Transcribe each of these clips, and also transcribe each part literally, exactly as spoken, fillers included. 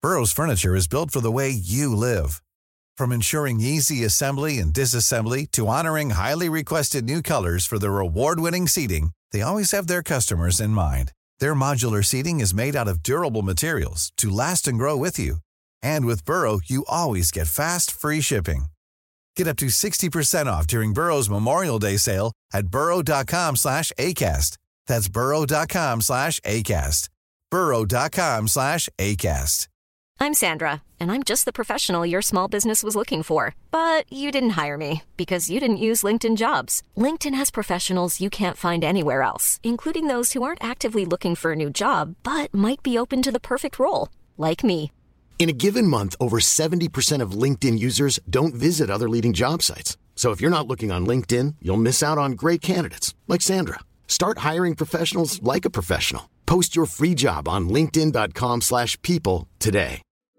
Burrow's furniture is built for the way you live. From ensuring easy assembly and disassembly to honoring highly requested new colors for their award-winning seating, they always have their customers in mind. Their modular seating is made out of durable materials to last and grow with you. And with Burrow, you always get fast, free shipping. Get up to sixty percent off during Burrow's Memorial Day sale at burrow.com slash ACAST. That's burrow.com slash ACAST. burrow.com slash ACAST. I'm Sandra, and I'm just the professional your small business was looking for. But you didn't hire me because you didn't use LinkedIn Jobs. LinkedIn has professionals you can't find anywhere else, including those who aren't actively looking for a new job, but might be open to the perfect role, like me. In a given month, over seventy percent of LinkedIn users don't visit other leading job sites. So if you're not looking on LinkedIn, you'll miss out on great candidates like Sandra. Start hiring professionals like a professional. Post your free job on linkedin.com slash people today.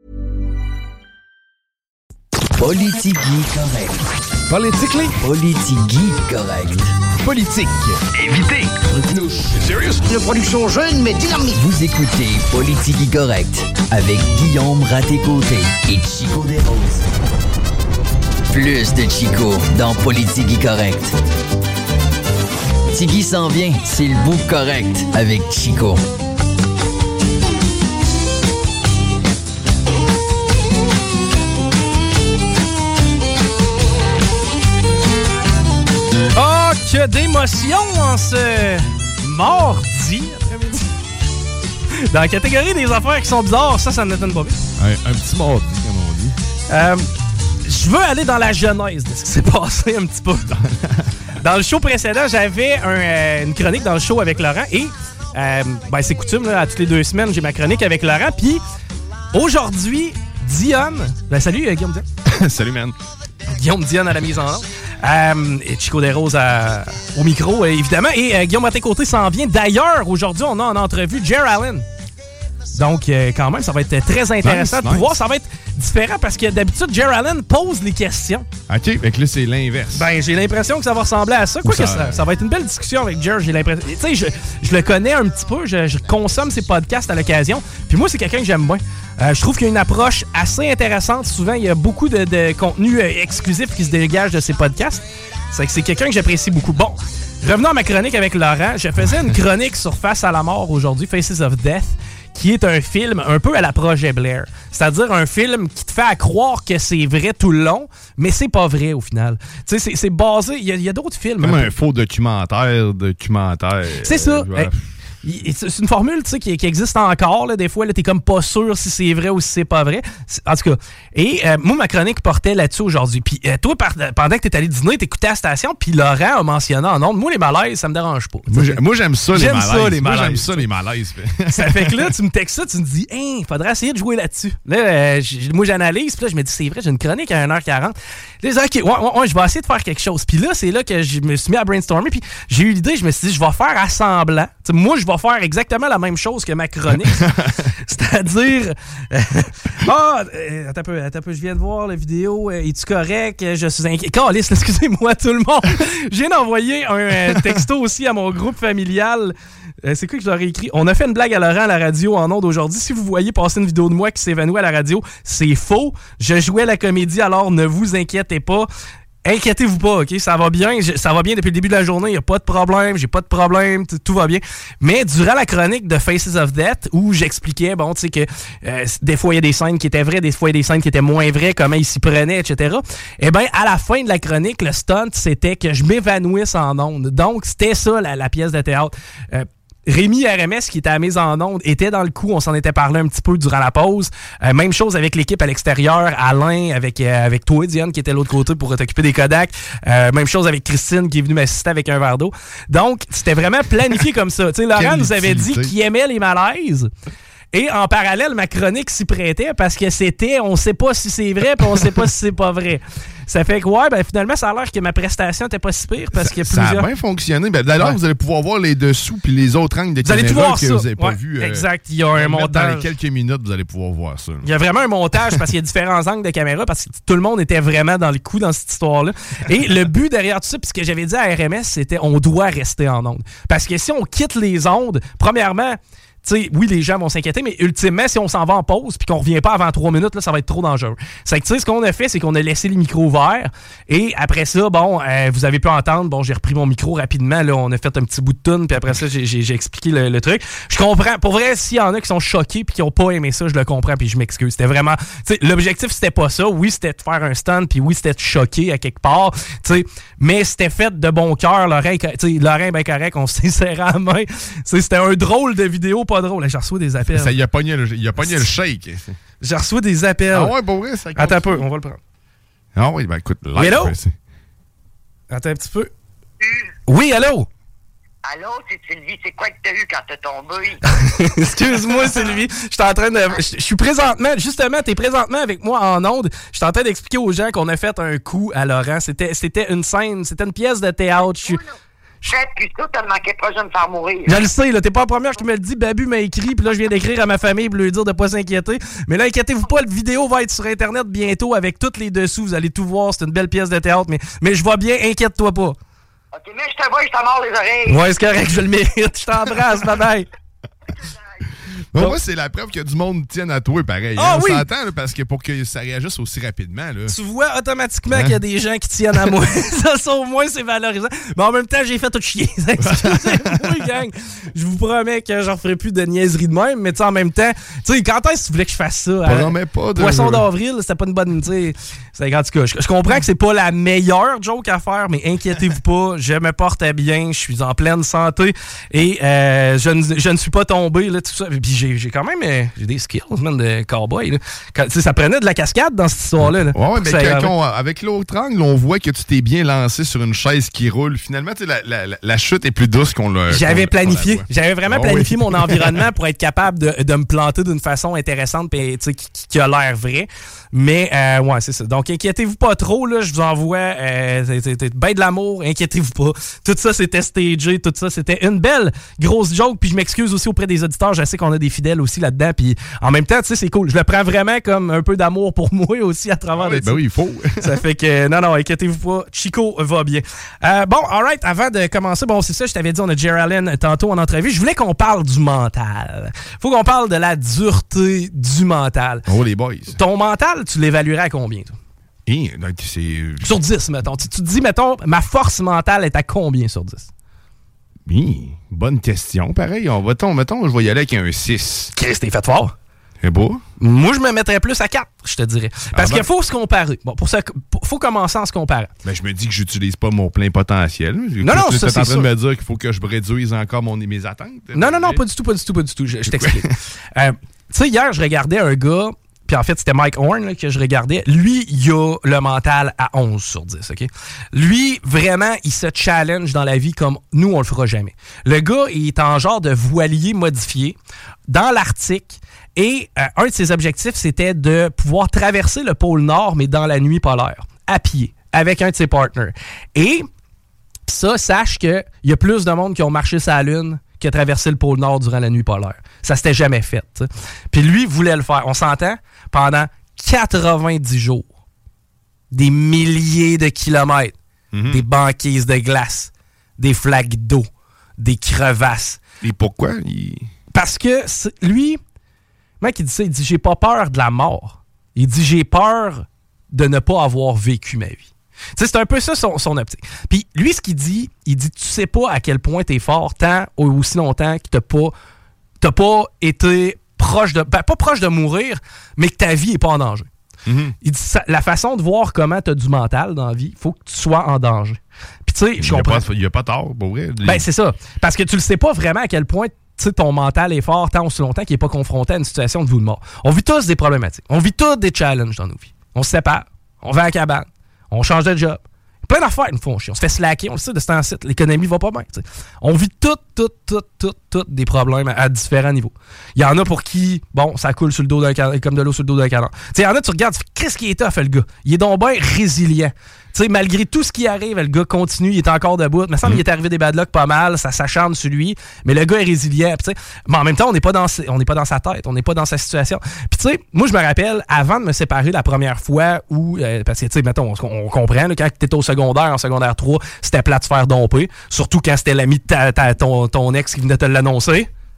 Politique correct. Politically? Politique correct. Politique. Évitez. Serious? Une production jeune mais dynamique. Vous écoutez Politique correct avec Guillaume Raté-Côté et Chico Desroses. Plus de Chico dans Politique correct. Tiggy s'en vient, c'est le bout correct avec Chico. Oh, que d'émotion en ce mardi après-midi. Dans la catégorie des affaires qui sont bizarres, ça, ça ne m'étonne pas bien. Un, un petit mardi, comme on dit. Euh, je veux aller dans la genèse de ce qui s'est passé un petit peu. Dans le show précédent, j'avais un, euh, une chronique dans le show avec Laurent et euh, ben, c'est coutume, là, à toutes les deux semaines, j'ai ma chronique avec Laurent. Puis aujourd'hui, Dionne... Ben, salut euh, Guillaume Dionne. Salut, man. Guillaume Dionne à la mise en onde. Euh, et Chico Desroses à, au micro, euh, évidemment. Et euh, Guillaume Raté-Côté s'en vient. D'ailleurs, aujourd'hui, on a en entrevue Jer Allen. Donc, euh, quand même, ça va être très intéressant nice, de pouvoir. nice. Ça va être différent parce que d'habitude, Jer Allen pose les questions. OK, fait que là, c'est l'inverse. Ben, j'ai l'impression que ça va ressembler à ça. Quoi ça, que ça, ça va être une belle discussion avec Jer, j'ai l'impression. Tu sais, je, je le connais un petit peu, je, je consomme ses podcasts à l'occasion. Puis moi, c'est quelqu'un que j'aime bien. Euh, je trouve qu'il y a une approche assez intéressante. Souvent, il y a beaucoup de, de contenu euh, exclusif qui se dégage de ses podcasts. C'est que c'est quelqu'un que j'apprécie beaucoup. Bon, revenons à ma chronique avec Laurent. Je faisais une chronique sur Face à la mort aujourd'hui, Faces of Death, qui est un film un peu à la Projet Blair. C'est-à-dire un film qui te fait à croire que c'est vrai tout le long, mais c'est pas vrai au final. Tu sais, c'est, c'est basé... Il y a, y a d'autres films. Comme un, un faux documentaire, documentaire. C'est ça. Euh, hey, c'est une formule, tu sais, qui, qui existe encore. Là, des fois, là, t'es comme pas sûr si c'est vrai ou si c'est pas vrai. En tout cas. Et euh, moi, ma chronique portait là-dessus aujourd'hui. Puis euh, toi, par, pendant que t'es allé dîner, t'écoutais à la station, puis Laurent a mentionné en ondes, moi, les malaises, ça me dérange pas. Moi, j'ai, moi j'aime ça, j'aime les malaises. ça, les malaises. Moi, j'aime ça, les malaises. Ça fait que là, tu me textes ça, tu me dis, hein, il faudrait essayer de jouer là-dessus. Là, euh, moi, j'analyse, puis là, je me dis, c'est vrai, j'ai une chronique à une heure quarante. Là, je dis, OK, ouais, ouais, ouais, je vais essayer de faire quelque chose. Puis là, c'est là que je me suis mis à brainstormer, puis j'ai eu l'idée, je me suis dit, je vais faire assemblant. T'sais, moi, je vais faire exactement la même chose que ma chronique. C'est-à-dire, euh, ah, euh, attends un peu, attends un peu, je viens de voir la vidéo, euh, es-tu correct? Je suis inquiet. Calisse, excusez-moi tout le monde. Je viens d'envoyer un euh, texto aussi à mon groupe familial. Euh, c'est quoi que je leur ai écrit? On a fait une blague à Laurent à la radio en ondes aujourd'hui. Si vous voyez passer une vidéo de moi qui s'évanouit à la radio, c'est faux. Je jouais la comédie, alors ne vous inquiétez pas. Inquiétez-vous pas, OK? Ça va bien. Je, ça va bien depuis le début de la journée. Il n'y a pas de problème. J'ai pas de problème. T- tout va bien. Mais durant la chronique de Faces of Death, où j'expliquais, bon, tu sais, que euh, des fois, il y a des scènes qui étaient vraies, des fois, il y a des scènes qui étaient moins vraies, comment ils s'y prenaient, et cetera. Eh bien, à la fin de la chronique, le stunt, c'était que je m'évanouisse en ondes. Donc, c'était ça, la, la pièce de théâtre. Euh, Rémi R M S, qui était à mise en onde, était dans le coup. On s'en était parlé un petit peu durant la pause. Euh, même chose avec l'équipe à l'extérieur. Alain, avec euh, avec toi, Diane, qui était de l'autre côté pour t'occuper des Kodak. Euh, même chose avec Christine, qui est venue m'assister avec un verre d'eau. Donc, c'était vraiment planifié comme ça. Tu sais, Laurent nous avait dit qu'il aimait les malaises. Et en parallèle, ma chronique s'y prêtait parce que c'était, on sait pas si c'est vrai puis on sait pas si c'est pas vrai. Ça fait que, ouais, ben finalement, ça a l'air que ma prestation était pas si pire parce que ça, plusieurs... ça a bien fonctionné. Ben, d'ailleurs, ouais. Vous allez pouvoir voir les dessous puis les autres angles de vous allez caméra voir que ça. vous n'avez pas ouais, vu. Euh, exact. Il y a un montage. Dans les quelques minutes, vous allez pouvoir voir ça. Il y a vraiment un montage parce qu'il y a différents angles de caméra parce que tout le monde était vraiment dans le coup dans cette histoire-là. Et le but derrière tout ça, puis ce que j'avais dit à R M S, c'était on doit rester en ondes. Parce que si on quitte les ondes, premièrement, tu sais, oui, les gens vont s'inquiéter, mais ultimement, si on s'en va en pause puis qu'on revient pas avant trois minutes, là, ça va être trop dangereux. C'est que, tu sais, ce qu'on a fait, c'est qu'on a laissé les micros ouverts et après ça, bon, euh, vous avez pu entendre, bon, j'ai repris mon micro rapidement, là, on a fait un petit bout de tune puis après ça, j'ai, j'ai, j'ai expliqué le, le truc. Je comprends. Pour vrai, s'il y en a qui sont choqués puis qui ont pas aimé ça, je le comprends puis je m'excuse. C'était vraiment, tu sais, l'objectif, c'était pas ça. Oui, c'était de faire un stand puis oui, c'était de choquer à quelque part, tu sais, mais c'était fait de bon cœur. Lorrain, tu sais, Lorrain, ben correct, on s'est serré à la main. T'sais, c'était un drôle de vidéo, pas drôle. J'ai reçu des appels. Ça, il a pogné le, il a pogné le shake. J'ai reçu des appels. Ah ouais, pour vrai, ça compte. Attends un peu, on va le prendre. Ah oui, ben écoute, live. Oui, allô? Attends un petit peu. Oui, allô? Allô, c'est Sylvie. C'est quoi que t'as eu quand t'as tombé? Excuse-moi, Sylvie. Je suis en train de. Je suis présentement, justement, t'es présentement avec moi en onde. Je suis en train d'expliquer aux gens qu'on a fait un coup à Laurent. C'était, c'était une scène, c'était une pièce de théâtre. Je suis. Faites plus ça, t'as manqué proche de me faire mourir. Je le sais, là, t'es pas la première qui me le dit. Babu m'a écrit, puis là, je viens d'écrire à ma famille pour lui dire de pas s'inquiéter. Mais là, inquiétez-vous pas, la vidéo va être sur Internet bientôt avec toutes les dessous. Vous allez tout voir, c'est une belle pièce de théâtre, mais, mais je vais bien, inquiète-toi pas. OK, mais je te vois, je t'en mords les oreilles. Ouais, c'est correct, je le mérite. Je t'embrasse, bye bye. Bon, moi, c'est la preuve que du monde tienne à toi, pareil. Ah, hein, oui. On s'entend, là, parce que pour que ça réagisse aussi rapidement. Là. Tu vois automatiquement Hein? qu'il y a des gens qui tiennent à moi. Ça, ça, au moins, c'est valorisant. Mais en même temps, j'ai fait tout chier. Excusez-moi, gang. Je vous promets que j'en ferai plus de niaiseries de même. Mais tu sais, en même temps, tu sais, quand est-ce que tu voulais que je fasse ça? Promets pas de... Poisson d'avril, c'était pas une bonne. Tu sais, c'est en tout cas, je, je comprends que c'est pas la meilleure joke à faire, mais inquiétez-vous pas, je me porte bien, je suis en pleine santé et euh, je, ne, je ne suis pas tombé, là, tout ça. Puis j'ai, j'ai quand même euh, j'ai des skills, man, de cowboy. Là. Quand, ça prenait de la cascade dans cette histoire-là. Là. Ouais, ouais, mais ça, quand on, avec l'autre angle, on voit que tu t'es bien lancé sur une chaise qui roule. Finalement, la, la, la, la chute est plus douce qu'on l'a. J'avais qu'on, planifié. qu'on J'avais vraiment oh, planifié oui. mon environnement pour être capable de, de me planter d'une façon intéressante et qui, qui a l'air vrai. Mais, euh, ouais, c'est ça. Donc, inquiétez-vous pas trop, là. Je vous envoie euh, ben de l'amour. Inquiétez-vous pas. Tout ça, c'était stagé. Tout ça, c'était une belle grosse joke. Puis je m'excuse aussi auprès des auditeurs. Je sais qu'on a des fidèles aussi là-dedans. Puis en même temps, tu sais, c'est cool. Je le prends vraiment comme un peu d'amour pour moi aussi à travers oui, de ben oui, il faut. Ça fait que, non, non, inquiétez-vous pas. Chico va bien. Euh, bon, alright. Avant de commencer, bon, c'est ça, je t'avais dit, on a Jerry Allen tantôt en entrevue. Je voulais qu'on parle du mental. Faut qu'on parle de la dureté du mental. Oh, les boys. Ton mental, tu l'évaluerais à combien, toi? Et, donc, c'est... Sur dix, mettons. Tu, tu te dis, mettons, ma force mentale est à combien sur dix? Oui, bonne question. Pareil, on va tomber, mettons, je vais y aller avec un six. Chris, t'es fait fort. C'est beau? Moi, je me mettrais plus à quatre, je te dirais. Parce ah ben. qu'il faut se comparer. Bon, pour ça, faut commencer en se comparant. Ben, je me dis que j'utilise pas mon plein potentiel. Non, non, ça, c'est en train sûr. de me dire qu'il faut que je réduise encore mon, mes attentes? Non, non, non, pas du tout, pas du tout, pas du tout. Je, je t'explique. euh, tu sais, hier, je regardais un gars, puis en fait, c'était Mike Horn là, que je regardais. Lui, il a le mental à onze sur dix, OK? Lui, vraiment, il se challenge dans la vie comme nous, on le fera jamais. Le gars, il est en genre de voilier modifié dans l'Arctique. Et euh, un de ses objectifs, c'était de pouvoir traverser le pôle Nord, mais dans la nuit polaire, à pied, avec un de ses partners. Et ça, sache qu'il y a plus de monde qui ont marché sur la Lune qui a traversé le pôle Nord durant la nuit polaire. Ça s'était jamais fait. T'sais. Puis lui voulait le faire. On s'entend? Pendant quatre-vingt-dix jours. Des milliers de kilomètres. Mm-hmm. Des banquises de glace. Des flaques d'eau. Des crevasses. Et pourquoi? Il... Parce que lui... Mec, il dit ça, il dit « J'ai pas peur de la mort. » Il dit « J'ai peur de ne pas avoir vécu ma vie. » Tu sais, c'est un peu ça son, son optique. Puis lui, ce qu'il dit, il dit « Tu sais pas à quel point t'es fort tant ou aussi longtemps que t'as pas, t'as pas été proche de... Ben, pas proche de mourir, mais que ta vie est pas en danger. Mm-hmm. » Il dit ça, la façon de voir comment t'as du mental dans la vie, il faut que tu sois en danger. Puis tu sais, je comprends. Il n'y a pas tort, pour vrai. Ben, c'est ça. Parce que tu le sais pas vraiment à quel point... Tu sais, ton mental est fort tant aussi longtemps qu'il n'est pas confronté à une situation de vie ou de mort. On vit tous des problématiques. On vit tous des challenges dans nos vies. On se sépare. On va à la cabane. On change de job. Plein d'affaires nous font chier. On se fait slacker. On le sait de ce temps-ci. L'économie va pas bien. T'sais. On vit toutes, toutes, toutes, toutes, toutes des problèmes à, à différents niveaux. Il y en a pour qui, bon, ça coule sur le dos d'un canon, comme de l'eau sur le dos d'un canon. Il y en a, tu regardes, tu fais, qu'est-ce qu'il est tough, le gars? Il est donc bien résilient. T'sais, malgré tout ce qui arrive, le gars continue, il est encore debout. Il me semble qu'il est arrivé des bad luck pas mal, ça s'acharne sur lui, mais le gars est résilient. Pis, mais en même temps, on n'est pas dans on n'est pas dans sa tête, on n'est pas dans sa situation. Puis tu sais, moi je me rappelle, avant de me séparer la première fois où, euh, parce que tu sais, mettons, on, on comprend, là, quand tu étais au secondaire, en secondaire trois, c'était plat de se faire domper, surtout quand c'était l'ami de ta, ta, ton, ton ex qui venait te l'annoncer.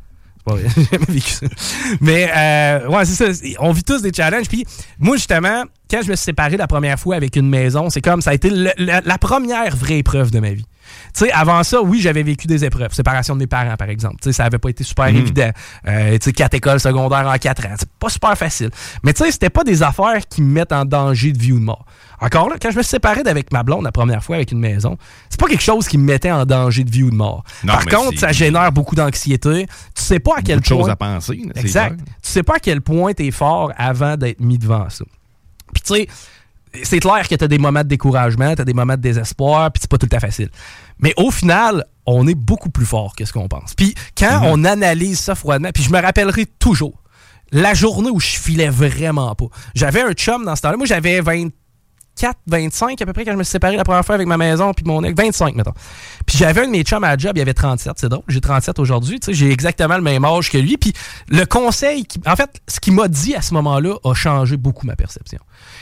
pas vrai. J'ai jamais vécu ça. Mais, euh, ouais, c'est ça. On vit tous des challenges. Puis, moi, justement, quand je me suis séparé la première fois avec une maison, c'est comme ça a été le, la, la première vraie épreuve de ma vie. Tu sais, avant ça, oui, j'avais vécu des épreuves. Séparation de mes parents, par exemple. Tu sais, ça avait pas été super mmh. évident. Euh, tu sais, quatre écoles secondaires en quatre ans. C'est pas super facile. Mais tu sais, c'était pas des affaires qui me mettent en danger de vie ou de mort. Encore là, quand je me suis séparé d'avec ma blonde la première fois avec une maison, c'est pas quelque chose qui me mettait en danger de vie ou de mort. Non, Par contre, c'est... ça génère beaucoup d'anxiété. Tu sais pas à quel beaucoup point... de choses à penser. Là, exact. Tu sais pas à quel point t'es fort avant d'être mis devant ça. Puis tu sais, c'est clair que t'as des moments de découragement, t'as des moments de désespoir, puis c'est pas tout le temps facile. Mais au final, on est beaucoup plus fort que ce qu'on pense. Puis quand mm-hmm. on analyse ça froidement, puis je me rappellerai toujours la journée où je filais vraiment pas. J'avais un chum dans ce temps-là. Moi, j'avais vingt-quatre, vingt-cinq à peu près quand je me suis séparé la première fois avec ma maison puis mon ex. vingt-cinq, mettons. Puis j'avais un de mes chums à la job, il avait trente-sept. C'est drôle, j'ai trente-sept aujourd'hui. Tu sais, j'ai exactement le même âge que lui. Puis le conseil, qui, en fait, ce qu'il m'a dit à ce moment-là a changé beaucoup ma perception.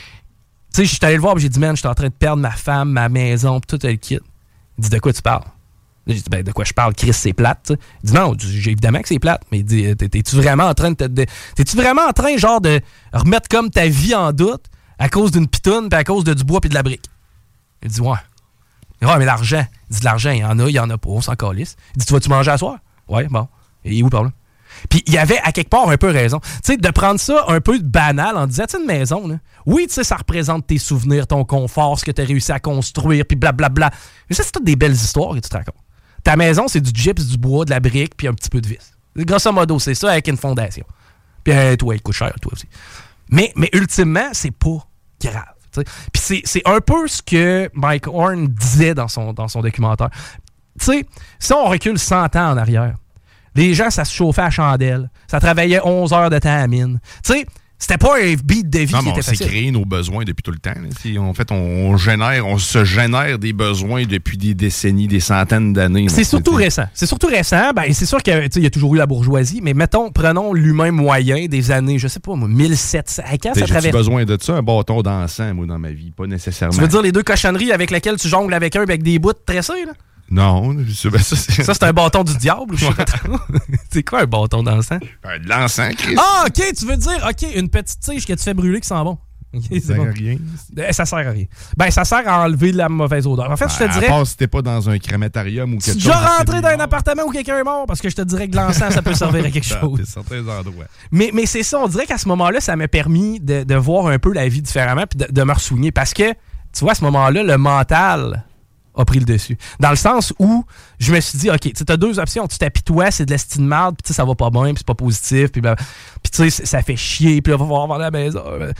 Tu sais, je suis allé le voir et j'ai dit, man, je suis en train de perdre ma femme, ma maison, puis tout le kit. Il dit, de quoi tu parles? J'ai dit, ben, de quoi je parle? Chris, c'est plate. T'sais. Il dit, non, j'ai évidemment que c'est plate. Mais il dit, t'es-tu vraiment en train de, te, de t'es-tu vraiment en train, genre, de remettre comme ta vie en doute à cause d'une pitoune, puis à cause de du bois, puis de la brique? Il dit, ouais. Il dit, ouais, mais l'argent. Il dit, de l'argent, il y en a, il y en a pas, on s'en calisse. Il dit, tu vas-tu manger à soir? Ouais, bon. Et où, par là? Puis il y avait à quelque part un peu raison. Tu sais, de prendre ça un peu banal en disant, tu sais, une maison, là. Oui, tu sais, ça représente tes souvenirs, ton confort, ce que tu as réussi à construire, puis blablabla. Mais ça, c'est toutes des belles histoires que tu te racontes. Ta maison, c'est du gyps, du bois, de la brique, puis un petit peu de vis. Grosso modo, c'est ça avec une fondation. Puis euh, toi, il coûte cher, toi aussi. Mais, mais ultimement, c'est pas grave. T'sais. Puis c'est, c'est un peu ce que Mike Horn disait dans son, dans son documentaire. Tu sais, si on recule cent ans en arrière, les gens, ça se chauffait à chandelle. Ça travaillait onze heures de temps à la mine. Tu sais, c'était pas un beat de vie non, qui était facile. On s'est créé nos besoins depuis tout le temps. Là. En fait, on, on génère, on se génère des besoins depuis des décennies, des centaines d'années. C'est surtout t'sais. récent. C'est surtout récent. Ben, c'est sûr qu'il y a toujours eu la bourgeoisie, mais mettons, prenons l'humain moyen des années, je sais pas moi, mille sept cents. À quand ça traverse? J'ai besoin de ça, un bâton d'encens, moi, dans ma vie. Pas nécessairement. Tu veux dire les deux cochonneries avec lesquelles tu jongles avec un avec des bouts tressés, là? Non, c'est, ben ça, c'est... ça, c'est un bâton du diable. Je sais pas trop. C'est quoi un bâton d'encens? Euh, de l'encens, Chris. Ah, OK, tu veux dire, OK, une petite tige que tu fais brûler qui sent bon. Okay, ça sert bon. à rien. Euh, ça sert à rien. Ben, ça sert à enlever de la mauvaise odeur. En fait, ben, je te dirais... À part si t'es pas dans un crématarium ou quelque chose... Tu déjà rentré dans un appartement où quelqu'un est mort, parce que je te dirais que l'encens, ça peut servir à quelque chose. À certains endroits. Mais, mais c'est ça, on dirait qu'à ce moment-là, ça m'a permis de, de voir un peu la vie différemment puis de, de me ressouvenir. Parce que, tu vois, à ce moment-là, le mental... a pris le dessus. Dans le sens où je me suis dit, OK, tu as deux options. Tu t'apitoies, c'est de l'estime de merde, puis ça va pas bien, puis c'est pas positif, puis tu sais, ça fait chier, puis là, va falloir vendre la maison.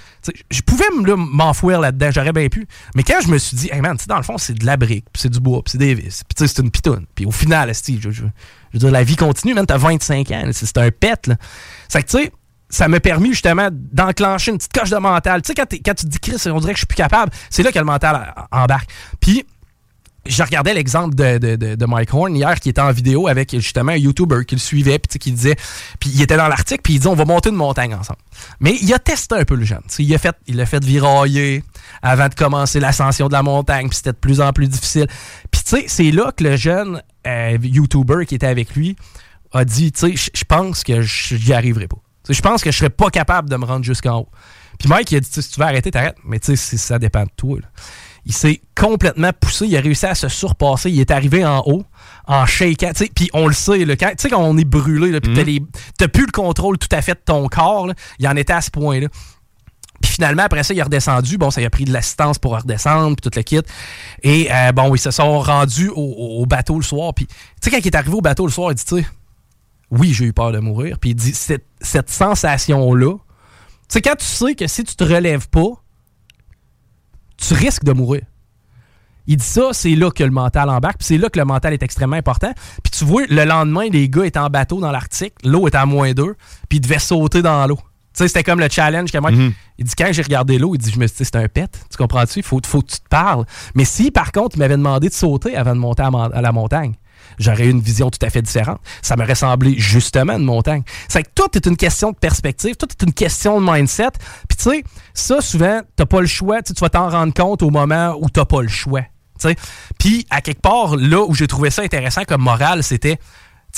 Je pouvais là, m'enfouir là-dedans, j'aurais bien pu. Mais quand je me suis dit, hey man, dans le fond, c'est de la brique, puis c'est du bois, puis c'est des vis, puis c'est une pitoune. Puis au final, Steve, je, je, je veux dire, la vie continue, man, t'as vingt-cinq ans, c'est un pet, là. C'est que, tu sais, ça m'a permis justement d'enclencher une petite coche de mental. Tu sais, quand, quand tu te dis, Chris, on dirait que je suis plus capable, c'est là que le mental embarque. Puis, je regardais l'exemple de, de, de, de Mike Horn hier qui était en vidéo avec justement un YouTuber qui le suivait puis qui disait, puis il était dans l'article puis il disait on va monter une montagne ensemble. Mais il a testé un peu le jeune. T'sais, il a fait il a fait virailler avant de commencer l'ascension de la montagne puis c'était de plus en plus difficile. Puis tu sais, c'est là que le jeune euh, YouTuber qui était avec lui a dit, tu sais, je pense que j'y arriverai pas. Je pense que je serais pas capable de me rendre jusqu'en haut. Puis Mike il a dit si tu veux arrêter, t'arrêtes. Mais tu sais, ça dépend de toi. Là. Il s'est complètement poussé, il a réussi à se surpasser, il est arrivé en haut, en shakeant, tu sais, puis on le sait, tu sais, quand on est brûlé, là, puis mm. t'as, les, t'as plus le contrôle tout à fait de ton corps, là, il en était à ce point-là. Puis finalement, après ça, il est redescendu, bon, ça il a pris de l'assistance pour redescendre, puis tout le kit, et euh, bon, ils se sont rendus au, au bateau le soir, puis tu sais, quand il est arrivé au bateau le soir, il dit, tu sais, oui, j'ai eu peur de mourir, puis il dit, cette, cette sensation-là, tu sais, quand tu sais que si tu te relèves pas, tu risques de mourir. Il dit ça, c'est là que le mental embarque, puis c'est là que le mental est extrêmement important. Puis tu vois, le lendemain, les gars étaient en bateau dans l'Arctique, l'eau était à moins deux, puis ils devaient sauter dans l'eau. Tu sais, c'était comme le challenge que moi. Mm-hmm. Il dit, quand j'ai regardé l'eau, il dit, je me suis dit, c'est un pet, tu comprends-tu? Il faut, faut que tu te parles. Mais si, par contre, il m'avait demandé de sauter avant de monter à, à la montagne, j'aurais eu une vision tout à fait différente. Ça m'aurait semblé justement une montagne. C'est que tout est une question de perspective, tout est une question de mindset. Puis tu sais, ça, souvent, t'as pas le choix. Tu vas t'en rendre compte au moment où t'as pas le choix. Puis, à quelque part, là où j'ai trouvé ça intéressant comme morale, c'était, tu sais,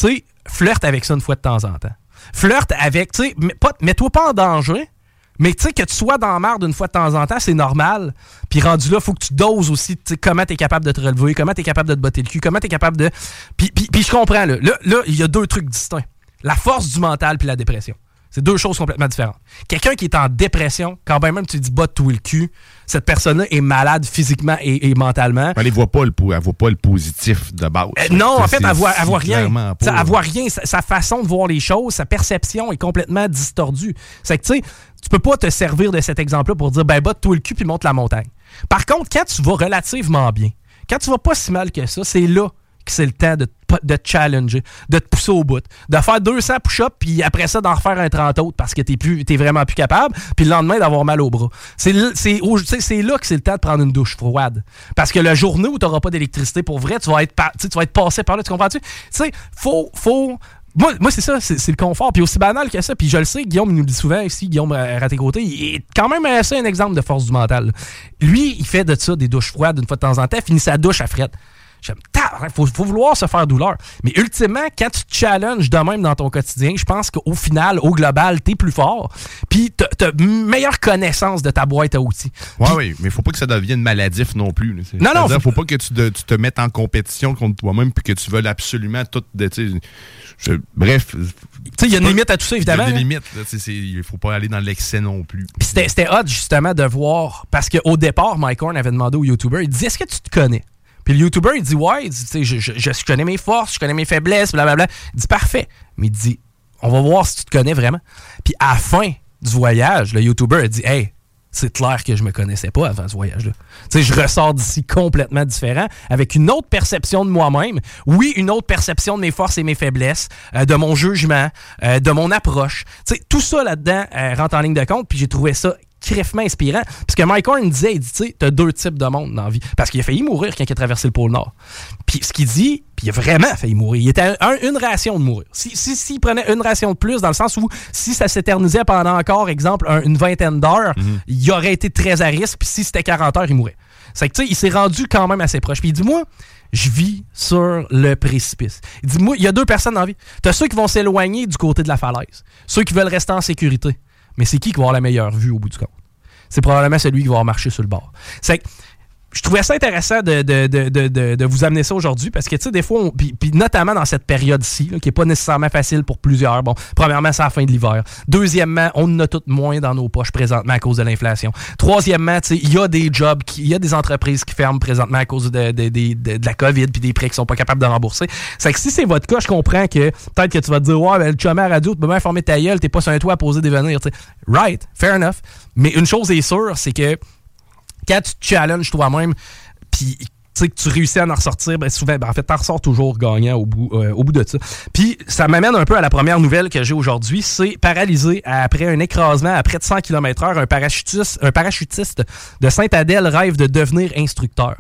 flirte avec ça une fois de temps en temps. Flirte avec, tu sais, mets-toi pas en danger, mais tu sais, que tu sois dans la merde une fois de temps en temps, c'est normal. Puis rendu là, il faut que tu doses aussi, tu sais, comment tu es capable de te relever, comment tu es capable de te botter le cul, comment tu es capable de... Puis, puis, puis je comprends, là. Là, là, il y a deux trucs distincts. La force du mental puis la dépression. C'est deux choses complètement différentes. Quelqu'un qui est en dépression, quand ben même tu dis botte tout le cul, cette personne-là est malade physiquement et, et mentalement. Elle ne voit pas le, elle voit pas le positif de base. Euh, non, en fait, elle voit, elle voit rien. Ça, elle voit rien. Sa, sa façon de voir les choses, sa perception est complètement distordue. C'est que, tu sais, tu peux pas te servir de cet exemple-là pour dire, ben, botte tout le cul puis monte la montagne. Par contre, quand tu vas relativement bien, quand tu vas pas si mal que ça, c'est là que c'est le temps de, de te challenger, de te pousser au bout, de faire deux cents push-ups, puis après ça, d'en refaire un trente autres parce que t'es, plus, t'es vraiment plus capable, puis le lendemain, d'avoir mal au bras. C'est, c'est, c'est là que c'est le temps de prendre une douche froide. Parce que la journée où t'auras pas d'électricité, pour vrai, tu vas être, par, tu vas être passé par là, tu comprends-tu? Tu sais, faut... faut Moi, moi, c'est ça, c'est, c'est le confort. Puis aussi banal que ça, puis je le sais, Guillaume nous le dit souvent ici, Guillaume Raté-Côté, il est quand même assez un exemple de force du mental. Lui, il fait de ça des douches froides une fois de temps en temps, finit sa douche à frette. J'aime, il faut, faut vouloir se faire douleur. Mais ultimement, quand tu te challenges de même dans ton quotidien, je pense qu'au final, au global, t'es plus fort. Puis t'as, t'as meilleure connaissance de ta boîte à outils. Oui, puis, oui, mais il faut pas que ça devienne maladif non plus. Là. Non, non. Il faut pas que tu, de, tu te mettes en compétition contre toi-même puis que tu veuilles absolument tout... De, je, bref... Tu sais, il y a une limite à tout ça, évidemment. Il y a des limites. Il faut pas aller dans l'excès non plus. Puis c'était, c'était hot, justement, de voir... Parce qu'au départ, Mike Horn avait demandé au YouTuber, il dit, est-ce que tu te connais? Puis le YouTuber, il dit, ouais, il dit, je, je, je connais mes forces, je connais mes faiblesses, blablabla. Il dit, parfait. Mais il dit, on va voir si tu te connais vraiment. Puis à la fin du voyage, le YouTuber a dit, hey, c'est clair que je me connaissais pas avant ce voyage-là. Tu sais, je ressors d'ici complètement différent, avec une autre perception de moi-même. Oui, une autre perception de mes forces et mes faiblesses, euh, de mon jugement, euh, de mon approche. Tu sais, tout ça là-dedans euh, rentre en ligne de compte, puis j'ai trouvé ça crèvement inspirant. Parce que Mike Horn disait, il dit, tu sais, t'as deux types de monde dans la vie. Parce qu'il a failli mourir quand il a traversé le pôle Nord. Puis ce qu'il dit, puis il a vraiment failli mourir. Il était à un, une ration de mourir. Si, si, s'il prenait une ration de plus, dans le sens où si ça s'éternisait pendant encore, exemple, un, une vingtaine d'heures, mm-hmm. il aurait été très à risque. Puis si c'était quarante heures, il mourrait. C'est que, tu sais, il s'est rendu quand même assez proche. Puis il dit, moi, je vis sur le précipice. Il dit, moi, il y a deux personnes dans la vie. T'as ceux qui vont s'éloigner du côté de la falaise. Ceux qui veulent rester en sécurité. Mais c'est qui qui va avoir la meilleure vue au bout du compte? C'est probablement celui qui va marcher sur le bord. C'est que je trouvais ça intéressant de, de, de, de, de, de vous amener ça aujourd'hui parce que, tu sais, des fois, puis notamment dans cette période-ci, là, qui n'est pas nécessairement facile pour plusieurs. Bon, premièrement, c'est la fin de l'hiver. Deuxièmement, on en a tout moins dans nos poches présentement à cause de l'inflation. Troisièmement, tu sais, il y a des jobs, il y a des entreprises qui ferment présentement à cause de, de, de, de, de la COVID puis des prêts qui sont pas capables de rembourser. C'est que si c'est votre cas, je comprends que peut-être que tu vas te dire, ouais, ben, le chumé à radio, tu peux bien former ta gueule, t'es pas sur un toit à poser des venir. T'sais. Right, fair enough. Mais une chose est sûre, c'est que quand tu te challenges toi-même, puis que tu réussis à en ressortir, ben souvent, ben en fait, tu en ressors toujours gagnant au bout, euh, au bout de ça. Puis ça m'amène un peu à la première nouvelle que j'ai aujourd'hui. C'est paralysé après un écrasement à près de cent kilomètres heure. Un parachutiste, un parachutiste de Sainte-Adèle rêve de devenir instructeur.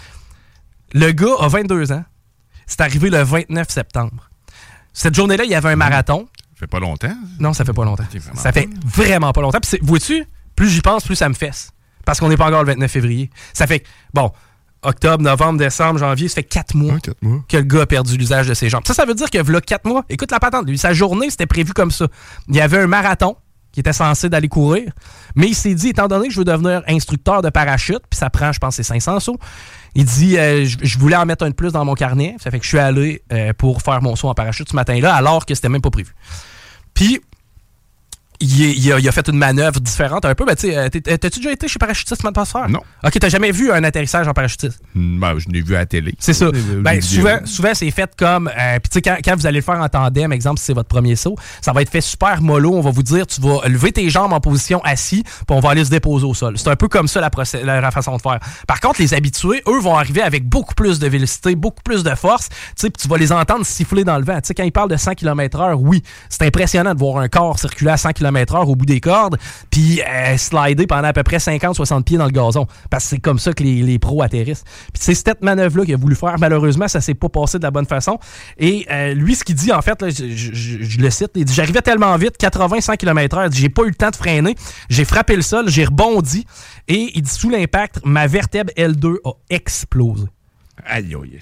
Le gars a vingt-deux ans. C'est arrivé le vingt-neuf septembre. Cette journée-là, il y avait un marathon. Ça fait pas longtemps? Non, ça fait pas longtemps. Ça fait vraiment pas longtemps. Puis vois-tu, plus j'y pense, plus ça me fesse. Parce qu'on n'est pas encore le vingt-neuf février. Ça fait, bon, octobre, novembre, décembre, janvier, ça fait quatre mois, ouais, quatre mois que le gars a perdu l'usage de ses jambes. Ça, ça veut dire que voilà quatre mois, écoute la patente, lui, sa journée, c'était prévu comme ça. Il y avait un marathon qui était censé d'aller courir, mais il s'est dit, étant donné que je veux devenir instructeur de parachute, puis ça prend, je pense, c'est cinq cents sauts, il dit, euh, je, je voulais en mettre un de plus dans mon carnet, ça fait que je suis allé euh, pour faire mon saut en parachute ce matin-là, alors que c'était même pas prévu. Puis, Il, est, il, a, il a fait une manœuvre différente un peu. Ben, tu sais, t'as-tu déjà été chez parachutiste maintenant de faire? Non. OK, t'as jamais vu un atterrissage en parachutiste? Ben, je l'ai vu à la télé. C'est ça. Ben, souvent, souvent, c'est fait comme... Euh, Puis, tu sais, quand, quand vous allez le faire en tandem, exemple, si c'est votre premier saut, ça va être fait super mollo. On va vous dire, tu vas lever tes jambes en position assis, puis on va aller se déposer au sol. C'est un peu comme ça la, procé- la, la façon de faire. Par contre, les habitués, eux, vont arriver avec beaucoup plus de vélocité, beaucoup plus de force. Tu sais, puis tu vas les entendre siffler dans le vent. Tu sais, quand ils parlent de cent kilomètres heure, oui, c'est impressionnant de voir un corps circuler à cent kilomètres heure au bout des puis euh, slider pendant à peu près cinquante à soixante pieds dans le gazon. Parce que c'est comme ça que les, les pros atterrissent. Puis c'est cette manœuvre-là qu'il a voulu faire. Malheureusement, ça s'est pas passé de la bonne façon. Et euh, lui, ce qu'il dit, en fait, là, je, je, je le cite, il dit « J'arrivais tellement vite, quatre-vingts à cent kilomètres heure, j'ai pas eu le temps de freiner. J'ai frappé le sol, j'ai rebondi. Et il dit, sous l'impact, ma vertèbre L deux a explosé. » Aïe, aïe.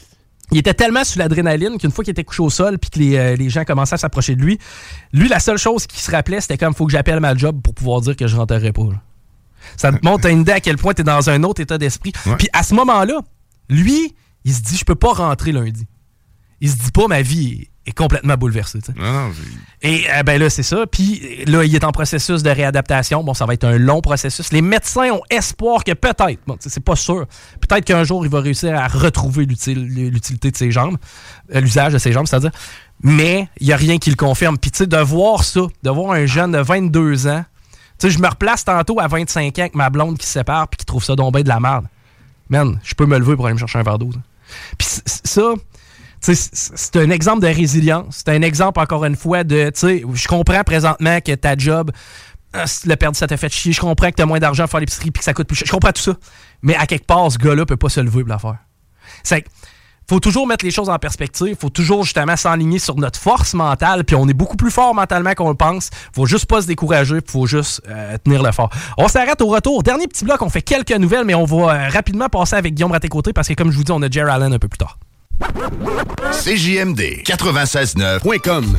il était tellement sous l'adrénaline qu'une fois qu'il était couché au sol puis que les, euh, les gens commençaient à s'approcher de lui, lui, la seule chose qu'il se rappelait, c'était comme, faut que j'appelle ma job pour pouvoir dire que je rentrerai pas. Là. Ça te montre une idée à quel point t'es dans un autre état d'esprit. Ouais. Puis à ce moment-là, lui, il se dit, je peux pas rentrer lundi. Il se dit pas, ma vie est complètement bouleversée. Non, non, et euh, ben là, c'est ça. Puis là, il est en processus de réadaptation. Bon, ça va être un long processus. Les médecins ont espoir que peut-être, bon, c'est pas sûr, peut-être qu'un jour, il va réussir à retrouver l'util, l'utilité de ses jambes, euh, l'usage de ses jambes, c'est-à-dire. Mais il n'y a rien qui le confirme. Puis tu sais, de voir ça, de voir un jeune de vingt-deux ans, tu sais, je me replace tantôt à vingt-cinq ans avec ma blonde qui se sépare puis qui trouve ça donc bien de la merde. Man, je peux me lever pour aller me chercher un verre d'eau. Puis ça... T'sais, c'est un exemple de résilience. C'est un exemple, encore une fois, de... Je comprends présentement que ta job, euh, le perdre, ça t'a fait chier. Je comprends que t'as moins d'argent à faire l'épicerie et que ça coûte plus cher. Je comprends tout ça. Mais à quelque part, ce gars-là peut pas se lever pour la faire. C'est faut toujours mettre les choses en perspective. Faut toujours, justement, s'enligner sur notre force mentale. Puis on est beaucoup plus fort mentalement qu'on le pense. Faut juste pas se décourager. Faut juste euh, tenir le fort. On s'arrête au retour. Dernier petit bloc. On fait quelques nouvelles, mais on va euh, rapidement passer avec Guillaume Raté-Côté parce que, comme je vous dis, on a Jerry Allen un peu plus tard. C J M D quatre-vingt-seize neuf point com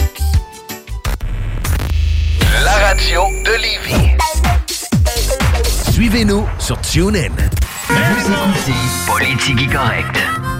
La radio de Lévis. Suivez-nous sur TuneIn. Vous écoutez Politique Correct.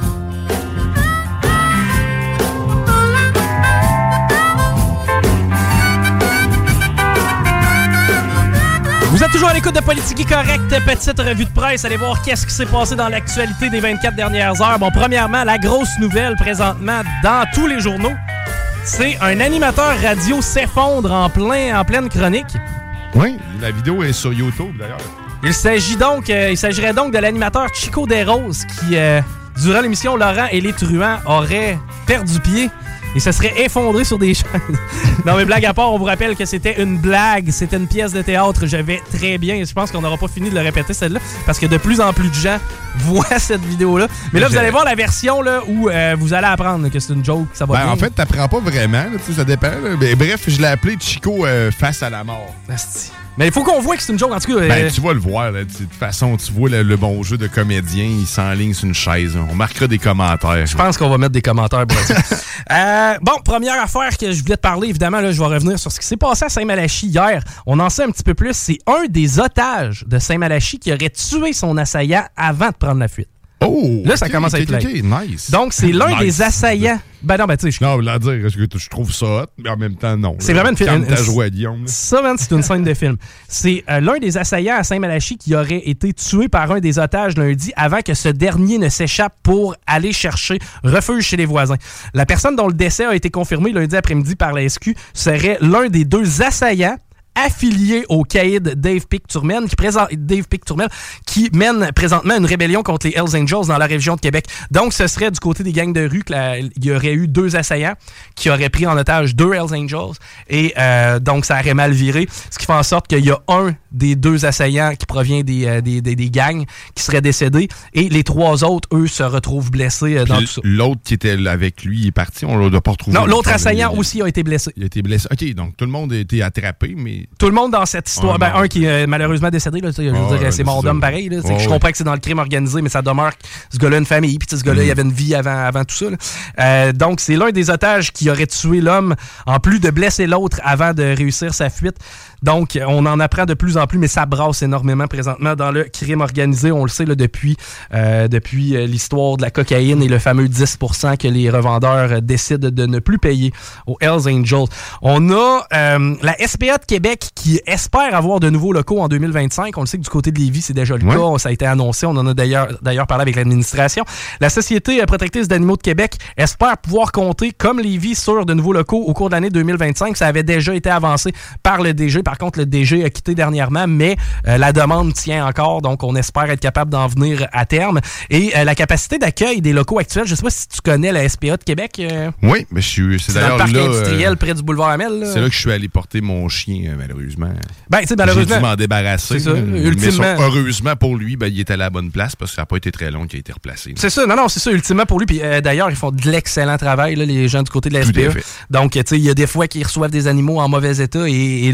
Vous êtes toujours à l'écoute de Politique Correct, petite revue de presse. Allez voir qu'est-ce qui s'est passé dans l'actualité des vingt-quatre dernières heures. Bon, premièrement, la grosse nouvelle présentement dans tous les journaux, c'est un animateur radio s'effondre en, plein, en pleine chronique. Oui, la vidéo est sur YouTube d'ailleurs. Il s'agit donc, euh, il s'agirait donc de l'animateur Chico Desroses qui, euh, durant l'émission Laurent et les Truands, aurait perdu pied. Il se serait effondré sur des chaises. Non, mais blague à part, on vous rappelle que c'était une blague. C'était une pièce de théâtre. Je vais très bien. Je pense qu'on n'aura pas fini de le répéter, celle-là, parce que de plus en plus de gens voient cette vidéo-là. Mais là, vous allez voir la version là, où euh, vous allez apprendre que c'est une joke, ça va ben, bien. En fait, t'apprends pas vraiment. Là, ça dépend. Mais, bref, je l'ai appelé Chico euh, face à la mort. Asti. Mais il faut qu'on voit que c'est une joke. En tout cas, ben, euh... tu vas le voir. Là. De toute façon, tu vois le, le bon jeu de comédien. Il s'enligne sur une chaise. On marquera des commentaires. Je pense qu'on va mettre des commentaires pour ça. euh, bon, première affaire que je voulais te parler, évidemment, là, je vais revenir sur ce qui s'est passé à Saint-Malachie hier. On en sait un petit peu plus. C'est un des otages de Saint-Malachie qui aurait tué son assaillant avant de prendre la fuite. Oh! Là, ça okay, commence à être okay, okay, nice. Donc, c'est l'un nice. des assaillants. Ben non, ben tu sais. Je... Non, je veux dire, je trouve ça hot, mais en même temps, non. C'est vraiment une film. Ta joie, Guillaume. Ça, man, c'est une scène de film. C'est euh, l'un des assaillants à Saint-Malachie qui aurait été tué par un des otages lundi avant que ce dernier ne s'échappe pour aller chercher refuge chez les voisins. La personne dont le décès a été confirmé lundi après-midi par la S Q serait l'un des deux assaillants affilié au caïd Dave Pic-Turmel, qui, présent, Dave Pic-Turmel, qui mène présentement une rébellion contre les Hells Angels dans la région de Québec. Donc, ce serait du côté des gangs de rue qu'il y aurait eu deux assaillants qui auraient pris en otage deux Hells Angels. Et euh, donc, ça aurait mal viré. Ce qui fait en sorte qu'il y a un des deux assaillants qui provient des, euh, des, des, des gangs qui serait décédé. Et les trois autres, eux, se retrouvent blessés euh, dans Puis tout ça. L'autre qui était avec lui est parti. On ne l'a pas retrouvé. Non, l'autre assaillant aussi a été blessé. Il a été blessé. OK, donc tout le monde a été attrapé, mais... Tout le monde dans cette histoire. Oh, ben, un qui est malheureusement décédé, là, je veux oh, dire, ouais, c'est mort d'homme pareil. Là, oh, je comprends ouais. que c'est dans le crime organisé, mais ça demeure ce gars-là a une famille, puis ce gars-là, mm. il avait une vie avant, avant tout ça. Euh, donc, c'est l'un des otages qui aurait tué l'homme, en plus de blesser l'autre avant de réussir sa fuite. Donc, on en apprend de plus en plus, mais ça brasse énormément présentement dans le crime organisé. On le sait là, depuis, euh, depuis euh, l'histoire de la cocaïne et le fameux dix pour cent que les revendeurs euh, décident de ne plus payer aux Hells Angels. On a euh, la S P A de Québec qui espère avoir de nouveaux locaux en deux mille vingt-cinq. On le sait que du côté de Lévis, c'est déjà le ouais. cas. Ça a été annoncé. On en a d'ailleurs, d'ailleurs parlé avec l'administration. La Société protectrice d'animaux de Québec espère pouvoir compter, comme Lévis, sur de nouveaux locaux au cours de l'année deux mille vingt-cinq. Ça avait déjà été avancé par le D G. Par contre, le D G a quitté dernièrement, mais euh, la demande tient encore, donc on espère être capable d'en venir à terme. Et euh, la capacité d'accueil des locaux actuels, je ne sais pas si tu connais la S P A de Québec. Euh, oui, mais je suis, c'est, c'est d'ailleurs dans le parc là, industriel euh, près du boulevard Hamel. Là. C'est là que je suis allé porter mon chien, malheureusement. Ben, tu sais, malheureusement. J'ai dû m'en débarrasser. C'est ça, mais ultimement. son, heureusement pour lui, ben, il était à la bonne place parce que ça n'a pas été très long qu'il a été replacé. C'est ça, non, non, c'est ça, ultimement pour lui. Puis euh, d'ailleurs, ils font de l'excellent travail, là, les gens du côté de la S P A. Donc, tu sais, il y a des fois qu'ils reçoivent des animaux en mauvais état et, et lorsque la,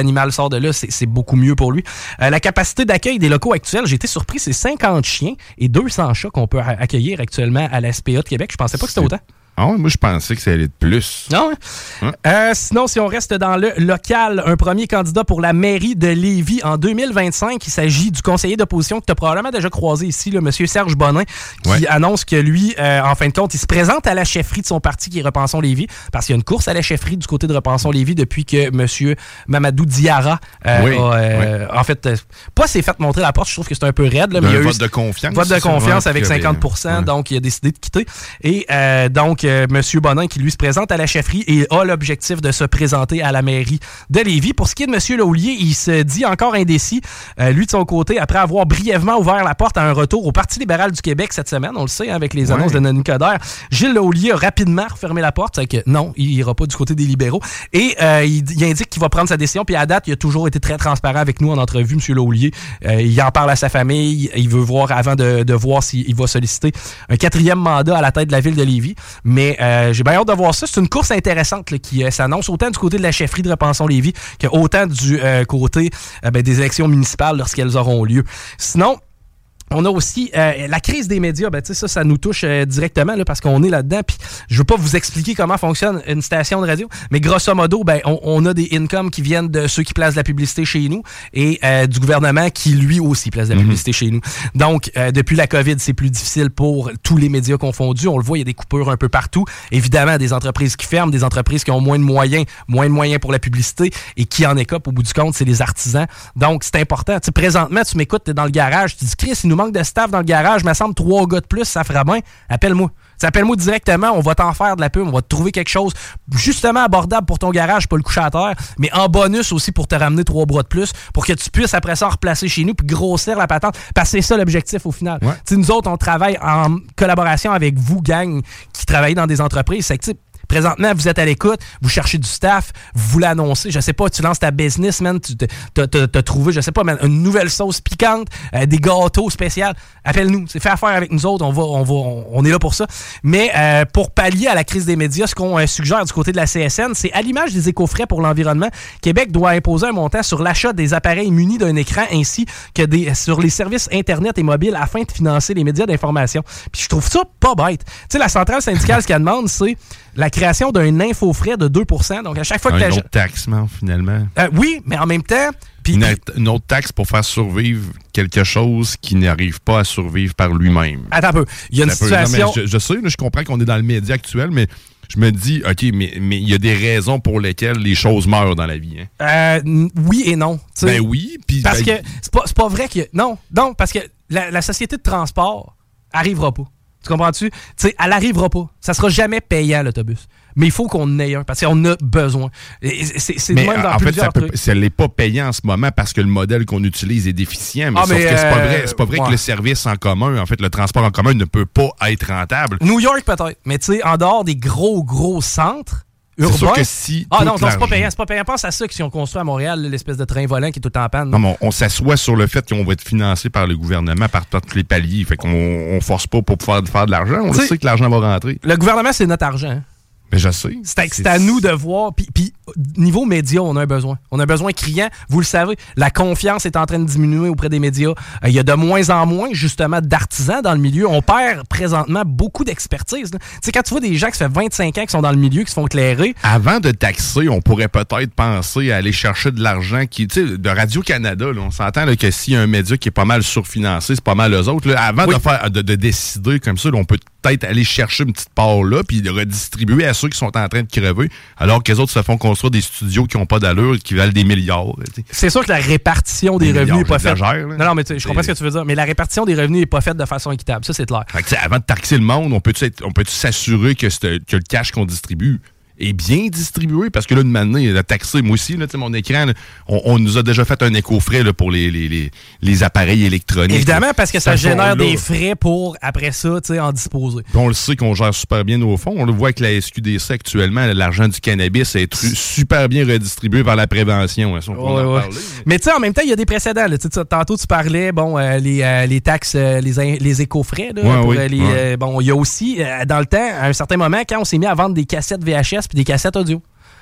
l'animal sort de là, c'est, c'est beaucoup mieux pour lui. Euh, la capacité d'accueil des locaux actuels, j'ai été surpris, c'est cinquante chiens et deux cents chats qu'on peut accueillir actuellement à la S P A de Québec. Je pensais pas que c'était autant. Ah ouais, moi, je pensais que ça allait de plus. Non, hein? euh, sinon, si on reste dans le local, un premier candidat pour la mairie de Lévis en deux mille vingt-cinq, il s'agit du conseiller d'opposition que tu as probablement déjà croisé ici, le monsieur Serge Bonin, qui ouais. annonce que lui, euh, en fin de compte, il se présente à la chefferie de son parti qui est Repensons Lévis, parce qu'il y a une course à la chefferie du côté de Repensons Lévis depuis que monsieur Mamadou Diarra euh, oui, a, euh, oui. en fait, euh, pas s'est fait montrer la porte, je trouve que c'est un peu raide. Là, mais il y a vote eu, de confiance. Vote de confiance vrai, avec cinquante pour cent, ouais. donc il a décidé de quitter. Et euh, donc, euh, monsieur Bonin qui lui se présente à la chefferie et a l'objectif de se présenter à la mairie de Lévis. Pour ce qui est de M. Laulier, il se dit encore indécis. Euh, lui, de son côté, après avoir brièvement ouvert la porte à un retour au Parti libéral du Québec cette semaine, on le sait, hein, avec les annonces ouais. de Denis Coderre, Gilles Laulier a rapidement refermé la porte, c'est que non, il ira pas du côté des libéraux. Et euh, il, il indique qu'il va prendre sa décision, puis à date, il a toujours été très transparent avec nous en entrevue, M. Laulier. Euh, il en parle à sa famille, il veut voir avant de, de voir s'il va solliciter un quatrième mandat à la tête de la ville de Lévis. Mais euh, j'ai bien hâte de voir ça. C'est une course intéressante là, qui euh, s'annonce autant du côté de la chefferie de Repensons Lévis que autant du euh, côté euh, ben, des élections municipales lorsqu'elles auront lieu. Sinon, on a aussi euh, la crise des médias. Ben, tu sais, ça, ça nous touche euh, directement là, parce qu'on est là-dedans. Puis, je veux pas vous expliquer comment fonctionne une station de radio, mais grosso modo, ben, on, on a des incomes qui viennent de ceux qui placent de la publicité chez nous et euh, du gouvernement qui, lui aussi, place de la publicité mm-hmm. chez nous. Donc, euh, depuis la COVID, c'est plus difficile pour tous les médias confondus. On le voit, il y a des coupures un peu partout. Évidemment, des entreprises qui ferment, des entreprises qui ont moins de moyens, moins de moyens pour la publicité et qui en écopent, au bout du compte, c'est les artisans. Donc, c'est important. Tu sais, présentement, tu m'écoutes, t'es dans le garage, tu dis, Chris, il nous manque de staff dans le garage, me semble trois gars de plus, ça fera bien. Appelle-moi. T'sais, appelle-moi directement, on va t'en faire de la pub, on va te trouver quelque chose justement abordable pour ton garage, pas le coucher à terre, mais en bonus aussi pour te ramener trois bras de plus, pour que tu puisses après ça replacer chez nous puis grossir la patente. Parce que c'est ça l'objectif au final. Ouais. T'sais, nous autres, on travaille en collaboration avec vous, gang, qui travaillez dans des entreprises. C'est que, présentement, vous êtes à l'écoute, vous cherchez du staff, vous voulez annoncer, je sais pas, tu lances ta business, man, tu t'as trouvé, je sais pas, man, une nouvelle sauce piquante, euh, des gâteaux spéciaux, appelle-nous, c'est fait affaire avec nous autres, on va, on va, on, on est là pour ça. Mais euh, pour pallier à la crise des médias, ce qu'on euh, suggère du côté de la C S N, c'est à l'image des éco-frais pour l'environnement, Québec doit imposer un montant sur l'achat des appareils munis d'un écran ainsi que des sur les services Internet et mobiles afin de financer les médias d'information. Puis je trouve ça pas bête. Tu sais, la centrale syndicale, ce qu'elle demande, c'est la création d'un info-frais de deux pour cent. Donc, à chaque fois que tu achètes... Une autre taxe, finalement. Euh, oui, mais en même temps... Pis, une, une autre taxe pour faire survivre quelque chose qui n'arrive pas à survivre par lui-même. Attends un peu. Il y a une situation... Non, je, je sais, là, je comprends qu'on est dans le média actuel, mais je me dis, OK, mais mais il y a des raisons pour lesquelles les choses meurent dans la vie. Hein? Euh, oui et non. T'sais. Ben oui. Pis, parce ben... que c'est pas, c'est pas vrai que... Non, non, parce que la, la société de transport arrivera pas. Tu comprends-tu? Tu sais, elle n'arrivera pas. Ça sera jamais payant, l'autobus. Mais il faut qu'on en ait un, parce qu'on a besoin. C'est, c'est mais même dans en fait, ça trucs. ça n'est pas payant en ce moment parce que le modèle qu'on utilise est déficient. Mais, ah, sauf mais que c'est pas vrai, c'est pas vrai euh, que ouais. le service en commun, en fait, le transport en commun ne peut pas être rentable. New York, peut-être. Mais tu sais, en dehors des gros, gros centres, urbain. C'est sûr que si ah non, non c'est pas payant, c'est pas payant. Pense à ça que si on construit à Montréal l'espèce de train volant qui est tout en panne. Non, mais on, on s'assoit sur le fait qu'on va être financé par le gouvernement par tous les paliers. Fait qu'on on force pas pour pouvoir faire de l'argent. On le sait que l'argent va rentrer. Le gouvernement, c'est notre argent. Hein? Mais je sais. C'est à, c'est à nous de voir. Puis, puis, niveau médias, on a un besoin. On a un besoin criant. Vous le savez, la confiance est en train de diminuer auprès des médias. Il euh, y a de moins en moins, justement, d'artisans dans le milieu. On perd présentement beaucoup d'expertise. Tu sais, quand tu vois des gens qui ça fait vingt-cinq ans qui sont dans le milieu, qui se font éclairer. Avant de taxer, on pourrait peut-être penser à aller chercher de l'argent qui, tu sais, de Radio-Canada. Là, on s'entend là, que s'il y a un média qui est pas mal surfinancé, c'est pas mal eux autres. Là, avant oui. de, faire, de, de décider comme ça, là, on peut peut-être aller chercher une petite part là puis de redistribuer à ceux qui sont en train de crever, alors que les autres se font construire des studios qui n'ont pas d'allure, qui valent des milliards. T'sais. C'est sûr que la répartition des, des revenus n'est pas faite. Là. Non, non, mais je comprends ce que tu veux dire, mais la répartition des revenus n'est pas faite de façon équitable. Ça, c'est clair. Fait que, avant de taxer le monde, on peut-tu on peut s'assurer que, que le cash qu'on distribue est bien distribué, parce que là, de maintenant, il a taxé. Moi aussi, là, mon écran, là, on, on nous a déjà fait un éco-frais là, pour les, les, les, les appareils électroniques. Évidemment, là. parce que ça, ça génère des frais pour, après ça, en disposer. Puis on le sait qu'on gère super bien au fond. On le voit avec la S Q D C actuellement, l'argent du cannabis est super bien redistribué vers la prévention. Hein, ouais, ouais. Parler, mais mais tu sais, en même temps, il y a des précédents. Là. Tantôt, tu parlais, bon, euh, les, euh, les taxes, euh, les, les éco-frais. Là, ouais, pour, oui, euh, les, ouais. euh, bon, il y a aussi, euh, dans le temps, à un certain moment, quand on s'est mis à vendre des cassettes V H S puis des cassettes audio.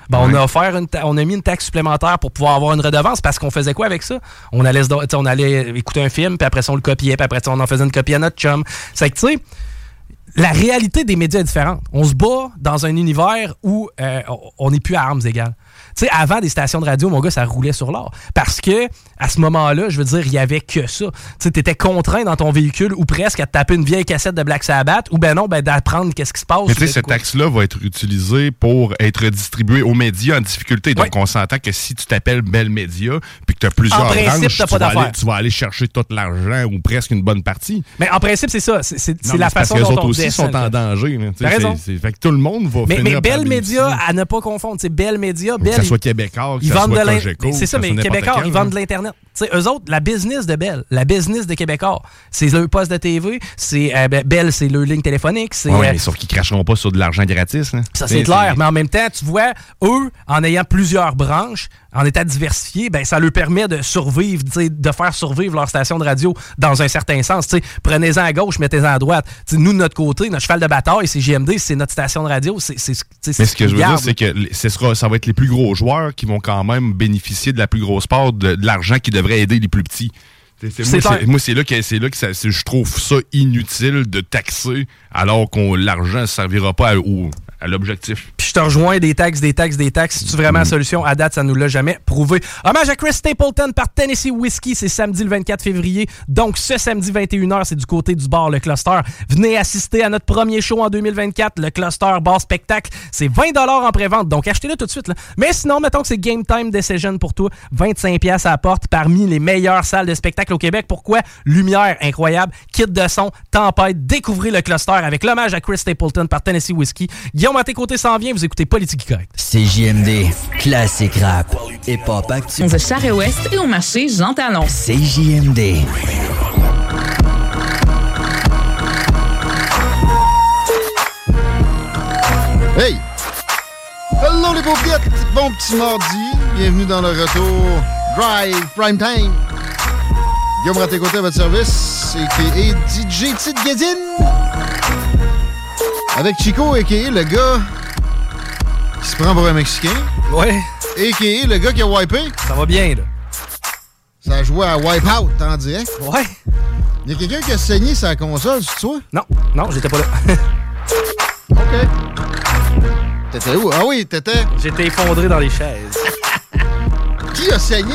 Ben, ouais. on a offert une ta- on a mis une taxe supplémentaire pour pouvoir avoir une redevance parce qu'on faisait quoi avec ça? On allait, se do- on allait écouter un film, puis après ça, on le copiait, puis après ça, on en faisait une copie à notre chum. C'est que, tu sais, la réalité des médias est différente. On se bat dans un univers où euh, on n'est plus à armes égales. Tu sais, avant des stations de radio, mon gars, ça roulait sur l'or. Parce que, à ce moment-là, je veux dire, il y avait que ça. Tu sais, t'étais contraint dans ton véhicule ou presque à te taper une vieille cassette de Black Sabbath ou ben non, ben d'apprendre qu'est-ce qui se passe. Mais tu sais, cette taxe-là va être utilisée pour être distribuée aux médias en difficulté. Donc, oui. on s'entend que si tu t'appelles Bell Media puis que tu as plusieurs en principe, branches, t'as tu, pas vas d'affaires. aller, tu vas aller chercher tout l'argent ou presque une bonne partie. Mais en principe, c'est ça. C'est, c'est, non, c'est la façon parce dont que on aussi sont en danger. Là, t'as raison. C'est, c'est, fait que tout le monde va mais, finir mais par Bell Media, à ne pas confondre. C'est Bell Media. Bell, que ça soit Québécois, que ils ça vendent soit de Cogeco, C'est ça, que mais ça soit Québécois, quel, ils vendent de l'Internet. T'sais, eux autres, la business de Bell, la business de Québécois, c'est le poste de T V, c'est euh, Bell, c'est leur ligne téléphonique. C'est, ouais, euh, mais sauf qu'ils cracheront pas sur de l'argent gratis. Hein. Ça, c'est, c'est clair. C'est... Mais en même temps, tu vois, eux, en ayant plusieurs branches, en état diversifié, ben, ça leur permet de survivre, de faire survivre leur station de radio dans un certain sens. T'sais, prenez-en à gauche, mettez-en à droite. T'sais, nous, de notre côté, notre cheval de bataille, c'est J M D, c'est notre station de radio. C'est, c'est, c'est, mais ce que je veux garde. dire, c'est que ce sera, ça va être les plus gros joueurs qui vont quand même bénéficier de la plus grosse part de, de l'argent qui devrait aider les plus petits. C'est, c'est, c'est moi, c'est, moi, c'est là que, c'est là que ça, c'est, je trouve ça inutile de taxer alors que l'argent ne servira pas à, au, à l'objectif. Puis je te rejoins, des taxes, des taxes, des taxes. C'est-tu vraiment mm. la solution? À date, ça nous l'a jamais prouvé. Hommage à Chris Stapleton par Tennessee Whiskey, c'est samedi le vingt-quatre février. Donc, ce samedi vingt et une heures, c'est du côté du bar Le Cluster. Venez assister à notre premier show en deux mille vingt-quatre, Le Cluster Bar Spectacle. C'est vingt dollars en pré-vente, donc achetez-le tout de suite. Là. Mais sinon, mettons que c'est Game Time Decision pour toi. vingt-cinq dollars à la porte parmi les meilleures salles de spectacle au Québec. Pourquoi? Lumière incroyable, kit de son, tempête, découvrez Le Cluster avec l'hommage à Chris Stapleton par Tennessee Whiskey. Guillaume, à tes côtés s'en vient, vous écoutez Politique Correct. C J M D, classique rap, hip-hop actu. On se Charest-Ouest et au marché Jean Talon. C J M D. Hey! Hello les paupiètes! Bon petit mardi, bienvenue dans le retour Drive Prime Time. Guillaume Raté-Côté à votre service, a k a. D J Tite Guédine. Avec Chico, a k a le gars qui se prend pour un Mexicain. Ouais. A K A le gars qui a wipé. Ça va bien, là. Ça a joué à Wipeout, t'en dirais? Ouais. Il y a quelqu'un qui a saigné sa console, c'est toi? Non, non, j'étais pas là. OK. T'étais où? Ah oui, t'étais... J'étais effondré dans les chaises. Qui a saigné?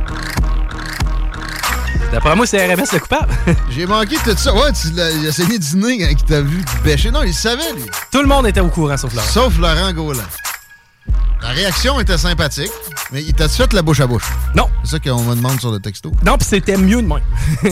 D'après moi, c'est R M S le coupable. J'ai manqué tout ça. Ouais, tu l'as, il a saigné du nez quand il t'a vu bêcher. Non, il savait, lui. Tout le monde était au courant, sauf Laurent. Sauf Laurent Gaulin. La réaction était sympathique, mais il t'a-tu fait la bouche à bouche? Non. C'est ça qu'on me demande sur le texto. Non, puis c'était mieux de moi. Puis,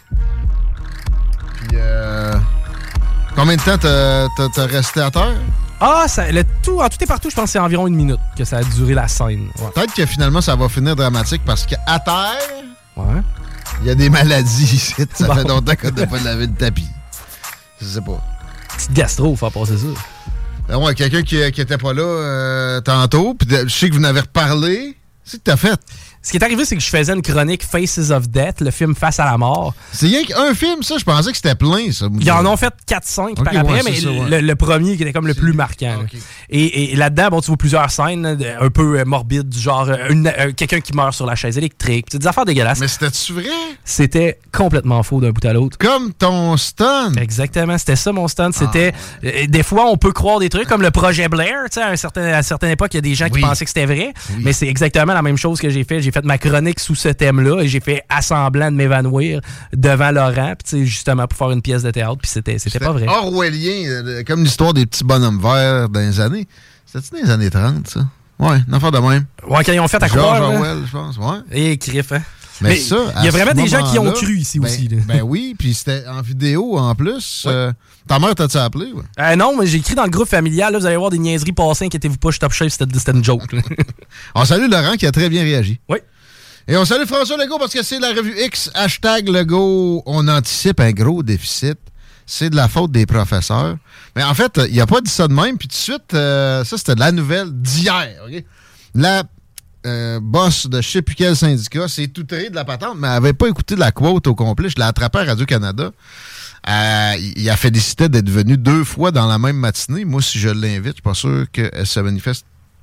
euh... combien de temps t'as, t'as, t'as resté à terre? Ah, ça, le tout, en tout et partout, je pense que c'est environ une minute que ça a duré la scène. Ouais. Peut-être que finalement, ça va finir dramatique parce qu'à terre... Ouais. Il y a des maladies ici. Ça bon. fait longtemps qu'on n'a pas lavé le tapis. Je sais pas. Petite gastro, faut passer ça. Ben ouais, quelqu'un qui, qui était pas là euh, tantôt, puis je sais que vous n'avez reparlé. C'est que t'as fait. Ce qui est arrivé, c'est que je faisais une chronique Faces of Death, le film Face à la mort. C'est rien qu'un film, ça? Je pensais que c'était plein, ça. Ils en ont fait quatre cinq okay, par après, ouais, mais ça, ouais. le, le premier qui était comme le c'est... plus marquant. Okay. Là. Et, et là-dedans, bon, tu vois plusieurs scènes un peu morbides, du genre une, euh, quelqu'un qui meurt sur la chaise électrique, des affaires dégueulasses. Mais c'était-tu vrai? C'était complètement faux d'un bout à l'autre. Comme ton stunt. Exactement, c'était ça mon stunt. C'était ah, ouais. euh, des fois, on peut croire des trucs comme le projet Blair. Tu sais, à, un certain, à une certaine époque, il y a des gens oui. qui pensaient que c'était vrai, oui. mais c'est exactement la même chose que j'ai fait. J'ai fait ma chronique sous ce thème-là et j'ai fait assemblant de m'évanouir devant Laurent, puis justement pour faire une pièce de théâtre, puis c'était, c'était, c'était pas vrai. Orwellien, euh, comme l'histoire des petits bonhommes verts dans les années. C'était-tu dans les années trente, ça? Ouais, une affaire de même. Ouais, quand ils ont fait à George croire. Orwell, je pense, ouais. Et criff, hein? Mais, mais ça, il y a vraiment des gens qui ont cru ici ben, aussi. Là. Ben oui, puis c'était en vidéo en plus. Ouais. Euh, ta mère t'as-tu appelé? Ouais? Euh, non, mais j'ai écrit dans le groupe familial, là, vous allez voir des niaiseries passées, inquiétez-vous pas, je suis top chef, c'était, c'était une joke. On salue Laurent qui a très bien réagi. Oui. Et on salue François Legault parce que c'est la revue X, hashtag Legault, on anticipe un gros déficit. C'est de la faute des professeurs. Mais en fait, il n'a pas dit ça de même. Puis tout de suite, euh, ça, c'était de la nouvelle d'hier. Okay? La euh, boss de je sais plus quel syndicat s'est outrée de la patente, mais elle n'avait pas écouté la quote au complet. Je l'ai attrapé à Radio-Canada. Euh, il a félicité d'être venu deux fois dans la même matinée. Moi, si je l'invite, je suis pas sûr qu'elle se manifeste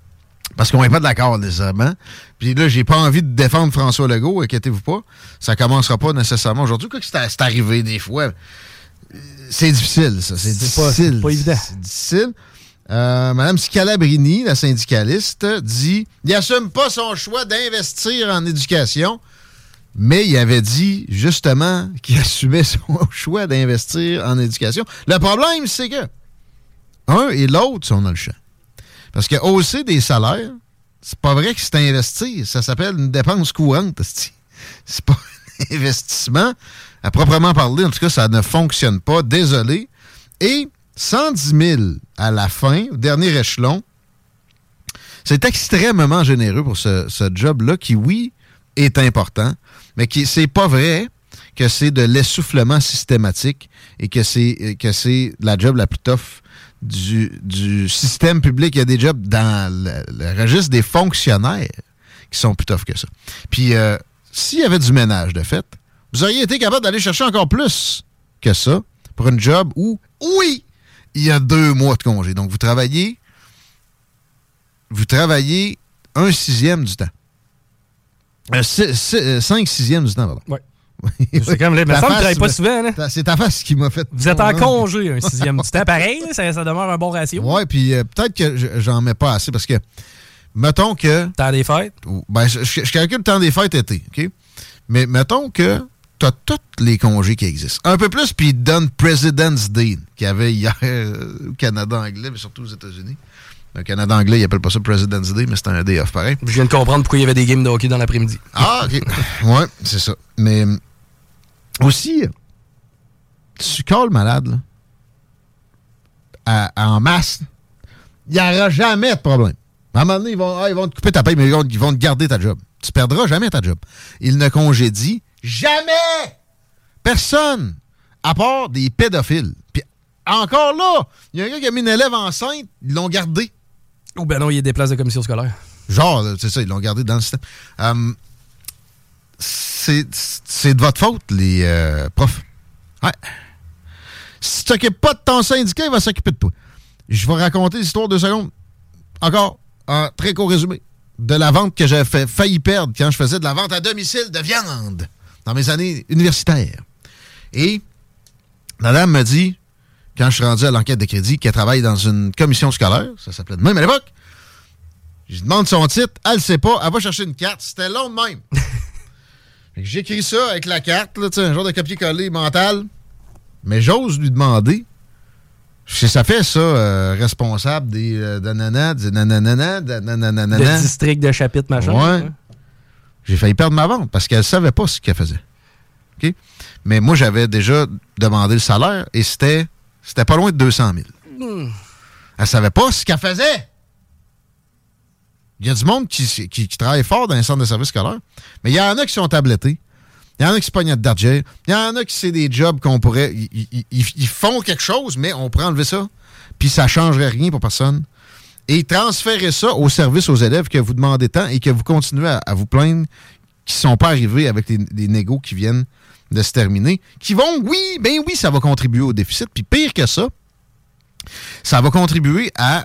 Parce qu'on n'est pas d'accord, nécessairement. Puis là, j'ai pas envie de défendre François Legault, inquiétez-vous pas. Ça commencera pas nécessairement aujourd'hui. Quoi que c'est, c'est arrivé des fois. C'est difficile, ça. C'est, c'est difficile. Pas, c'est pas évident. C'est difficile. Euh, Mme Scalabrini, la syndicaliste, dit il n'assume pas son choix d'investir en éducation, mais il avait dit, justement, qu'il assumait son choix d'investir en éducation. Le problème, c'est que un et l'autre, on a le champ. Parce que hausser des salaires, c'est pas vrai que c'est investir. Ça s'appelle une dépense courante. C'est pas un investissement. À proprement parler, en tout cas, ça ne fonctionne pas. Désolé. Et cent dix mille à la fin, au dernier échelon, c'est extrêmement généreux pour ce, ce job-là qui, oui, est important, mais qui c'est pas vrai que c'est de l'essoufflement systématique et que c'est, que c'est la job la plus tough Du, du système public. Il y a des jobs dans le, le registre des fonctionnaires qui sont plus tough que ça. Puis, euh, s'il y avait du ménage, de fait, vous auriez été capable d'aller chercher encore plus que ça pour une job où, oui, il y a deux mois de congé. Donc, vous travaillez vous travaillez un sixième du temps. Un six, six, cinq sixièmes du temps, pardon. Oui. C'est comme les mais ça ne travaille pas souvent. Là. C'est ta face qui m'a fait. Vous êtes en congé un sixième du temps. Pareil, ça, ça demeure un bon ratio. Oui, puis euh, peut-être que j'en mets pas assez parce que, mettons que. Temps des fêtes? Ben, je, je calcule le temps des fêtes été, OK? Mais mettons que tu as tous les congés qui existent. Un peu plus, puis ils donnent President's Day, qu'il y avait hier euh, au Canada anglais, mais surtout aux États-Unis. Le Canada anglais, ils n'appellent pas ça President's Day, mais c'est un day off pareil. Je viens de comprendre pourquoi il y avait des games de hockey dans l'après-midi. Ah, OK. Ouais, c'est ça. Mais aussi, tu calmes malade, là, à, à, en masse, il n'y aura jamais de problème. À un moment donné, ils vont, ah, ils vont te couper ta paye, mais ils vont, ils vont te garder ta job. Tu perdras jamais ta job. Ils ne congédient jamais personne, à part des pédophiles. Puis encore là, il y a un gars qui a mis une élève enceinte, ils l'ont gardé. Ou ben non, il y a des places de commission scolaire. Genre, c'est ça, ils l'ont gardé dans le système. Um, c'est, c'est de votre faute, les euh, profs. Ouais. Si tu t'occupes pas de ton syndicat, il va s'occuper de toi. Je vais raconter l'histoire deux secondes. Encore, un très court résumé de la vente que j'avais fait, failli perdre quand je faisais de la vente à domicile de viande dans mes années universitaires. Et la dame me dit, quand je suis rendu à l'enquête de crédit, qu'elle travaille dans une commission scolaire, ça s'appelait de même à l'époque, je demande son titre, elle ne sait pas, elle va chercher une carte, c'était long de même. J'écris ça avec la carte, là, un genre de copier-coller mental, mais j'ose lui demander, si ça fait ça, euh, responsable des euh, nanana, des nanana, des nanana. Le district de chapitre, machin. Ouais. ouais. J'ai failli perdre ma vente parce qu'elle ne savait pas ce qu'elle faisait. OK? Mais moi, j'avais déjà demandé le salaire et c'était, c'était pas loin de deux cent mille. Mm. Elle ne savait pas ce qu'elle faisait. Il y a du monde qui, qui, qui travaille fort dans les centres de services scolaires, mais il y en a qui sont tablettés. Il y en a qui se pognent de dardier. Il y en a qui c'est des jobs qu'on pourrait... Ils, ils, ils font quelque chose, mais on pourrait enlever ça, puis ça ne changerait rien pour personne. Et transférer ça au service aux élèves que vous demandez tant et que vous continuez à, à vous plaindre qui ne sont pas arrivés avec les, les négos qui viennent de se terminer, qui vont, oui, ben oui, ça va contribuer au déficit. Puis pire que ça, ça va contribuer à,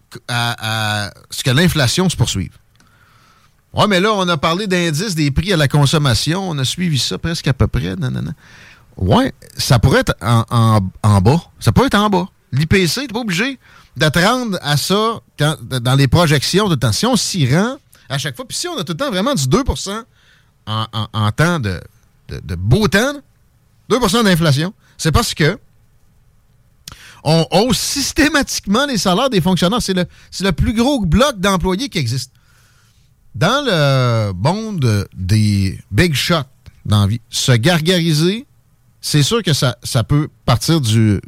à, à ce que l'inflation se poursuive. Ouais, mais là, on a parlé d'indices des prix à la consommation. On a suivi ça presque à peu près. Non, non, non. Ouais, ça pourrait être en, en, en bas. Ça pourrait être en bas. L'I P C, t'es pas obligé de te rendre à ça quand, dans les projections de temps. Si on s'y rend à chaque fois, puis si on a tout le temps vraiment du deux pour cent en, en, en temps de, de, de beau temps, deux pour cent d'inflation, c'est parce que on hausse systématiquement les salaires des fonctionnaires. C'est le, c'est le plus gros bloc d'employés qui existe. Dans le monde des big shots dans la vie, se gargariser, c'est sûr que ça, ça peut partir du,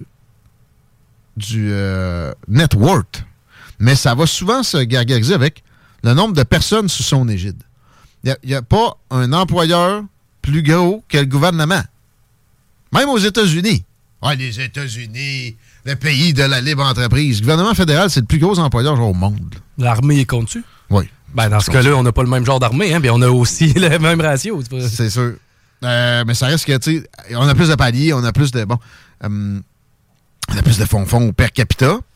du euh, net worth, mais ça va souvent se gargariser avec le nombre de personnes sous son égide. Il n'y a, a pas un employeur plus gros que le gouvernement. Même aux États-Unis. Ouais, les États-Unis, le pays de la libre entreprise. Le gouvernement fédéral, c'est le plus gros employeur genre, au monde. L'armée est compte-tu? Oui. Ben, dans ce cas-là, on n'a pas le même genre d'armée, hein, mais on a aussi le même ratio. C'est sûr. Euh, mais ça reste que, tu sais, on a plus de paliers, on a plus de, bon, euh, on a plus de fonds-fonds per capita,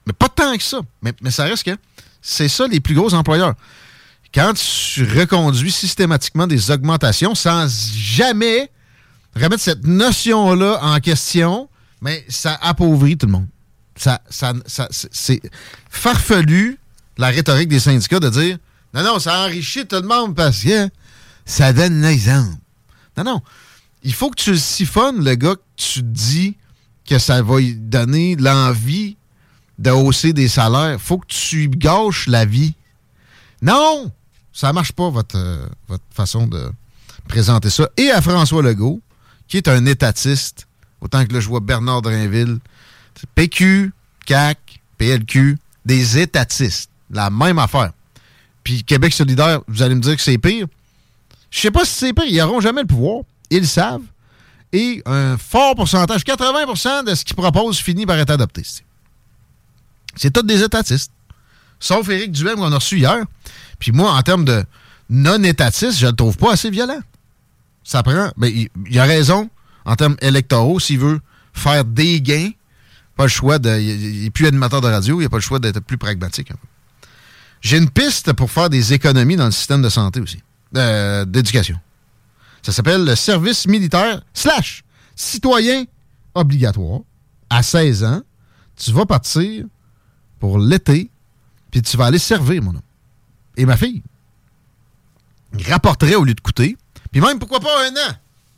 Mais pas tant que ça. Mais, mais ça reste que c'est ça les plus gros employeurs. Quand tu reconduis systématiquement des augmentations sans jamais remettre cette notion-là en question, mais ça appauvrit tout le monde. Ça, ça, ça, c'est farfelu, la rhétorique des syndicats, de dire « Non, non, ça enrichit tout le monde parce que ça donne l'exemple. » Non, non. Il faut que tu le siphonnes, le gars que tu dis que ça va lui donner l'envie de hausser des salaires. Il faut que tu lui gâches la vie. Non! Ça marche pas, votre, euh, votre façon de présenter ça. Et à François Legault, qui est un étatiste, autant que là, je vois Bernard Drainville, P Q, C A Q, P L Q, des étatistes. La même affaire. Puis Québec solidaire, vous allez me dire que c'est pire. Je sais pas si c'est pire. Ils n'auront jamais le pouvoir. Ils le savent. Et un fort pourcentage, quatre-vingts pour cent de ce qu'ils proposent finit par être adopté. C'est tous des étatistes. Sauf Éric Duhem qu'on a reçu hier. Puis moi, en termes de non-étatiste, je le trouve pas assez violent. Ça prend... Ben, il, il a raison en termes électoraux. S'il veut faire des gains, pas le choix de... Il n'est plus animateur de radio, il n'a pas le choix d'être plus pragmatique. Un peu. J'ai une piste pour faire des économies dans le système de santé aussi. Euh, d'éducation. Ça s'appelle le service militaire slash citoyen obligatoire. À seize ans, tu vas partir pour l'été, puis tu vas aller servir, mon homme. Et ma fille. Il rapporterait au lieu de coûter. Puis même, pourquoi pas un an?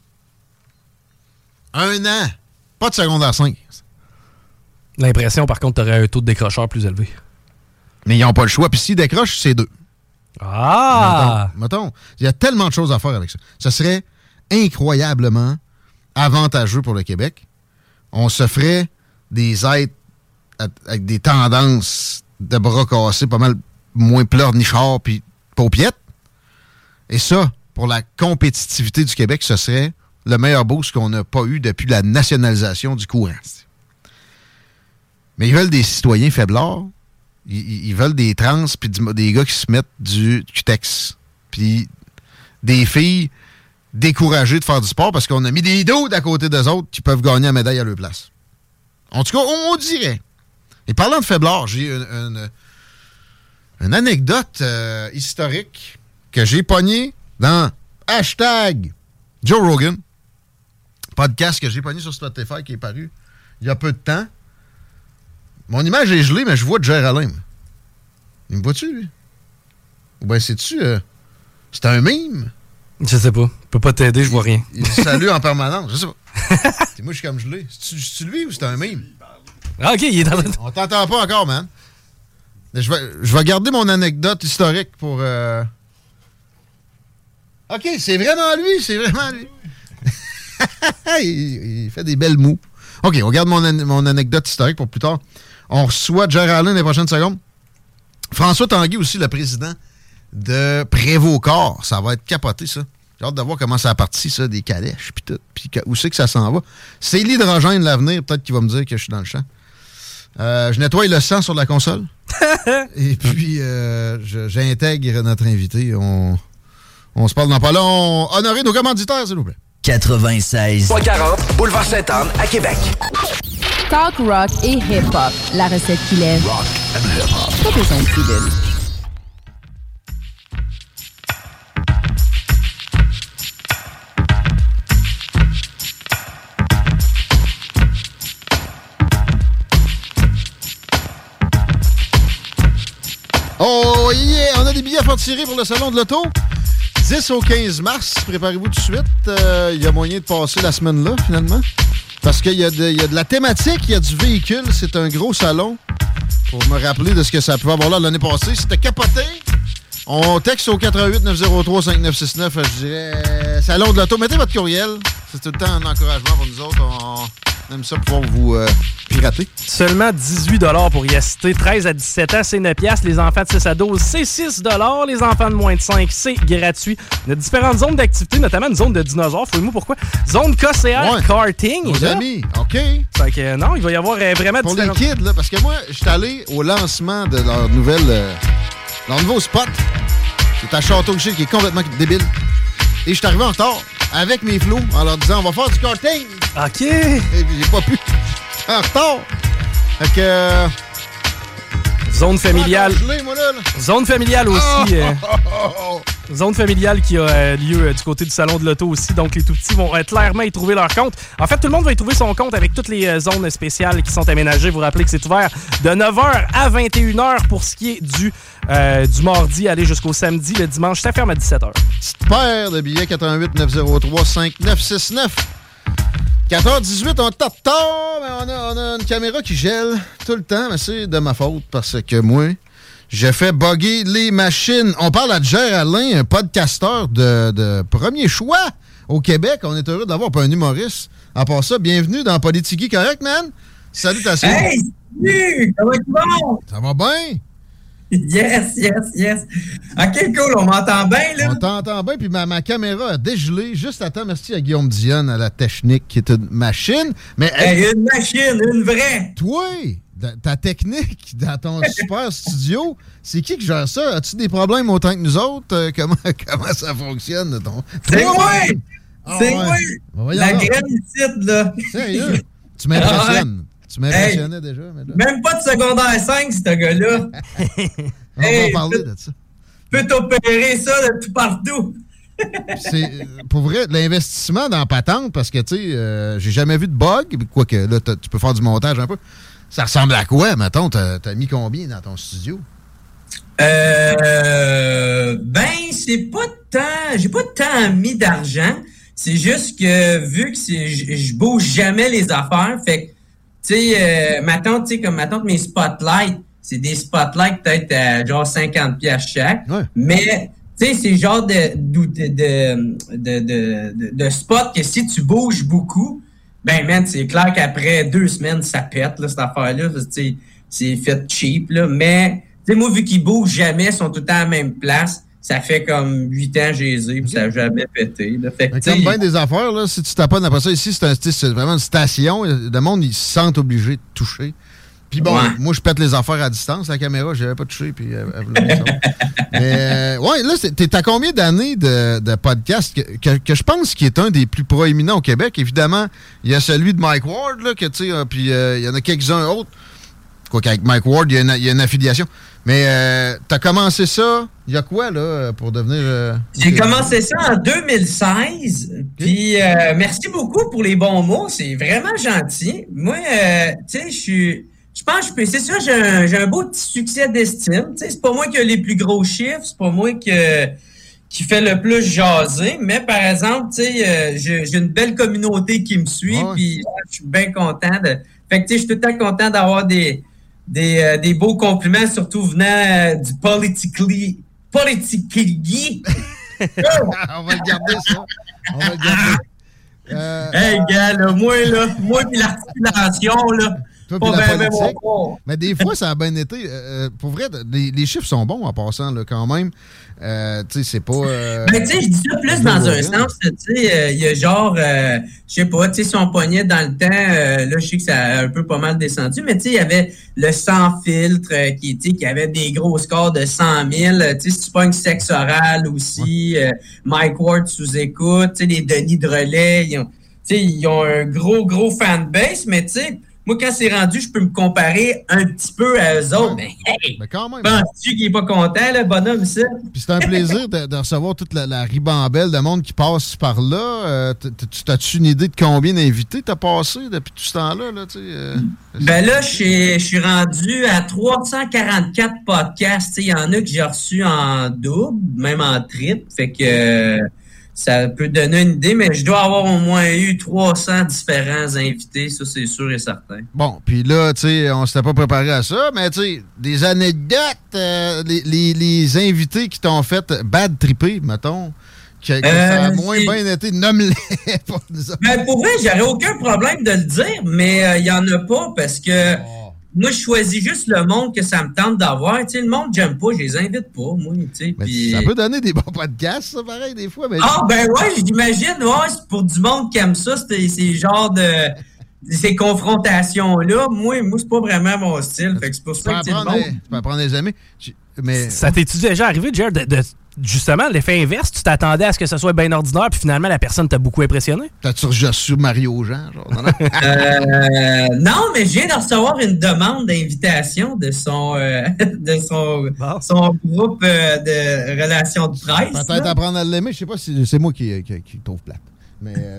Un an. Pas de secondaire cinq. L'impression, par contre, tu aurais un taux de décrocheur plus élevé. Mais ils n'ont pas le choix. Puis s'ils décrochent, c'est deux. Ah! Mettons, mettons, il y a tellement de choses à faire avec ça. Ça serait incroyablement avantageux pour le Québec. On se ferait des aides avec des tendances de bras cassés pas mal moins pleurnichards puis paupiettes. Et ça, pour la compétitivité du Québec, ce serait le meilleur boost qu'on n'a pas eu depuis la nationalisation du courant. Mais ils veulent des citoyens faiblards. Ils, ils veulent des trans puis des gars qui se mettent du cutex. Puis des filles découragées de faire du sport parce qu'on a mis des dos d'à côté d'eux autres qui peuvent gagner la médaille à leur place. En tout cas, on, on dirait. Et parlant de faiblards, j'ai une, une, une anecdote euh, historique que j'ai pognée dans hashtag Joe Rogan, podcast que j'ai pogné sur Spotify qui est paru il y a peu de temps. Mon image est gelée, mais je vois Jerry Alain. Il me voit-tu, lui? Ou bien c'est-tu... Euh, c'est un mime? Je sais pas. Je peux pas t'aider, je vois rien. Il me salue en permanence. Je sais pas. Moi, je suis comme gelé. C'est-tu, c'est-tu lui ou c'est un mime? Ah, OK, il est dans le... On t'entend pas encore, man. Je vais, je vais garder mon anecdote historique pour... Euh... OK, c'est vraiment lui, c'est vraiment lui. il, il fait des belles mots. OK, on garde mon, an- mon anecdote historique pour plus tard. On reçoit Jerry Allen dans les prochaines secondes. François Tanguy aussi, le président de Prévost-Corps. Ça va être capoté, ça. J'ai hâte de voir comment ça a parti, ça, des calèches, puis tout. Puis où c'est que ça s'en va. C'est l'hydrogène, l'avenir. Peut-être qu'il va me dire que je suis dans le champ. Euh, je nettoie le sang sur la console. Et puis, euh, je, j'intègre notre invité. On, on se parle dans pas long. Honorez nos commanditaires, s'il vous plaît. quatre-vingt-seize cent quarante, boulevard Sainte-Anne, à Québec. Talk rock et hip-hop. La recette qui lève. Rock and hip-hop. Pas besoin de pilule. Oh yeah! On a des billets à faire tirer pour le Salon de l'Auto. dix au quinze mars. Préparez-vous tout de suite. Il euh, y a moyen de passer la semaine là, finalement. Parce qu'il y, y a de la thématique, il y a du véhicule. C'est un gros salon. Pour me rappeler de ce que ça pouvait avoir là l'année passée. C'était capoté. On texte au quatre un huit neuf zéro trois cinq neuf six neuf. Je dirais Salon de l'Auto. Mettez votre courriel. C'est tout le temps un encouragement pour nous autres. On aime ça pouvoir vous euh, pirater. Seulement dix-huit dollars pour y assister. treize à dix-sept ans, c'est neuf piastres. Les enfants de six à douze, c'est six dollars. Les enfants de moins de cinq, c'est gratuit. Il y a différentes zones d'activité, notamment une zone de dinosaures. Fouille-moi pourquoi. Zone K C R ouais. Karting. Nos amis, OK. Fait que euh, non, il va y avoir euh, vraiment... Pour différentes... les kids, là, parce que moi, je suis allé au lancement de leur nouvelle... Euh, leur nouveau spot. C'est à Château-Chic, qui est complètement débile. Et je suis arrivé en retard avec mes flots en leur disant, on va faire du karting. OK. Et j'ai pas pu. En retard. Fait que... Euh, Zone familiale. Gelé, moi, là, là. Zone familiale aussi. Oh, euh, oh, oh, oh. Zone familiale qui a euh, lieu euh, du côté du salon de l'auto aussi. Donc, les tout-petits vont euh, clairement y trouver leur compte. En fait, tout le monde va y trouver son compte avec toutes les euh, zones spéciales qui sont aménagées. Vous rappelez que c'est ouvert de neuf heures à vingt et une heures pour ce qui est du, euh, du mardi, aller jusqu'au samedi. Le dimanche, ça ferme à dix-sept heures. Petite paire de billets quatre un huit neuf zéro trois cinq neuf six neuf. quatre heures dix-huit, on tape tard, mais on a, on a une caméra qui gèle tout le temps, mais c'est de ma faute parce que moi, j'ai fait bugger les machines. On parle à Jer Alain, un podcasteur de, de premier choix au Québec. On est heureux d'avoir pas un humoriste. À part ça, bienvenue dans Politique Correct, man. Salutations. Hey, salut! Comment tu vas? Ça va bien? Yes, yes, yes. OK, cool, on m'entend bien, là? On t'entend bien, puis ma, ma caméra a dégelé juste à temps. Merci à Guillaume Dionne, à la technique, qui est une machine. Mais hey, hey, une machine, une vraie! Toi, ta technique dans ton super studio, c'est qui qui gère ça? As-tu des problèmes autant que nous autres? Euh, comment, comment ça fonctionne? Ton... C'est moi! Oh, c'est ouais. moi! La graine ici, là! Sérieux? Tu m'impressionnes. Tu m'impressionnais hey, déjà. Mais là... Même pas de secondaire cinq, ce gars-là. On hey, va en parler de ça. Tu peux t'opérer ça de tout partout. C'est pour vrai, l'investissement dans patente, parce que, tu sais, euh, j'ai jamais vu de bug. Quoique, là, tu peux faire du montage un peu. Ça ressemble à quoi, mettons? T'as, t'as mis combien dans ton studio? Euh, ben, c'est pas tant... J'ai pas tant mis d'argent. C'est juste que, vu que c'est, je bouge jamais les affaires, fait que, tu sais, euh, ma tante, tu sais, comme ma tante, mes spotlights, c'est des spotlights peut-être à genre cinquante piastres chaque. Ouais. Mais, tu sais, c'est genre de de, de, de, de, de, de spot que si tu bouges beaucoup, ben, man, c'est clair qu'après deux semaines, ça pète, là, cette affaire-là. Tu sais, c'est fait cheap, là. Mais, tu sais, moi, vu qu'ils bougent jamais, ils sont tout le temps à la même place, ça fait comme huit ans j'ai les ai, puis ça n'a jamais pété. Là. Fait que, comme bien des affaires, là, si tu taponnes après ça, ici, c'est, un, c'est vraiment une station. Le monde, ils se sentent obligés de toucher. Puis bon, ouais. Moi, je pète les affaires à distance. La caméra, je n'avais pas touché. Puis, euh, mais, euh, ouais, là, t'es à combien d'années de, de podcast que, que, que je pense qui est un des plus proéminents au Québec? Évidemment, il y a celui de Mike Ward, là, que tu sais, puis euh, il y en a quelques-uns autres. Quoi qu'avec Mike Ward, il y, y a une affiliation. Mais euh, t'as commencé ça, il y a quoi, là, pour devenir... Euh, J'ai commencé ça en deux mille seize. Okay. Puis, euh, merci beaucoup pour les bons mots. C'est vraiment gentil. Moi, euh, tu sais, je suis... Je pense que c'est ça, j'ai un, j'ai un beau petit succès d'estime. Tu sais, c'est pas moi qui ai les plus gros chiffres, c'est pas moi qui, qui fait le plus jaser, mais par exemple, tu sais, euh, j'ai, j'ai une belle communauté qui me suit, oh, puis ouais. Je suis bien content de... Fait que, tu sais, je suis tout le temps content d'avoir des... Des, euh, des beaux compliments, surtout venant euh, du politically... Politically... On va le garder, ça. On va le garder. Euh, hey, gars, là, moi, là, moi pis l'articulation, là... Toi, pas la ben, politique. Ben, mais des fois, ça a bien été. Euh, pour vrai, les, les chiffres sont bons en passant, là, quand même. Euh, tu sais, c'est pas... Euh, ben, tu sais, je dis ça plus dans un sens, tu sais, il y a genre, euh, je sais pas, tu sais, si on pognait dans le temps, euh, là, je sais que ça a un peu pas mal descendu, mais tu sais, il y avait le sans filtre euh, qui, tu sais, qui avait des gros scores de cent mille. Tu sais, si tu pognes sexe oral aussi, ouais. euh, Mike Ward sous-écoute, tu sais, les Denis de relais, ils ont, tu sais, ils ont un gros, gros fanbase, mais tu sais, moi, quand c'est rendu, je peux me comparer un petit peu à eux autres. Ouais. Mais hey, mais quand même, penses-tu qu'il est pas content, le bonhomme, ça? Puis c'est un plaisir de, de recevoir toute la, la ribambelle de monde qui passe par là. Euh, T'as-tu une idée de combien d'invités t'as passé depuis tout ce temps-là? Là, euh, ben là, je suis rendu à trois cent quarante-quatre podcasts. Il y en a que j'ai reçus en double, même en triple. Fait que... Euh, ça peut donner une idée, mais je dois avoir au moins eu trois cents différents invités, ça c'est sûr et certain. Bon, puis là, tu sais, on s'était pas préparé à ça, mais tu sais, des anecdotes, euh, les, les, les invités qui t'ont fait bad tripper, mettons, que, que euh, ça a moins bien été, nomme-les pour nous autres. Ben, pour vrai, j'aurais aucun problème de le dire, mais il euh, y en a pas parce que... Oh. Moi, je choisis juste le monde que ça me tente d'avoir. Tu sais, le monde, j'aime pas, je les invite pas, moi, tu sais. Pis... Ça peut donner des bons podcasts, ça, pareil, des fois. Mais... Ah, ben ouais, j'imagine, ouais, c'est pour du monde qui aime ça, c'est ces genres de... ces confrontations-là. Moi, moi c'est pas vraiment mon style, fait que c'est pour ça que c'est le monde. Des, tu peux apprendre des amis. Mais... Ça t'es-tu déjà arrivé, Jared, de, de justement, l'effet inverse, tu t'attendais à ce que ce soit bien ordinaire, puis finalement, la personne t'a beaucoup impressionné? T'as-tu reçu Mario Jean, genre? Non, non? euh, non, mais je viens de recevoir une demande d'invitation de son, euh, de son, bon. son groupe euh, de relations de presse. Peut-être là. Apprendre à l'aimer, je sais pas si c'est moi qui, qui, qui trouve plate. Mais euh,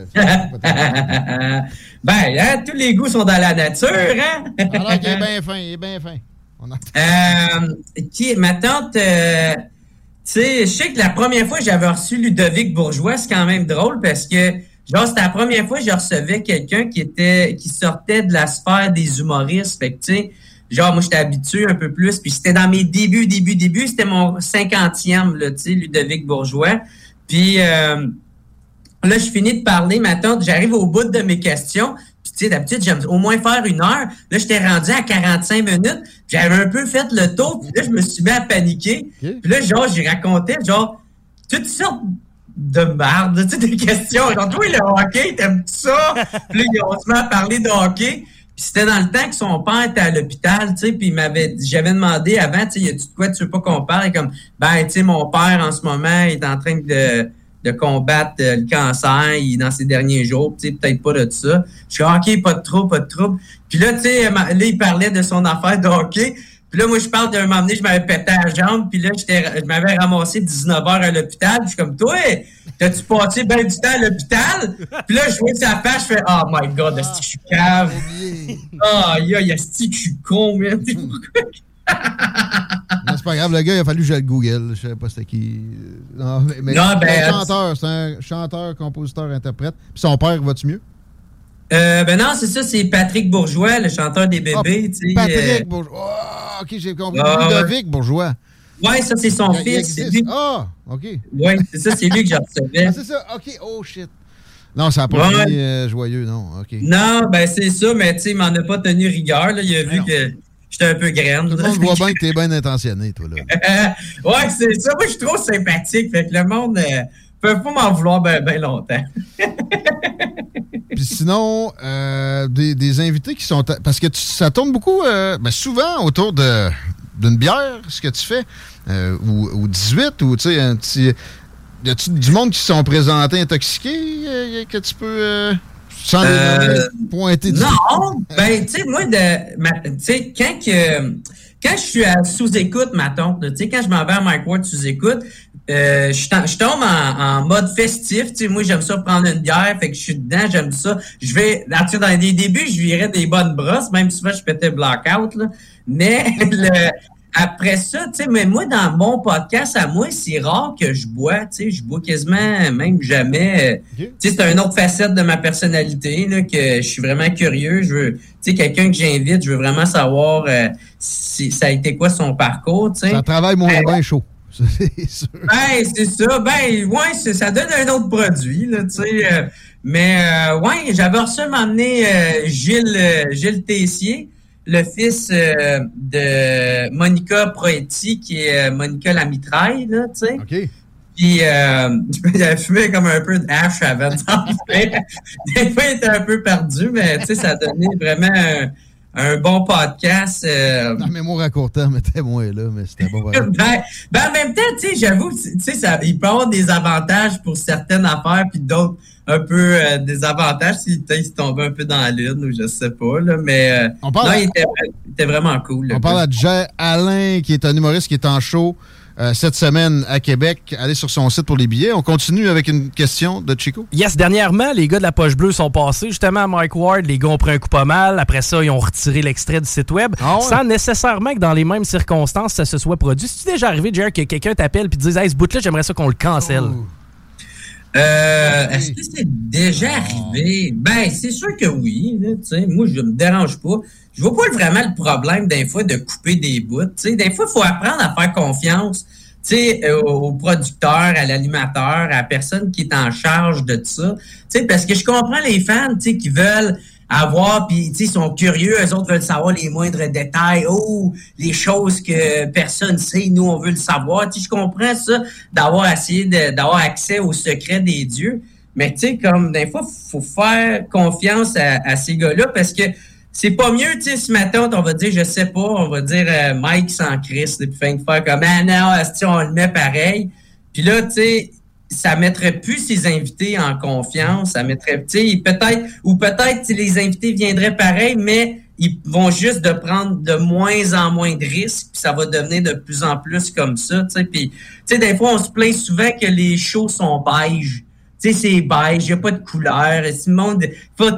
ben, hein, tous les goûts sont dans la nature, hein? Alors qu'il est bien fin, il est bien fin. On a... euh, qui, ma tante, euh, tu sais, je sais que la première fois que j'avais reçu Ludovic Bourgeois, c'est quand même drôle parce que, genre, c'était la première fois que je recevais quelqu'un qui était, qui sortait de la sphère des humoristes. Fait que, tu sais, genre, moi, j'étais habitué un peu plus. Puis c'était dans mes débuts, débuts, débuts. C'était mon cinquantième, là, tu sais, Ludovic Bourgeois. Puis, euh, là, je finis de parler, ma tante, j'arrive au bout de mes questions. Puis, tu sais, d'habitude, j'aime au moins faire une heure. Là, j'étais rendu à quarante-cinq minutes. J'avais un peu fait le tour. Puis là, je me suis mis à paniquer. Okay. Puis là, genre, j'ai raconté, genre, toutes sortes de merde, tu sais, des questions. Genre, toi, le hockey, t'aimes ça? Puis là, on se met à parler de hockey. Puis c'était dans le temps que son père était à l'hôpital, tu sais, puis il m'avait, j'avais demandé avant, tu sais, y a-tu de quoi tu veux pas qu'on parle? Et comme, ben, tu sais, mon père, en ce moment, il est en train de... de combattre euh, le cancer il, dans ses derniers jours, tu sais, peut-être pas de ça. Je suis OK, pas de trouble, pas de trouble. Puis là, tu sais, là, il parlait de son affaire de hockey. Puis là, moi, je parle d'un moment donné, je m'avais pété la jambe, puis là, j'étais, je m'avais ramassé dix-neuf heures à l'hôpital. Puis je suis comme, toi, t'as-tu passé bien du temps à l'hôpital? Puis là, je vois sa face, je fais, oh my God, est-ce que je suis cave? Oh, yeah, est-ce que je suis con, man? Non, c'est pas grave, le gars, il a fallu que je le Google. Je sais pas c'était qui. Non, mais, mais non, ben, c'est un chanteur, c'est un chanteur, compositeur, interprète. Puis son père, va-tu mieux? Euh, ben non, c'est ça, c'est Patrick Bourgeois, le chanteur des bébés. Oh, Patrick euh... Bourgeois. Oh, OK, j'ai compris. Uh, Ludovic Bourgeois. Ouais, ça, c'est son il, fils. Ah, oh, OK. Ouais, c'est ça, c'est lui que j'en recevais. Ah, c'est ça, OK, oh shit. Non, ça n'a pas ouais. fini euh, joyeux, non, OK. Non, ben c'est ça, mais tu sais, il m'en a pas tenu rigueur, là. Il a vu non. que j'étais un peu graine. Tout le monde voit bien que t'es bien intentionné, toi, là. euh, ouais, c'est ça. Moi, je suis trop sympathique, fait que le monde euh, peut pas m'en vouloir bien ben longtemps. Puis sinon, euh, des, des invités qui sont... Parce que tu, ça tourne beaucoup, euh, ben souvent, autour de d'une bière, ce que tu fais, euh, ou, ou dix-huit, ou tu sais, un petit... Y a-tu du monde qui se sont présentés intoxiqués euh, que tu peux... Euh, sans euh, les pointer du... Non! Ben, tu sais, moi, tu sais, quand que... Quand je suis à sous-écoute, ma tante, tu sais, quand je m'en vais à Mike Ward sous-écoute, euh, je tombe en, en mode festif. Tu sais, moi, j'aime ça prendre une bière, fait que je suis dedans, j'aime ça. Je vais, dans, dans les débuts, je virais des bonnes brosses, même souvent, je pétais blackout, là. Mais le, après ça, tu sais, mais moi, dans mon podcast, à moi, c'est rare que je bois, tu sais, je bois quasiment, même jamais. Okay. Tu sais, c'est une autre facette de ma personnalité, là, que je suis vraiment curieux. Je veux, tu sais, quelqu'un que j'invite, je veux vraiment savoir euh, si ça a été quoi son parcours, tu sais. Ça travaille moins euh, bien chaud. C'est sûr. Ben, c'est ça. Ben, ouais, c'est, ça donne un autre produit, là, tu sais. Euh, mais, euh, ouais, j'avais reçu m'emmener euh, Gilles, euh, Gilles Tessier, le fils euh, de Monica Proetti, qui est euh, Monica la mitraille, là, tu sais. OK. Puis, euh, il a fumé comme un peu de hache avant de s'en faire. Des fois, il était un peu perdu, mais, tu sais, ça a donné vraiment un, un bon podcast. Euh... La mémoire à court terme était moins là, mais c'était bon. ben, ben, en même temps, tu sais, j'avoue, tu sais, ça, il peut avoir des avantages pour certaines affaires, puis d'autres un peu euh, des avantages s'il si tombait un peu dans la lune, ou je sais pas, là, mais euh, on parle non, à... il, était, il était vraiment cool. On parle à Jay Alain, qui est un humoriste qui est en show euh, cette semaine à Québec. Allez sur son site pour les billets. On continue avec une question de Chico. Yes, dernièrement, les gars de la Poche Bleue sont passés justement à Mike Ward. Les gars ont pris un coup pas mal. Après ça, ils ont retiré l'extrait du site web. Ah ouais? Sans nécessairement que dans les mêmes circonstances, ça se soit produit. C'est-tu déjà arrivé, Jerry, que quelqu'un t'appelle et te dise « Hey, ce bout-là, j'aimerais ça qu'on le cancelle. Oh. » Euh, est-ce que c'est déjà arrivé? Ben, c'est sûr que oui. Là, moi, je me dérange pas. Je vois pas vraiment le problème, des fois, de couper des bouts. T'sais. Des fois, il faut apprendre à faire confiance euh, au producteur, à l'animateur, à la personne qui est en charge de ça. T'sais, parce que je comprends les fans qui veulent avoir, puis ils sont curieux, eux autres veulent savoir les moindres détails, oh, les choses que personne sait, nous on veut le savoir. Tu sais, je comprends ça, d'avoir essayé de, d'avoir accès aux secrets des dieux, mais tu sais, comme des fois, faut faire confiance à, à ces gars-là, parce que c'est pas mieux, tu sais, ce matin, on va dire, je sais pas, on va dire euh, Mike sans Chris, puis fin de faire comme, ah non, si on le met pareil. Puis là, tu sais, ça mettrait plus ses invités en confiance. Ça mettrait, tu sais, peut-être, ou peut-être les invités viendraient pareil, mais ils vont juste de prendre de moins en moins de risques, puis ça va devenir de plus en plus comme ça, tu sais. Puis, tu sais, des fois, on se plaint souvent que les shows sont beige. Tu sais, c'est beige, il n'y a pas de couleur. C'est le monde... Faut...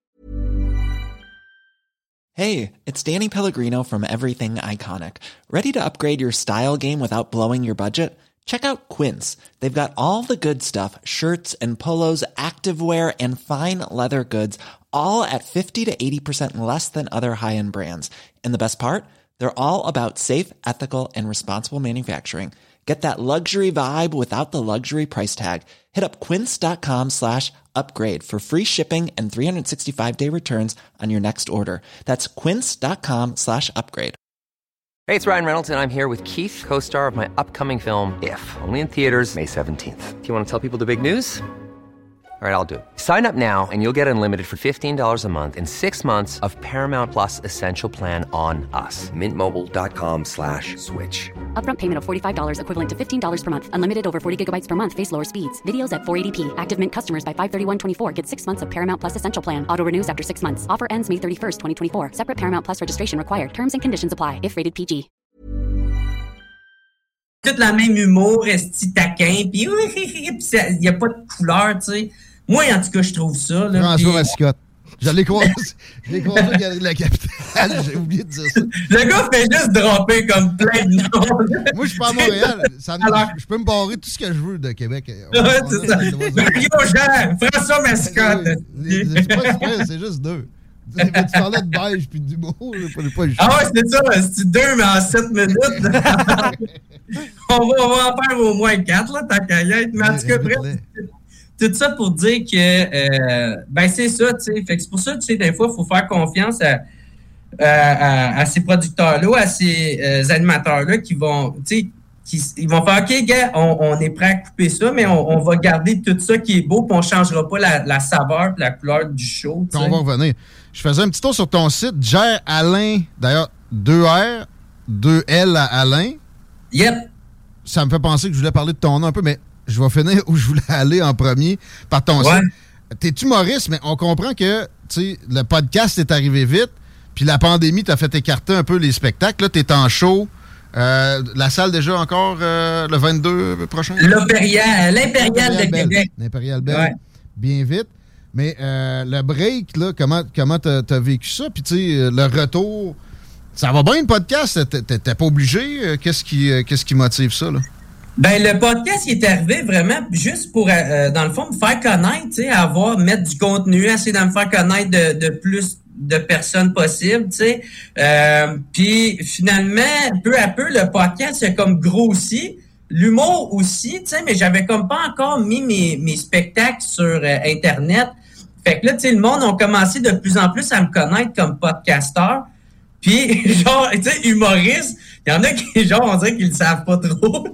Hey, it's Danny Pellegrino from Everything Iconic. Ready to upgrade your style game without blowing your budget? Check out Quince. They've got all the good stuff, shirts and polos, activewear, and fine leather goods, all at fifty to eighty percent less than other high-end brands. And the best part? They're all about safe, ethical, and responsible manufacturing. Get that luxury vibe without the luxury price tag. Hit up quince.com slash upgrade for free shipping and three sixty-five day returns on your next order. That's quince.com slash upgrade. Hey, it's Ryan Reynolds, and I'm here with Keith, co-star of my upcoming film, If, only in theaters May seventeenth. Do you want to tell people the big news? All right, I'll do it. Sign up now and you'll get unlimited for fifteen dollars a month and six months of Paramount Plus Essential Plan on us. Mint Mobile dot com slash switch. Upfront payment of forty-five dollars equivalent to fifteen dollars per month. Unlimited over forty gigabytes per month. Face lower speeds. Videos at four eighty p. Active Mint customers by five thirty-one twenty-four get six months of Paramount Plus Essential Plan. Auto renews after six months. Offer ends May thirty-first, twenty twenty-four. Separate Paramount Plus registration required. Terms and conditions apply if rated P G. Tout le même humour, esti taquin, puis il n'y a pas de couleur, tu sais. Moi, en tout cas, je trouve ça. Là, François pis... Mascotte. Je l'ai croisé, je l'ai croisé à la Galerie de la Capitale. J'ai oublié de dire ça. Le gars fait juste dropper comme plein de noms. Moi, je suis pas à Montréal. Ça me... Alors... Je peux me barrer tout ce que je veux de Québec. On, ouais, on c'est ça. Mario Jean, François Mascotte. C'est pas super, c'est juste deux. Tu parlais de beige puis d'humour. Pas, pas ah ouais, c'est ça. C'est deux, mais en sept minutes. on, va, on va en faire au moins quatre, là, tant qu'à y être. Mais en tout cas, bref, tout ça pour dire que, euh, ben, c'est ça, tu sais. Fait que c'est pour ça, tu sais, des fois, il faut faire confiance à, à, à, à ces producteurs-là, à ces euh, animateurs-là qui vont, tu sais, qui, ils vont faire, OK, gars, on, on est prêt à couper ça, mais on, on va garder tout ça qui est beau, puis on ne changera pas la, la saveur et la couleur du show. On va revenir. Je faisais un petit tour sur ton site, Jer Alain, d'ailleurs, deux R, deux L à Alain. Yep. Ça me fait penser que je voulais parler de ton nom un peu, mais je vais finir où je voulais aller en premier par ton ouais. site. T'es humoriste, mais on comprend que le podcast est arrivé vite, puis la pandémie t'a fait écarter un peu les spectacles. Là, t'es en show. Euh, la salle déjà encore euh, le vingt-deux prochain? L'Impérial, l'Impérial de Québec. L'Impérial Belle, ouais. Bien vite. Mais euh, le break, là, comment comment t'as, t'as vécu ça? Puis tu sais, le retour, ça va bien le podcast? T'es, t'es pas obligé? Qu'est-ce qui, qu'est-ce qui motive ça, là? Ben, le podcast, il est arrivé vraiment juste pour, euh, dans le fond, me faire connaître, tu sais, avoir, mettre du contenu, essayer de me faire connaître de, de plus de personnes possibles, tu sais. Euh, puis, finalement, peu à peu, le podcast a comme grossi. L'humour aussi, tu sais, mais j'avais comme pas encore mis mes, mes spectacles sur euh, Internet. Fait que là, tu sais, le monde a commencé de plus en plus à me connaître comme podcasteur. Puis, genre, tu sais, humoriste, il y en a qui, genre, on dirait qu'ils le savent pas trop. moi,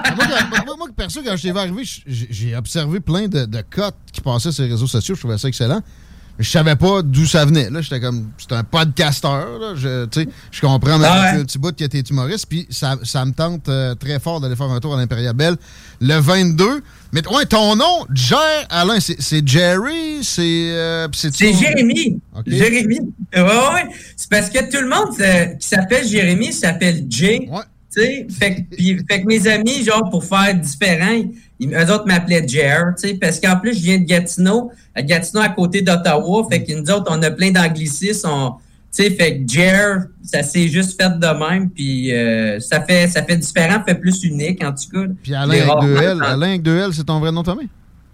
moi, moi, perso, quand je t'ai vu arriver, j'ai, j'ai observé plein de, de cotes qui passaient sur les réseaux sociaux. Je trouvais ça excellent. Je savais pas d'où ça venait. Là, j'étais comme, c'est un podcasteur. Là. Je, tu sais, je comprends même ah ouais. un petit bout que t'es humoriste. Puis ça, ça me tente euh, très fort d'aller faire un tour à l'Impérial Belle le vingt-deux. Mais ouais, ton nom, Jer Alain, c'est, c'est Jerry, c'est, euh, c'est. C'est ton... Jérémy. Okay. Jérémy. Ouais, ouais. C'est parce que tout le monde euh, qui s'appelle Jérémy s'appelle Jay. Ouais. Tu sais, fait, fait que mes amis, genre, pour faire différent, ils, eux autres m'appelaient Jer, tu sais, parce qu'en plus, je viens de Gatineau, à Gatineau à côté d'Ottawa, fait que nous autres, on a plein d'anglicismes, on, tu sais, fait que Jer, ça s'est juste fait de même, puis euh, ça fait ça fait différent, ça fait plus unique, en tout cas. Puis Alain avec deux L, Alain avec deux L, c'est ton vrai nom de famille?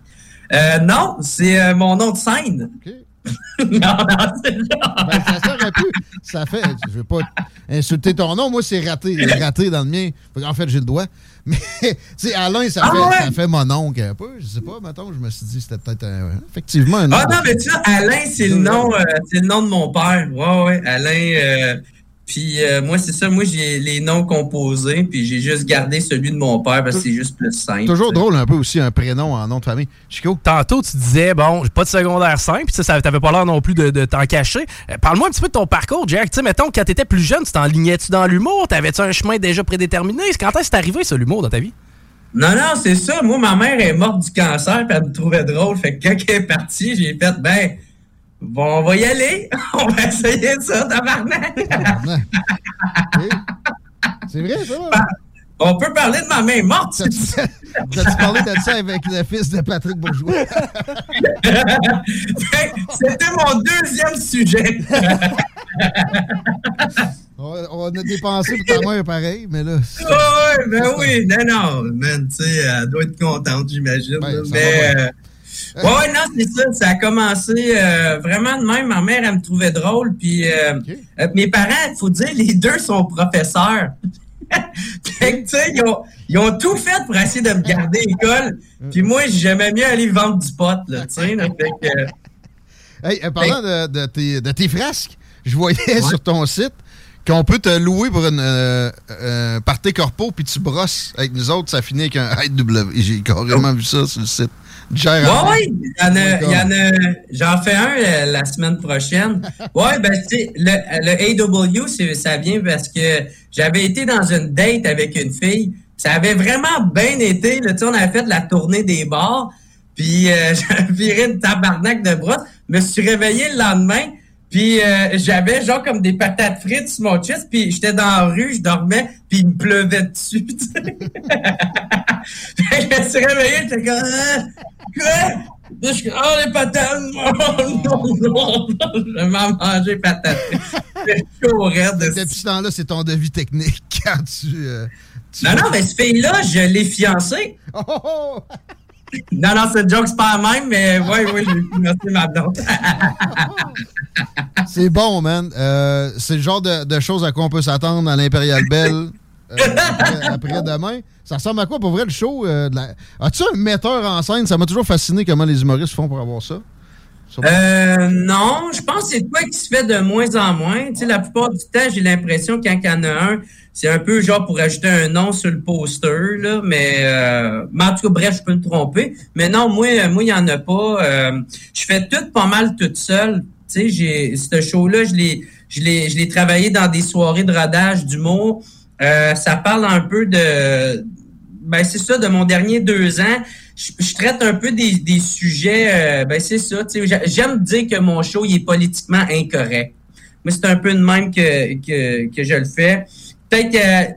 Euh, non, c'est euh, mon nom de scène. OK. non, non, c'est là. Ben, ça serait plus. Ça fait. Je veux pas insulter ton nom. Moi, c'est raté. Raté dans le mien. En fait, j'ai le doigt. Mais, tu sais, Alain, ça, ah, fait, ouais. ça fait mon oncle un peu. Je sais pas, mettons, je me suis dit, c'était peut-être euh, effectivement un nom. Ah, non, mais tu vois, Alain, c'est le nom, euh, c'est le nom de mon père. Ouais, ouais. Alain. Euh, puis, euh, moi, c'est ça. Moi, j'ai les noms composés. Puis, j'ai juste gardé celui de mon père parce que c'est juste plus simple. Toujours t'sais. Drôle un peu aussi, un prénom en nom de famille. Chico? Tantôt, tu disais, bon, pas de secondaire cinq. Puis, ça, t'avais pas l'air non plus de, de t'en cacher. Euh, parle-moi un petit peu de ton parcours, Jack. Tu sais, mettons, quand t'étais plus jeune, tu t'enlignais-tu dans l'humour? T'avais-tu un chemin déjà prédéterminé? Quand est-ce que c'est arrivé, ça, l'humour, dans ta vie? Non, non, c'est ça. Moi, ma mère est morte du cancer, puis elle me trouvait drôle. Fait que quand elle est partie, j'ai fait, ben, bon, on va y aller. On va essayer ça, tabarnak. C'est vrai, ça? On peut parler de ma main morte. T'as-tu parlé de ça avec le fils de Patrick Bourgeois? C'était mon deuxième sujet. on, on a dépensé pour ta mère pareil, mais là... Oh, oui, ben oui. Non, non, man, tu sais, elle doit être contente, j'imagine. Ben, mais... Euh, ouais, non, c'est ça. Ça a commencé euh, vraiment de même. Ma mère, elle me trouvait drôle. Puis euh, okay. euh, mes parents, il faut dire, les deux sont professeurs. Fait que, tu sais, ils ont, ils ont tout fait pour essayer de me garder à l'école. Puis moi, j'aimais mieux aller vendre du pot, là, tu sais. Fait que... Hey, euh, parlant de, de, tes, de tes frasques, je voyais ouais. sur ton site qu'on peut te louer pour une euh, euh, party corpo, puis tu brosses avec nous autres, ça finit avec un I W. J'ai carrément oh. vu ça sur le site. Oui, oui, il y en a, il y en a, j'en fais un la, la semaine prochaine. Oui, ben, tu sais, le, le A W, c'est, ça vient parce que j'avais été dans une date avec une fille. Ça avait vraiment bien été, là, tu sais, on avait fait la tournée des bars, puis euh, j'avais viré une tabarnak de brosse. Je me suis réveillé le lendemain, puis euh, j'avais genre comme des patates frites sur mon chest, puis j'étais dans la rue, je dormais, puis il me pleuvait dessus, tu sais. Je me suis réveillé, j'étais comme... Quoi? Je, oh, les patates! Non, non, non! Je m'en mangeais patates. C'est chaud, raide. Depuis ce temps-là, c'est ton devis technique quand tu... Euh, tu non, non, mais cette fille-là, je l'ai fiancée. Oh, oh, oh. Non, non, c'est joke, c'est pas la même, mais oui, oui, je l'ai fiancée ma blonde. C'est bon, man. Euh, c'est le genre de, de choses à quoi on peut s'attendre à l'Impérial Belle. Euh, après, après demain. Ça ressemble à quoi pour vrai le show? Euh, de la... As-tu un metteur en scène? Ça m'a toujours fasciné comment les humoristes font pour avoir ça. Euh, non, je pense que c'est quoi qui se fait de moins en moins. Tu sais, la plupart du temps, j'ai l'impression quand il y en a un, c'est un peu genre pour ajouter un nom sur le poster, là, mais, euh, mais en tout cas, bref, je peux me tromper. Mais non, moi, moi, il n'y en a pas. Euh, je fais tout pas mal toute seule. Tu sais, j'ai, ce show-là, je l'ai, je l'ai, je l'ai travaillé dans des soirées de rodage d'humour. Euh, ça parle un peu de, ben c'est ça, de mon dernier deux ans. Je, je traite un peu des, des sujets, euh, ben c'est ça. Tu sais, j'aime dire que mon show il est politiquement incorrect. Moi, c'est un peu de même que que, que je le fais. Peut-être que,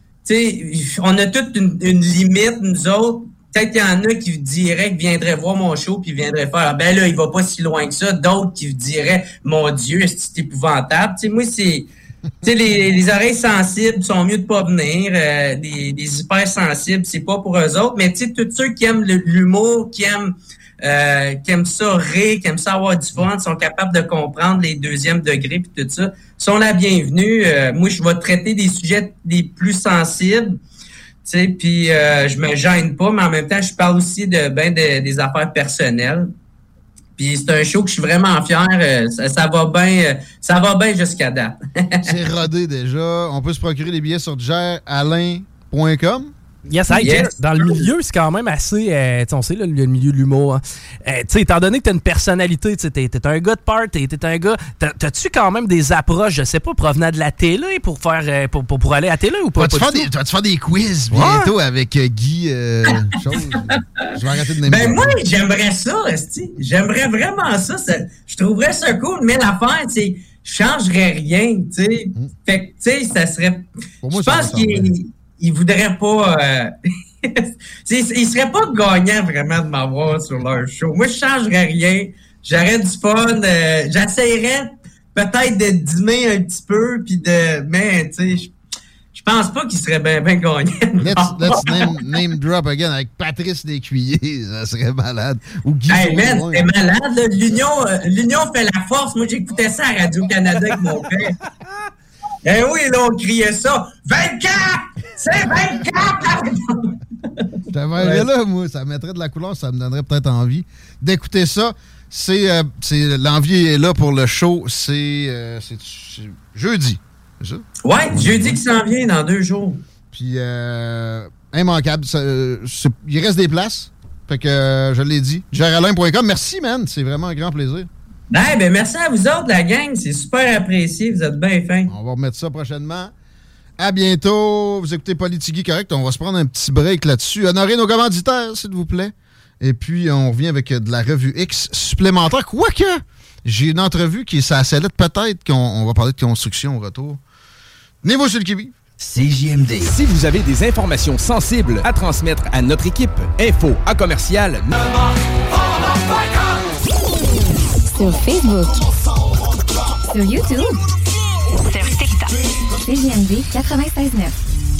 tu sais, on a toute une, une limite nous autres. Peut-être qu'il y en a qui diraient qu'ils viendraient voir mon show puis viendraient faire ah, ben là il va pas si loin que ça. D'autres qui diraient mon Dieu, c'est épouvantable. Tu sais, moi c'est tu sais, les, les oreilles sensibles sont mieux de pas venir. Euh, des, des hypersensibles, c'est pas pour eux autres. Mais tu sais, tous ceux qui aiment le, l'humour, qui aiment euh, qui aiment ça rire, qui aiment ça avoir du fun, sont capables de comprendre les deuxièmes degrés puis tout ça, sont la bienvenue. Euh, moi, je vais traiter des sujets les plus sensibles. Tu sais, puis euh, je me gêne pas, mais en même temps, je parle aussi de ben de, des affaires personnelles. Puis c'est un show que je suis vraiment fier. Ça, ça va bien, ça va bien jusqu'à date. C'est rodé déjà. On peut se procurer les billets sur ger alain point com. Yes, hey, yes. Dans le milieu, c'est quand même assez... Euh, on sait, là, le milieu de l'humour. Hein. Euh, tu sais, étant donné que t'as une personnalité, tu t'es, t'es un gars de party, t'es un gars... T'as, t'as-tu quand même des approches, je sais pas, provenant de la télé pour faire euh, pour, pour, pour aller à la télé ou pas? Vas-tu, pas faire, des, vas-tu faire des quiz bientôt ouais. avec euh, Guy? Euh, chose? Je vais arrêter de nommer. Ben moi, j'aimerais ça, Esti. J'aimerais vraiment ça, ça. Je trouverais ça cool, mais l'affaire, c'est... Je changerais rien, tu sais. Mm. Fait que, tu sais, ça serait... Pour moi, je pense qu'il... Ils voudraient pas... Euh... ils seraient pas gagnants vraiment de m'avoir sur leur show. Moi, je changerais rien. J'aurais du fun. Euh, j'essaierais peut-être de dîner un petit peu, puis de... Mais, tu sais, je pense pas qu'ils seraient bien ben gagnants. Let's, let's name, name drop again avec Patrice Lécuyer. Ça serait malade. Ou Guy hey, man, c'est malade. Là. L'union, euh, l'union fait la force. Moi, j'écoutais ça à Radio-Canada avec mon père. Eh oui, là, on criait ça. vingt-quatre! C'est vingt-quatre! Je t'avais ouais. là, moi. Ça mettrait de la couleur, ça me donnerait peut-être envie d'écouter ça. C'est, euh, c'est l'envie est là pour le show. C'est, euh, c'est, c'est jeudi, c'est ça? Ouais, jeudi qui s'en vient dans deux jours. Puis, euh, immanquable. Ça, c'est, il reste des places. Fait que, euh, je l'ai dit. ger alain point com. Merci, man. C'est vraiment un grand plaisir. Ben, ben, merci à vous autres, la gang. C'est super apprécié. Vous êtes bien fins. On va remettre ça prochainement. À bientôt. Vous écoutez Politigui Correct. On va se prendre un petit break là-dessus. Honorez nos commanditaires, s'il vous plaît. Et puis, on revient avec de la revue X supplémentaire. Quoique, j'ai une entrevue qui est sa sellette. Peut-être qu'on on va parler de construction au retour. Venez-vous sur le qui-vive. C J M D. Si vous avez des informations sensibles à transmettre à notre équipe, info à commercial. Sur Facebook. Sur YouTube. Sur TikTok. C J M D quatre-vingt-seize neuf.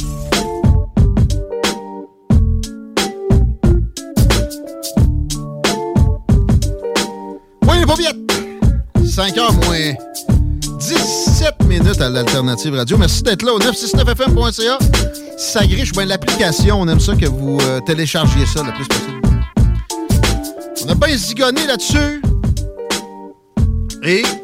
Oui, les pauviettes! cinq heures moins dix-sept minutes à l'Alternative Radio. Merci d'être là au neuf cent soixante-neuf F M point C A. Si ça griche, ben, l'application, on aime ça que vous euh, téléchargiez ça le plus possible. On a bien zigonné là-dessus. Et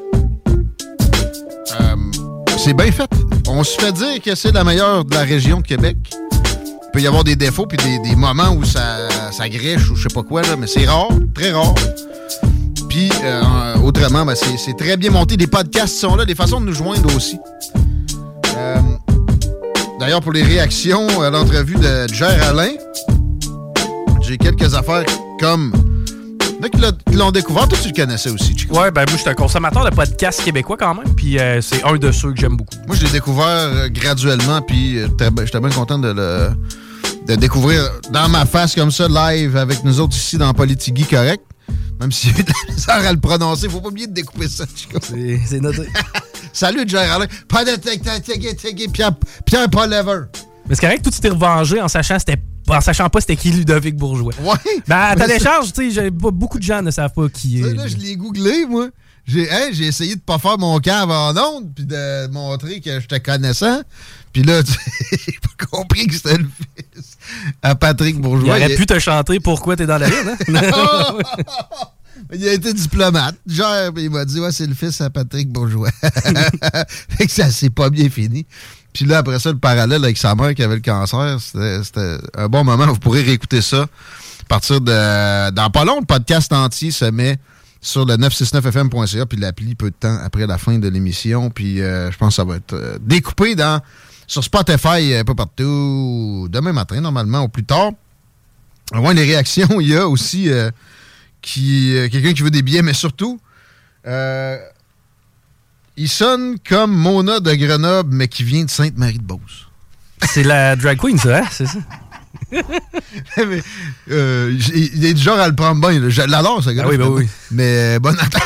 euh, c'est bien fait. On se fait dire que c'est la meilleure de la région de Québec. Il peut y avoir des défauts puis des, des moments où ça, ça griche ou je sais pas quoi, là, mais c'est rare, très rare. Puis, euh, autrement, ben, c'est, c'est très bien monté. Les podcasts sont là, des façons de nous joindre aussi. Euh, d'ailleurs, pour les réactions à l'entrevue de Jer Alain, j'ai quelques affaires comme... Il y en a qui l'ont découvert. Toi, tu le connaissais aussi, Chico. Ouais, ben moi, je suis un consommateur de podcasts québécois quand même, puis euh, c'est un de ceux que j'aime beaucoup. Moi, je l'ai découvert euh, graduellement, puis euh, j'étais bien content de le de découvrir dans ma face comme ça, live, avec nous autres ici dans Politigui Correct. Même si j'ai de la misère à le prononcer, faut pas oublier de découper ça, Chico. C'est, c'est noté. Salut, Jer Alain. Pas de Pierre, Pierre Paul Lever. Mais c'est correct, tout tu t'es revengé en sachant c'était en sachant pas c'était qui Ludovic Bourgeois. Ouais. Ben, à ta ça... décharge, tu sais, beaucoup de gens ne savent pas qui est. Là, je l'ai googlé, moi. J'ai, hey, j'ai essayé de pas faire mon cave en ondes puis de montrer que j'étais connaissant. Puis là, j'ai pas compris que c'était le fils à Patrick Bourgeois. Il aurait il pu te chanter Pourquoi t'es dans la lune, hein? Il a été diplomate. Genre, il m'a dit, ouais, c'est le fils à Patrick Bourgeois. Fait que ça s'est pas bien fini. Puis là, après ça, le parallèle avec sa mère qui avait le cancer, c'était, c'était un bon moment. Vous pourrez réécouter ça à partir de... Dans pas long, le podcast entier se met sur le neuf cent soixante-neuf F M point C A, puis l'appli peu de temps après la fin de l'émission. Puis euh, je pense que ça va être euh, découpé dans sur Spotify un peu partout demain matin, normalement, au plus tard. On voit les réactions. Il y a aussi euh, qui, euh, quelqu'un qui veut des billets, mais surtout... Euh, il sonne comme Mona de Grenoble, mais qui vient de Sainte-Marie-de-Beauce. C'est la drag queen, ça, hein? C'est ça? mais, euh, il est du genre à le prendre bien. Là. Je l'adore, ce gars-là. Ah oui, ben oui. Mais bonne attente.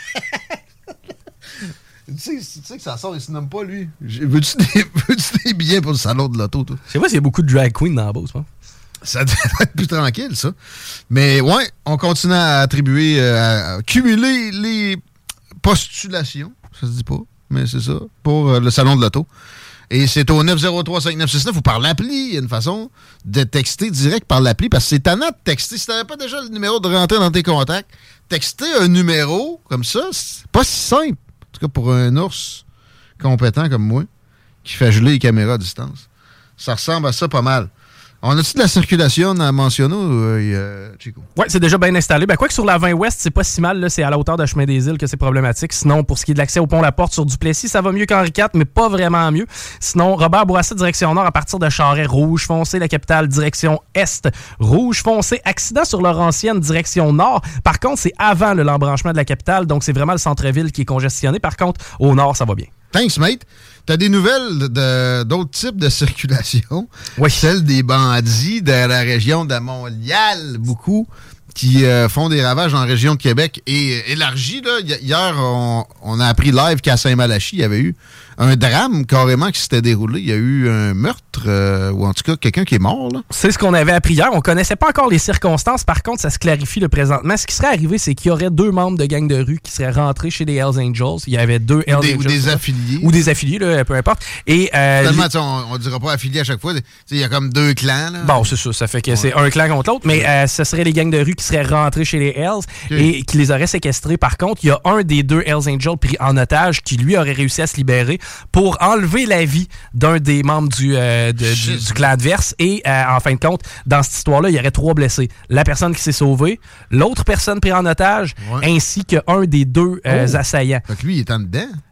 tu, sais, tu sais que ça sort, il se nomme pas, lui. Veux-tu des, veux-tu des billets pour le salon de l'auto, toi? Je sais pas s'il y a beaucoup de drag queens dans la Beauce, hein? Ça devrait être plus tranquille, ça. Mais ouais, on continue à attribuer, à, à cumuler les postulations. Ça se dit pas, mais c'est ça, pour euh, le salon de l'auto. Et c'est au neuf zéro trois cinq neuf six neuf ou par l'appli. Il y a une façon de texter direct par l'appli, parce que c'est tannant de texter. Si t'avais pas déjà le numéro de rentrer dans tes contacts, texter un numéro comme ça, c'est pas si simple. En tout cas, pour un ours compétent comme moi, qui fait geler les caméras à distance. Ça ressemble à ça pas mal. On a-tu de la circulation à mentionner, euh, Chico? Oui, c'est déjà bien installé. Ben, quoi que sur la vingt Ouest, c'est pas si mal. Là, c'est à la hauteur de Chemin des Îles que c'est problématique. Sinon, pour ce qui est de l'accès au pont La Porte sur Duplessis, ça va mieux qu'Henri quatre, mais pas vraiment mieux. Sinon, Robert Bourassa, direction nord, à partir de Charest, rouge foncé. La capitale, direction est, rouge foncé. Accident sur Laurentienne, direction nord. Par contre, c'est avant le, l'embranchement de la capitale, donc c'est vraiment le centre-ville qui est congestionné. Par contre, au nord, ça va bien. Thanks, mate. T'as des nouvelles de, d'autres types de circulation? Oui. Celle des bandits de la région de Montréal, beaucoup, qui euh, font des ravages en région de Québec. Et élargi, là, hier, on, on a appris live qu'à Saint-Malachie, il y avait eu un drame carrément qui s'était déroulé. Il y a eu un meurtre, euh, ou en tout cas, quelqu'un qui est mort, là. C'est ce qu'on avait appris hier. On connaissait pas encore les circonstances. Par contre, ça se clarifie le présentement. Ce qui serait arrivé, c'est qu'il y aurait deux membres de gang de rue qui seraient rentrés chez les Hells Angels. Il y avait deux Hells des, Angels. Ou des affiliés. Ou des affiliés, là, peu importe. Et, euh, Tellement, les... on, on dira pas affiliés à chaque fois. Il y a comme deux clans, là. Bon, c'est ça. Ça fait que ouais. c'est un clan contre l'autre. Mais euh, ce seraient les gangs de rue qui seraient rentrés chez les Hells okay. et qui les auraient séquestrés. Par contre, il y a un des deux Hells Angels pris en otage qui, lui, aurait réussi à se libérer pour enlever la vie d'un des membres du, euh, de, du, du clan adverse. Et euh, en fin de compte, dans cette histoire-là, il y aurait trois blessés. La personne qui s'est sauvée, l'autre personne prise en otage, ouais. ainsi qu'un des deux euh, oh. assaillants. Fait que lui, il est en dedans.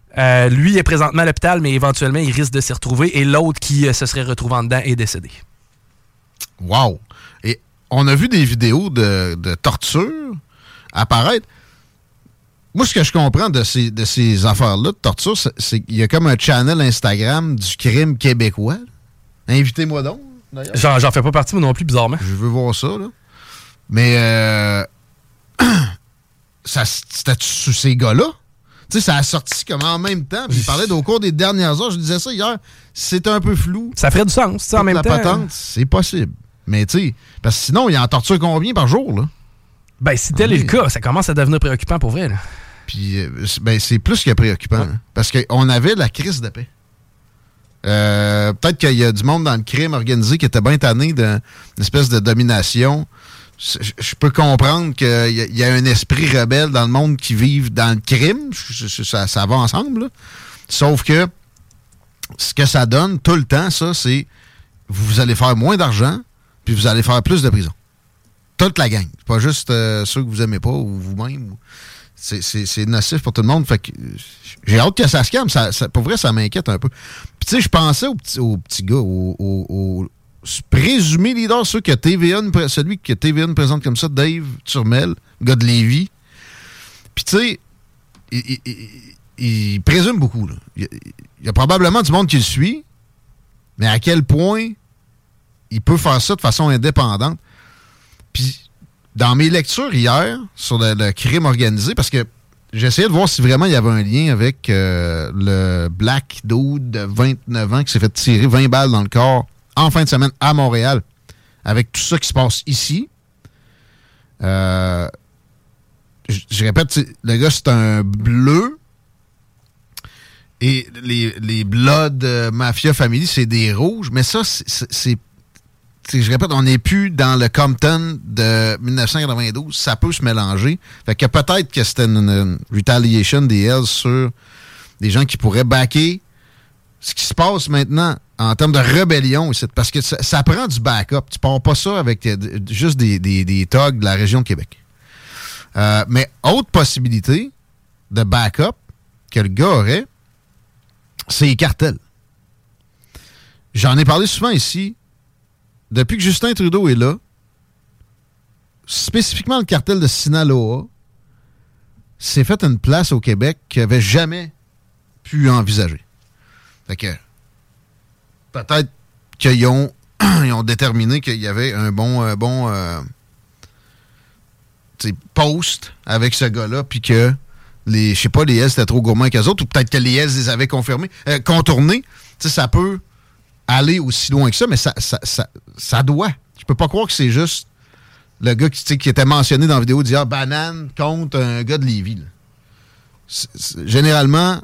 Euh, lui est présentement à l'hôpital, mais éventuellement, il risque de s'y retrouver. Et l'autre qui euh, se serait retrouvé en dedans est décédé. Wow! Et on a vu des vidéos de, de torture apparaître. Moi, ce que je comprends de ces, de ces affaires-là de torture, c'est, c'est qu'il y a comme un channel Instagram du crime québécois. Invitez-moi donc, d'ailleurs. J'en, j'en fais pas partie, moi non plus, bizarrement. Je veux voir ça, là. Mais, euh... ça, c'était sur ces gars-là? Tu sais, ça a sorti comme en même temps. Puis il parlait au cours des dernières heures. Je disais ça hier. C'est un peu flou. Ça ferait du sens, ça, en même la temps. Patente, c'est possible. Mais, tu sais, parce que sinon, il en torture combien par jour, là? Ben, si tel est le cas, ça commence à devenir préoccupant pour vrai, là. Puis, ben, c'est plus que préoccupant. Ouais. Hein, parce qu'on avait la crise de paix. Euh, peut-être qu'il y a du monde dans le crime organisé qui était bien tanné d'une espèce de domination. Je, je peux comprendre qu'il y, y a un esprit rebelle dans le monde qui vit dans le crime. Je, je, ça, ça va ensemble. Là. Sauf que ce que ça donne tout le temps, ça, c'est vous allez faire moins d'argent puis vous allez faire plus de prison. Toute la gang. C'est pas juste euh, ceux que vous aimez pas ou vous-même. Ou... C'est, c'est, c'est nocif pour tout le monde. Fait que j'ai hâte que ça se calme. Ça, ça, pour vrai, ça m'inquiète un peu. Puis tu sais, je pensais au petit, au petit gars, au, au, au présumé leader, ceux que T V A, celui que T V A présente comme ça, Dave Turmel, gars de Lévis. Puis tu sais, il, il, il, il présume beaucoup. Là. Il, il y a probablement du monde qui le suit, mais à quel point il peut faire ça de façon indépendante. Puis dans mes lectures hier sur le, le crime organisé, parce que j'essayais de voir si vraiment il y avait un lien avec euh, le Black Dude de vingt-neuf ans qui s'est fait tirer vingt balles dans le corps en fin de semaine à Montréal, avec tout ça qui se passe ici. Euh, je, je répète, le gars, c'est un bleu. Et les, les Blood euh, Mafia Family, c'est des rouges. Mais ça, c'est... c'est, c'est je répète, on n'est plus dans le Compton de dix-neuf cent quatre-vingt-douze. Ça peut se mélanger. Fait que peut-être que c'était une, une retaliation des Hells sur des gens qui pourraient backer ce qui se passe maintenant en termes de rébellion. Parce que ça, ça prend du backup. Tu pars pas ça avec juste des, des, des thugs de la région de Québec. Euh, mais autre possibilité de backup que le gars aurait, c'est les cartels. J'en ai parlé souvent ici. Depuis que Justin Trudeau est là, spécifiquement le cartel de Sinaloa s'est fait une place au Québec qu'il n'avait jamais pu envisager. Fait que peut-être qu'ils ont, ils ont déterminé qu'il y avait un bon, un bon euh, post avec ce gars-là, puis que les, je sais pas, les Hells étaient trop gourmands qu'eux autres, ou peut-être que les Hells les avaient confirmés, euh, contournés. Tu sais, ça peut aller aussi loin que ça, mais ça, ça, ça, ça doit. Je peux pas croire que c'est juste le gars qui, qui était mentionné dans la vidéo d'hier, banane contre un gars de Lévis. Là. C'est, c'est, généralement,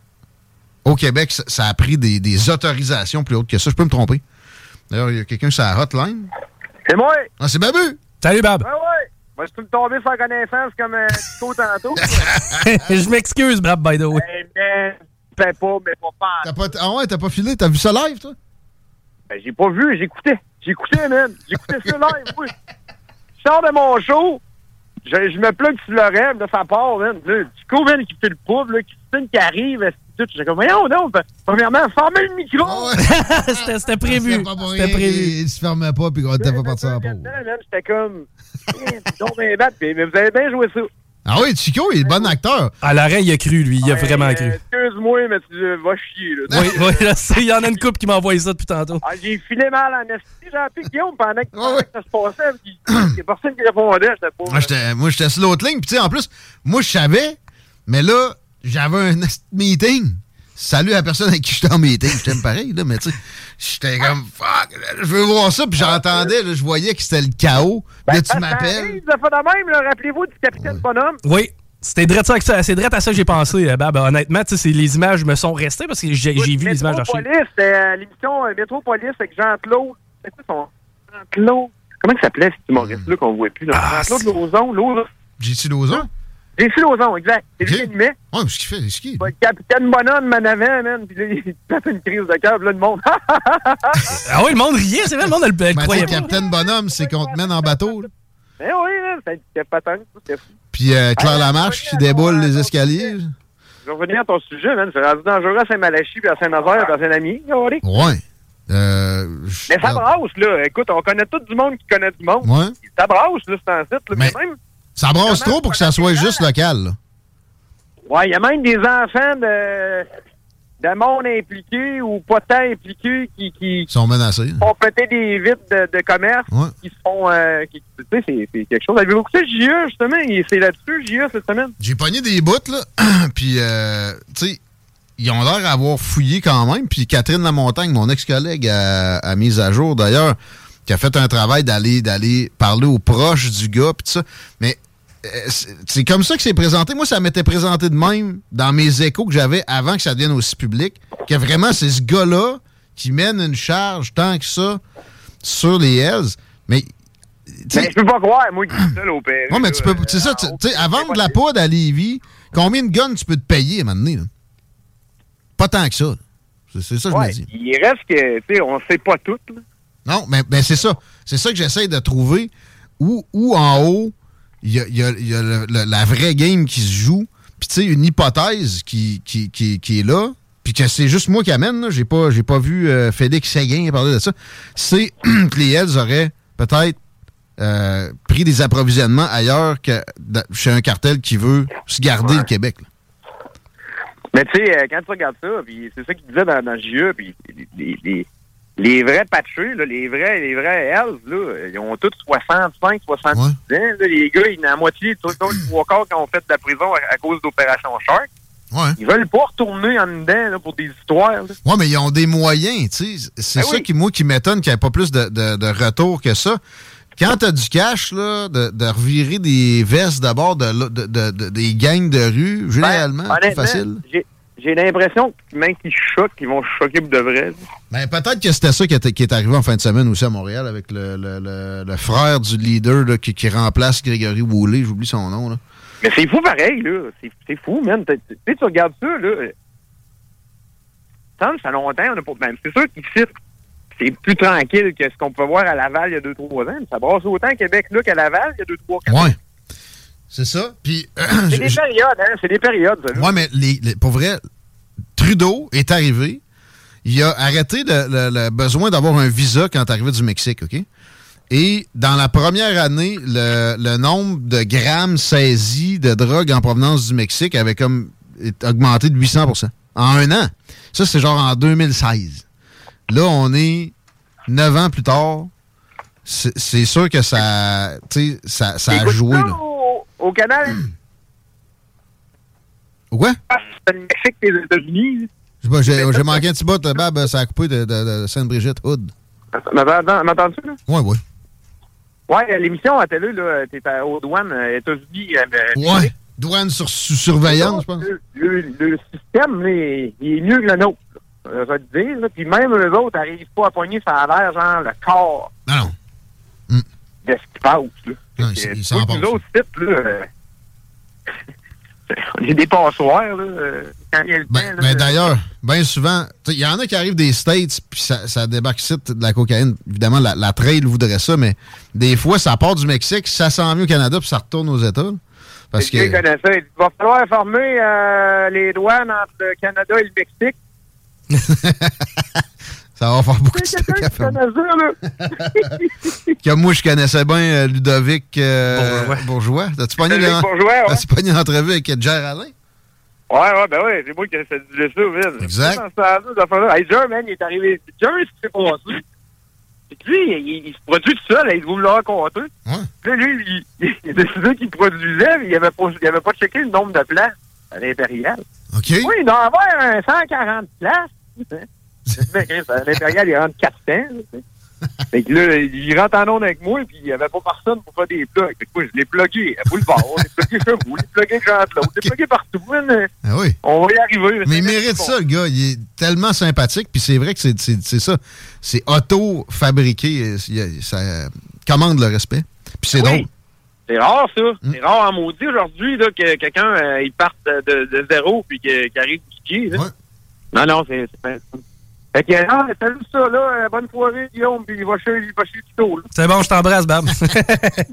au Québec, ça, ça a pris des, des autorisations plus hautes que ça. Je peux me tromper. D'ailleurs, il y a quelqu'un sur la hotline. C'est moi! Ah, c'est Babu! Salut, Bab! Ben ouais! Moi, je suis tombé sans connaissance comme un Tico tantôt. Je m'excuse, Bab, by the way. Hey, man, fais pas, mais pas faire. T'as pas, ah ouais, t'as pas filé? T'as vu ça live, toi? Ben, j'ai pas vu, j'écoutais. J'écoutais, man. J'écoutais ça live, oui. Je sors de mon show, je, je me plug sur l'oreille, là, ça part, man. Là, Tico, man, qui fait le poudre, là, Christine qui arrive, tout. Je suis comme, voyons, non, premièrement, fermez le micro. Oh, ouais. c'était, c'était prévu. C'était, pas c'était prévu. Il se fermait pas, puis on était pas parti en pause. J'étais comme, donc, ben, bat, mais vous avez bien joué ça. Ah oui, Chico, il est bon acteur. À l'arrêt, il a cru, lui. Il a ouais, vraiment euh, cru. Excuse-moi, mais tu euh, vas chier. Là. Oui, oui, là, il y en a une couple qui m'a envoyé ça depuis tantôt. Ah, j'ai filé mal en esti. J'ai appelé Guillaume pendant que, oh, ouais. que ça se passait. Il n'y a personne qui répondait. J'étais pas, moi, j'étais, moi, j'étais sur l'autre ligne. Puis, tu sais, en plus, moi, je savais, mais là, j'avais un meeting. Salut à la personne avec qui j'étais en meeting. J'étais pareil, là, mais tu sais, j'étais comme, fuck, je veux voir ça. Puis j'entendais, là, je voyais que c'était le chaos. Ben, là, tu m'appelles. Arrive, ça fait de même, là, rappelez-vous du capitaine ouais. Bonhomme. Oui. C'était direct à ça, c'est direct à ça que j'ai pensé, Bab. Honnêtement, tu sais, les images me sont restées parce que j'ai, j'ai vu les images d'archives. Métropolis, c'était euh, l'émission euh, Métropolis avec Jean-Claude. C'est quoi son Jean-Claude? Comment il s'appelait cet humoriste-là qu'on ne voit plus? Là? Ah, Jean-Claude Lauzon, Lauzon. J C Lauzon? J C Lauzon, exact. C'est lui qui animait. Ouais, mais ce qu'il fait, c'est ce qu'il fait. Capitaine Bonhomme en avant, man. Puis là, il tape une crise de cœur, là, le monde. Ah oui, le monde riait, c'est vrai, le monde le, le croyait pas. Capitaine Bonhomme, c'est qu'on te mène en bateau, là. Ben oui, là, c'était patente, c'était fou. Puis euh, Claire ah, Lamarche qui déboule les escaliers. je vais revenir à ton sujet, man. C'est rendu dangereux à Saint-Malachie, puis à Saint-Nazaire, puis à Saint-Lamy. Ouais. Euh, mais ça brasse, là. Écoute, on connaît tout du monde qui connaît du monde. Ouais. Ça brasse, là, c'est un site, là. Mais, mais même... Ça brasse trop pour que ça soit juste local, là. Ouais, il y a même des enfants de... de monde impliqué ou pas tant impliqués qui, qui sont menacés. Font péter des vitres de, de commerce, ouais. qui se font... Euh, qui, tu sais, c'est, c'est quelque chose. Avez-vous écouté J E, justement? C'est là-dessus, J E, cette semaine? J'ai pogné des bouts, là. Puis, euh, tu sais, ils ont l'air d'avoir fouillé quand même. Puis Catherine Lamontagne, mon ex-collègue, a, a mis à jour, d'ailleurs, qui a fait un travail d'aller, d'aller parler aux proches du gars, puis tout ça. Mais... c'est comme ça que c'est présenté. Moi, ça m'était présenté de même dans mes échos que j'avais avant que ça devienne aussi public, que vraiment, c'est ce gars-là qui mène une charge tant que ça sur les Hells. Mais, mais je peux pas croire, moi, qui suis ça, l'O P R. Non, mais tu peux, c'est ça, tu sais, à vendre de la poudre à Lévis, combien de guns tu peux te payer à un moment donné, là? Pas tant que ça. C'est, c'est ça que ouais, je me dis. Il reste que, tu sais, on sait pas tout, là. Non, mais, mais c'est ça. C'est ça que j'essaie de trouver. Où, où en haut, il y a, y a, y a le, le, la vraie game qui se joue, puis tu sais, une hypothèse qui, qui, qui, qui est là, puis que c'est juste moi qui amène, là. J'ai pas, j'ai pas vu euh, Félix Séguin parler de ça, c'est que les Hells auraient peut-être euh, pris des approvisionnements ailleurs que de, chez un cartel qui veut se garder ouais. le Québec. Là. Mais tu sais, euh, quand tu regardes ça, puis c'est ça qu'il disait dans, dans J E, puis les, les, les, les vrais patchés, là, les vrais les vrais Hells, là, ils ont tous soixante-cinq, soixante-dix ouais. ans. Là, les gars, ils ont la moitié, tout le trois quarts qui ont fait de la prison à, à cause d'Opération Shark. Ouais. Ils veulent pas retourner en dedans là, pour des histoires. Là. Ouais, mais ils ont des moyens, tu sais. C'est ben ça oui. qui, moi, qui m'étonne qu'il n'y ait pas plus de, de, de retour que ça. Quand t'as du cash, là, de, de revirer des vestes d'abord de, de, de, de, des gangs de rue, généralement, ben, c'est facile. J'ai, j'ai l'impression que même qu'ils choquent, ils vont choquer pour de vrai. Ben, peut-être que c'était ça qui est, qui est arrivé en fin de semaine aussi à Montréal avec le, le, le, le frère du leader là, qui, qui remplace Grégory Woolley, j'oublie son nom. Là. Mais c'est fou pareil, là. C'est, c'est fou, man. Tu sais, tu regardes ça, là. Ça fait longtemps, on n'a pas... Ben, c'est sûr qu'ici, c'est plus tranquille que ce qu'on peut voir à Laval il y a deux trois ans. Mais ça brasse autant à Québec, là, qu'à Laval il y a deux trois quatre ans. Ouais. C'est ça. Puis, euh, c'est des périodes, hein. C'est des périodes, ça. Ouais, mais les, les, pour vrai, Trudeau est arrivé. Il a arrêté le, le, le besoin d'avoir un visa quand il est arrivé du Mexique, OK? Et dans la première année, le, le nombre de grammes saisis de drogue en provenance du Mexique avait comme augmenté de huit cents pour cent en un an. Ça, c'est genre en deux mille seize. Là, on est neuf ans plus tard. C'est, c'est sûr que ça, tu sais, ça, ça a joué. Là. Au, au canal? Quoi? C'est le Mexique et les États-Unis. J'ai, j'ai, j'ai manqué un petit bout, Bab, ça a coupé de, de, de Sainte-Brigitte Hood. M'entends-tu, là? Oui, oui. Ouais, l'émission à télé, là, t'es aux douanes, États-Unis. Euh, ouais, douane sur, sur surveillance, je pense. Le, le, le système, là, il est mieux que le nôtre. Je vais te dire, là. Puis même eux autres n'arrivent pas à poigner, ça a l'air, genre, le corps. Non, non. Mm. De ce qui passe, là. Non, ils, ils s'en passent. Les autres sites, là, euh, on est des passoires, là, quand il y a le ben, temps. Là, mais d'ailleurs, bien souvent, il y en a qui arrivent des States, puis ça, ça débarque ici de la cocaïne. Évidemment, la, la trail voudrait ça, mais des fois, ça part du Mexique, ça s'en vient au Canada, puis ça retourne aux États. Parce que... Il va falloir informer euh, les douanes entre le Canada et le Mexique. Ça va faire beaucoup de stock à faire. Comme moi, je connaissais bien euh, Ludovic euh, Bourgeois. Bourgeois. T'as-tu pogné une entrevue avec Jer Alain? Ouais, ouais, ben ouais, c'est moi qui ai fait du ça, vite. Exact. Hey, Jer, man, il est arrivé. Jer, ce qui s'est passé. Puis lui, il, il se produit tout seul, il vous le raconter. Ouais. Puis là, lui, il, il a décidé qu'il produisait, mais il n'avait pas, il avait pas checké le nombre de places à l'Impérial. OK. Oui, il doit avoir un cent quarante places. À l'Impérial, il rentre quatre cents. Fait que là, il rentre en onde avec moi, puis il n'y avait pas personne pour faire des plugs. Fait que moi, je l'ai plugué à Boulevard, je l'ai plugué chez vous, je l'ai plugué chez Antelot, je l'ai plugué partout. Mais ah oui. On va y arriver. Mais il mérite ça, le gars. Il est tellement sympathique, puis c'est vrai que c'est, c'est, c'est ça. C'est auto-fabriqué. Ça commande le respect. Puis c'est oui. drôle. C'est rare, ça. Mm. C'est rare en maudit aujourd'hui là, que quelqu'un euh, il parte de, de zéro puis qu'il arrive piqué. Ouais. Non, non, c'est, c'est pas ça. Fait que, non, salut ça, là. Bonne soirée, Guillaume, puis il va chez, il va chez Tito, là. C'est bon, je t'embrasse, Bab.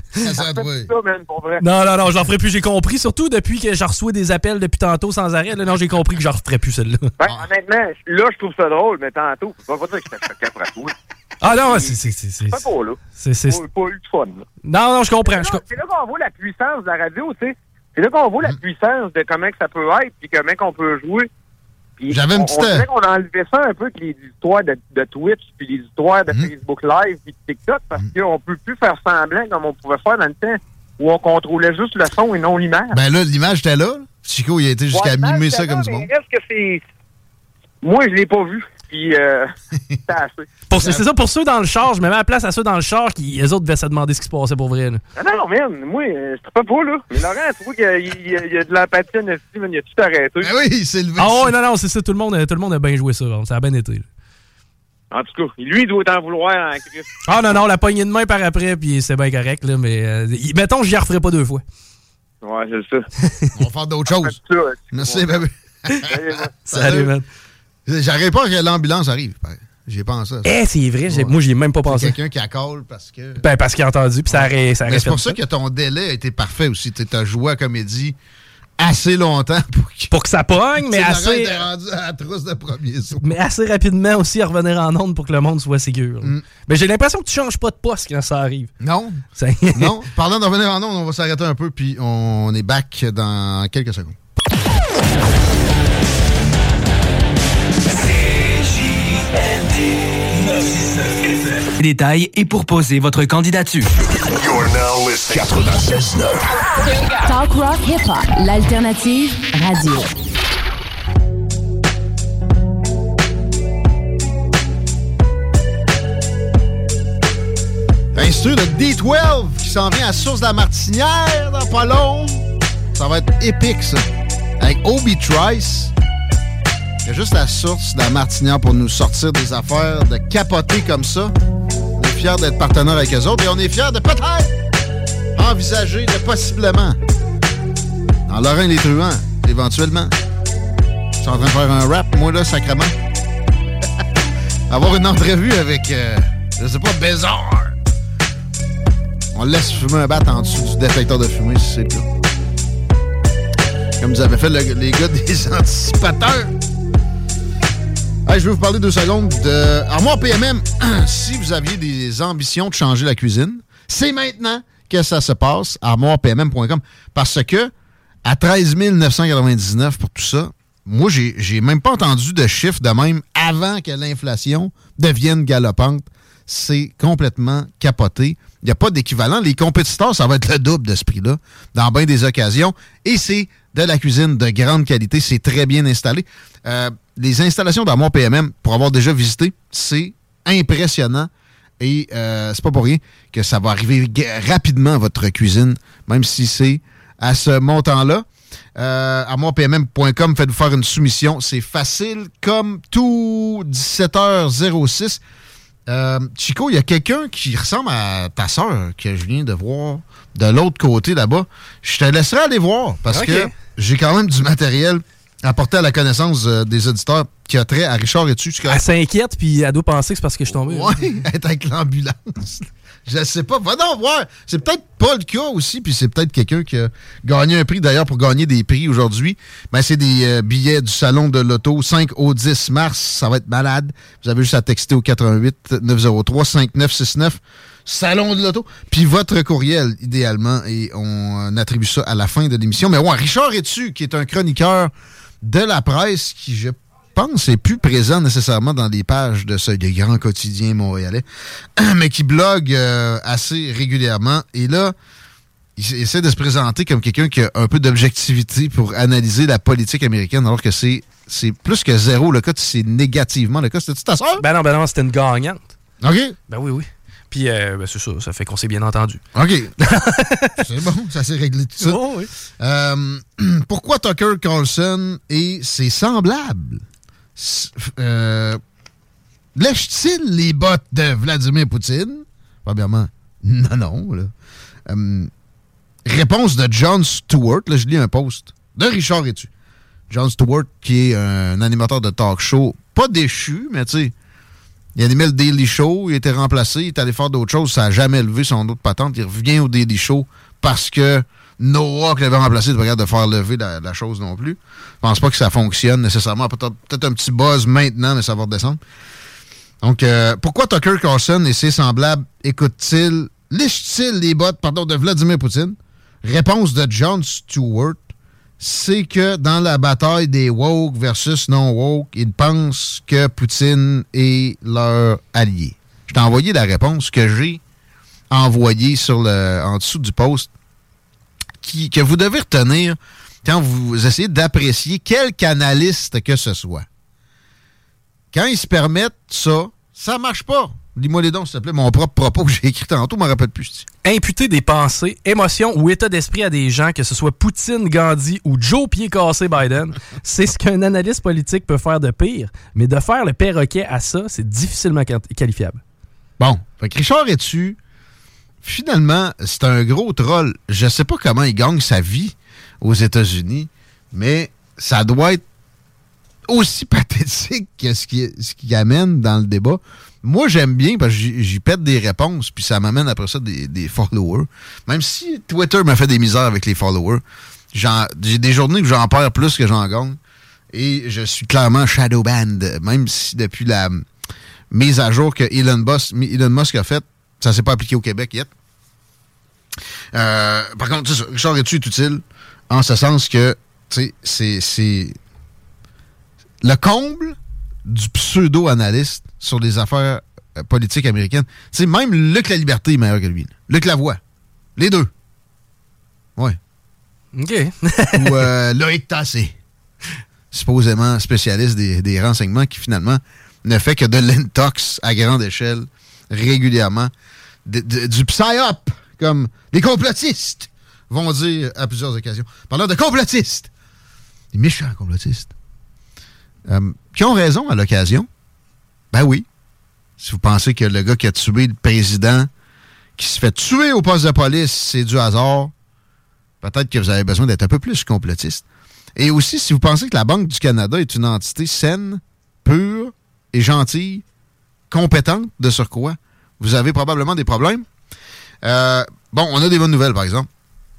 Ça, ça, ça, oui. ça, man, pour vrai. Non, non, non, j'en ferai plus. J'ai compris. Surtout depuis que je reçois des appels depuis tantôt sans arrêt. Là, non, j'ai compris que j'en referai plus celle-là. Ben, honnêtement, là, je trouve ça drôle, mais tantôt, je vais pas dire que j'étais choqué après tout. Ah non, c'est... C'est c'est C'est pas beau, là. C'est c'est Pas, pas eu de fun, là. Non, non, je comprends. C'est là, c'est là qu'on voit la puissance de la radio, tu sais. C'est là qu'on voit la puissance de comment que ça peut être, puis comment qu'on peut jouer. Puis J'avais une on, petite... on dirait qu'on a enlevé ça un peu avec les histoires de, de Twitch, puis les histoires de mm. Facebook Live, puis de TikTok, parce mm. qu'on peut plus faire semblant comme on pouvait faire dans le temps, où on contrôlait juste le son et non l'image. Ben là, l'image était là. Chico, il a été jusqu'à ouais, mimer ça comme du monde. Reste que c'est... Moi, je l'ai pas vu. Puis, euh, c'est assez. Pour, c'est ça, pour ceux dans le char, je me mets à la place à ceux dans le char qui, les autres devaient se demander ce qui se passait pour vrai. Là. Ah non, non, man, moi, je te pas pas, là. Mais Laurent, tu vois qu'il y, y, y a de l'empathie en esti, il a tout arrêté. Ben oui, c'est le Ah ouais, non, non, c'est ça, tout le monde, tout le monde a bien joué ça. Ça a bien été. Là. En tout cas, lui, il doit t'en vouloir en Christ. Ah non, non, la poignée de main par après, puis c'est bien correct, là, mais euh, mettons, je n'y referai pas deux fois. Ouais, c'est ça. On va faire d'autres choses. Ça, merci, bébé. Salut, man. J'arrive pas que l'ambulance arrive. J'y ai pensé. Eh, c'est vrai, ouais. Moi, j'y ai même pas pensé. Quelqu'un qui accole parce que. Ben, parce qu'il a entendu, puis ça aurait ça Mais c'est pour ça, ça que ton délai a été parfait aussi. Tu as joué à comédie assez longtemps pour que, pour que ça pogne, mais assez. T'es rendu à la trousse de premier saut. Mais assez rapidement aussi à revenir en onde pour que le monde soit sécure. Mm. Mais j'ai l'impression que tu changes pas de poste quand ça arrive. Non. Ça... non. Parlant de revenir en onde, on va s'arrêter un peu, puis on est back dans quelques secondes. Détails et pour poser votre candidature. You're now listening quatre-vingt-seize neuf. Talk Rock Hip Hop, l'alternative radio. Bien sûr, le D douze qui s'en vient à Source de la Martinière dans pas long. Ça va être épique, ça. Avec Obi Trice. Il y a juste la Source de la Martinière pour nous sortir des affaires, de capoter comme ça. On est fiers d'être partenaires avec eux autres et on est fiers de peut-être envisager de possiblement dans Lorrain-les-Truands, éventuellement. Je suis en train de faire un rap, moi, là, sacrément. Avoir une entrevue avec, euh, je sais pas, Bézard. On laisse fumer un bat en dessous du détecteur de fumée, si c'est le cas. Comme vous avez fait le, les gars des anticipateurs. Hey, je vais vous parler deux secondes de Armoire P M M. Si vous aviez des ambitions de changer la cuisine, c'est maintenant que ça se passe, armoire p m m point com. Parce que à treize mille neuf cent quatre-vingt-dix-neuf pour tout ça, moi, j'ai, j'ai même pas entendu de chiffre de même avant que l'inflation devienne galopante. C'est complètement capoté. Il n'y a pas d'équivalent. Les compétiteurs, ça va être le double de ce prix-là, dans bien des occasions. Et c'est de la cuisine de grande qualité. C'est très bien installé. Euh, les installations d'Armoire P M M, pour avoir déjà visité, c'est impressionnant. Et euh, c'est pas pour rien que ça va arriver g- rapidement à votre cuisine, même si c'est à ce montant-là. Euh, armoire p m m point com, faites-vous faire une soumission. C'est facile comme tout. dix-sept heures six. Euh, Chico, il y a quelqu'un qui ressemble à ta sœur que je viens de voir de l'autre côté là-bas. Je te laisserai aller voir parce okay. que j'ai quand même du matériel à porter à la connaissance euh, des auditeurs qui a trait à Richard Etu. Elle s'inquiète puis elle doit penser que c'est parce que je suis tombé. Oui, être avec l'ambulance. Je sais pas. Va donc voir. C'est peut-être pas le cas aussi, puis c'est peut-être quelqu'un qui a gagné un prix. D'ailleurs, pour gagner des prix aujourd'hui, ben, c'est des euh, billets du Salon de l'Auto, cinq au dix mars. Ça va être malade. Vous avez juste à texter au quatre un huit neuf zéro trois cinq neuf six neuf. Salon de l'Auto. Puis votre courriel, idéalement, et on attribue ça à la fin de l'émission. Mais ouais, Richard Etu, qui est un chroniqueur de la presse, qui, je pense, n'est plus présent nécessairement dans les pages de ce des grands quotidiens montréalais, mais qui blogue euh, assez régulièrement. Et là, il essaie de se présenter comme quelqu'un qui a un peu d'objectivité pour analyser la politique américaine, alors que c'est, c'est plus que zéro le cas, c'est négativement le cas. C'était-tu ta soeur? Ben non, ben non, c'était une gagnante. OK. Ben oui, oui. Puis, euh, ben c'est ça, ça fait qu'on s'est bien entendu. OK. C'est bon, ça s'est réglé tout ça. Oh, oui. euh, pourquoi Tucker Carlson et ses semblables euh, lèchent-ils les bottes de Vladimir Poutine? Premièrement, non, non. Là. Euh, réponse de Jon Stewart. Là, je lis un post de Richard Etu. Jon Stewart, qui est un animateur de talk show, pas déchu, mais tu sais, Il animait le Daily Show, il était remplacé, il est allé faire d'autres choses, ça n'a jamais levé son autre patente. Il revient au Daily Show parce que Noah, qui l'avait remplacé, n'est pas capable de faire lever la, la chose non plus. Je pense pas que ça fonctionne nécessairement. Peut-être, peut-être un petit buzz maintenant, mais ça va redescendre. Donc, euh, pourquoi Tucker Carlson et ses semblables écoutent-ils, lichent-ils les bottes, pardon, de Vladimir Poutine? Réponse de Jon Stewart, c'est que dans la bataille des woke versus non-woke, ils pensent que Poutine est leur allié. Je t'ai envoyé la réponse que j'ai envoyée sur le, en dessous du post, qui, que vous devez retenir quand vous essayez d'apprécier quelque analyste que ce soit. Quand ils se permettent ça, ça marche pas. Dis-moi les dons, s'il te plaît, mon propre propos que j'ai écrit tantôt, je m'en rappelle plus. Imputer des pensées, émotions ou état d'esprit à des gens, que ce soit Poutine, Gandhi ou Joe Pied-Cassé Biden, c'est ce qu'un analyste politique peut faire de pire. Mais de faire le perroquet à ça, c'est difficilement qualifiable. Bon, fait que Richard Etu, finalement, c'est un gros troll. Je sais pas comment il gagne sa vie aux États-Unis, mais ça doit être aussi pathétique que ce qui, ce qui amène dans le débat. Moi, j'aime bien parce que j'y, j'y pète des réponses, puis ça m'amène après ça des, des followers. Même si Twitter m'a fait des misères avec les followers, j'en, j'ai des journées où j'en perds plus que j'en gagne. Et je suis clairement shadow banned, même si depuis la mise à jour que Elon Musk, Elon Musk a faite, ça s'est pas appliqué au Québec yet. Euh, par contre, Richard Etu est utile en ce sens que c'est, c'est le comble du pseudo-analyste sur les affaires euh, politiques américaines. T'sais, même Luc La Liberté est meilleur que lui. Là. Luc Lavoie. Les deux. Ouais. OK. Ou euh, Loïc Tassé. Supposément spécialiste des, des renseignements qui, finalement, ne fait que de l'intox à grande échelle, régulièrement. De, de, du psyop, comme des complotistes vont dire à plusieurs occasions. Parlant de complotistes. Des méchants complotistes. Euh, qui ont raison à l'occasion. Ben oui. Si vous pensez que le gars qui a tué le président, qui se fait tuer au poste de police, c'est du hasard, peut-être que vous avez besoin d'être un peu plus complotiste. Et aussi, si vous pensez que la Banque du Canada est une entité saine, pure et gentille, compétente de surcroît, vous avez probablement des problèmes. Euh, bon, on a des bonnes nouvelles, par exemple.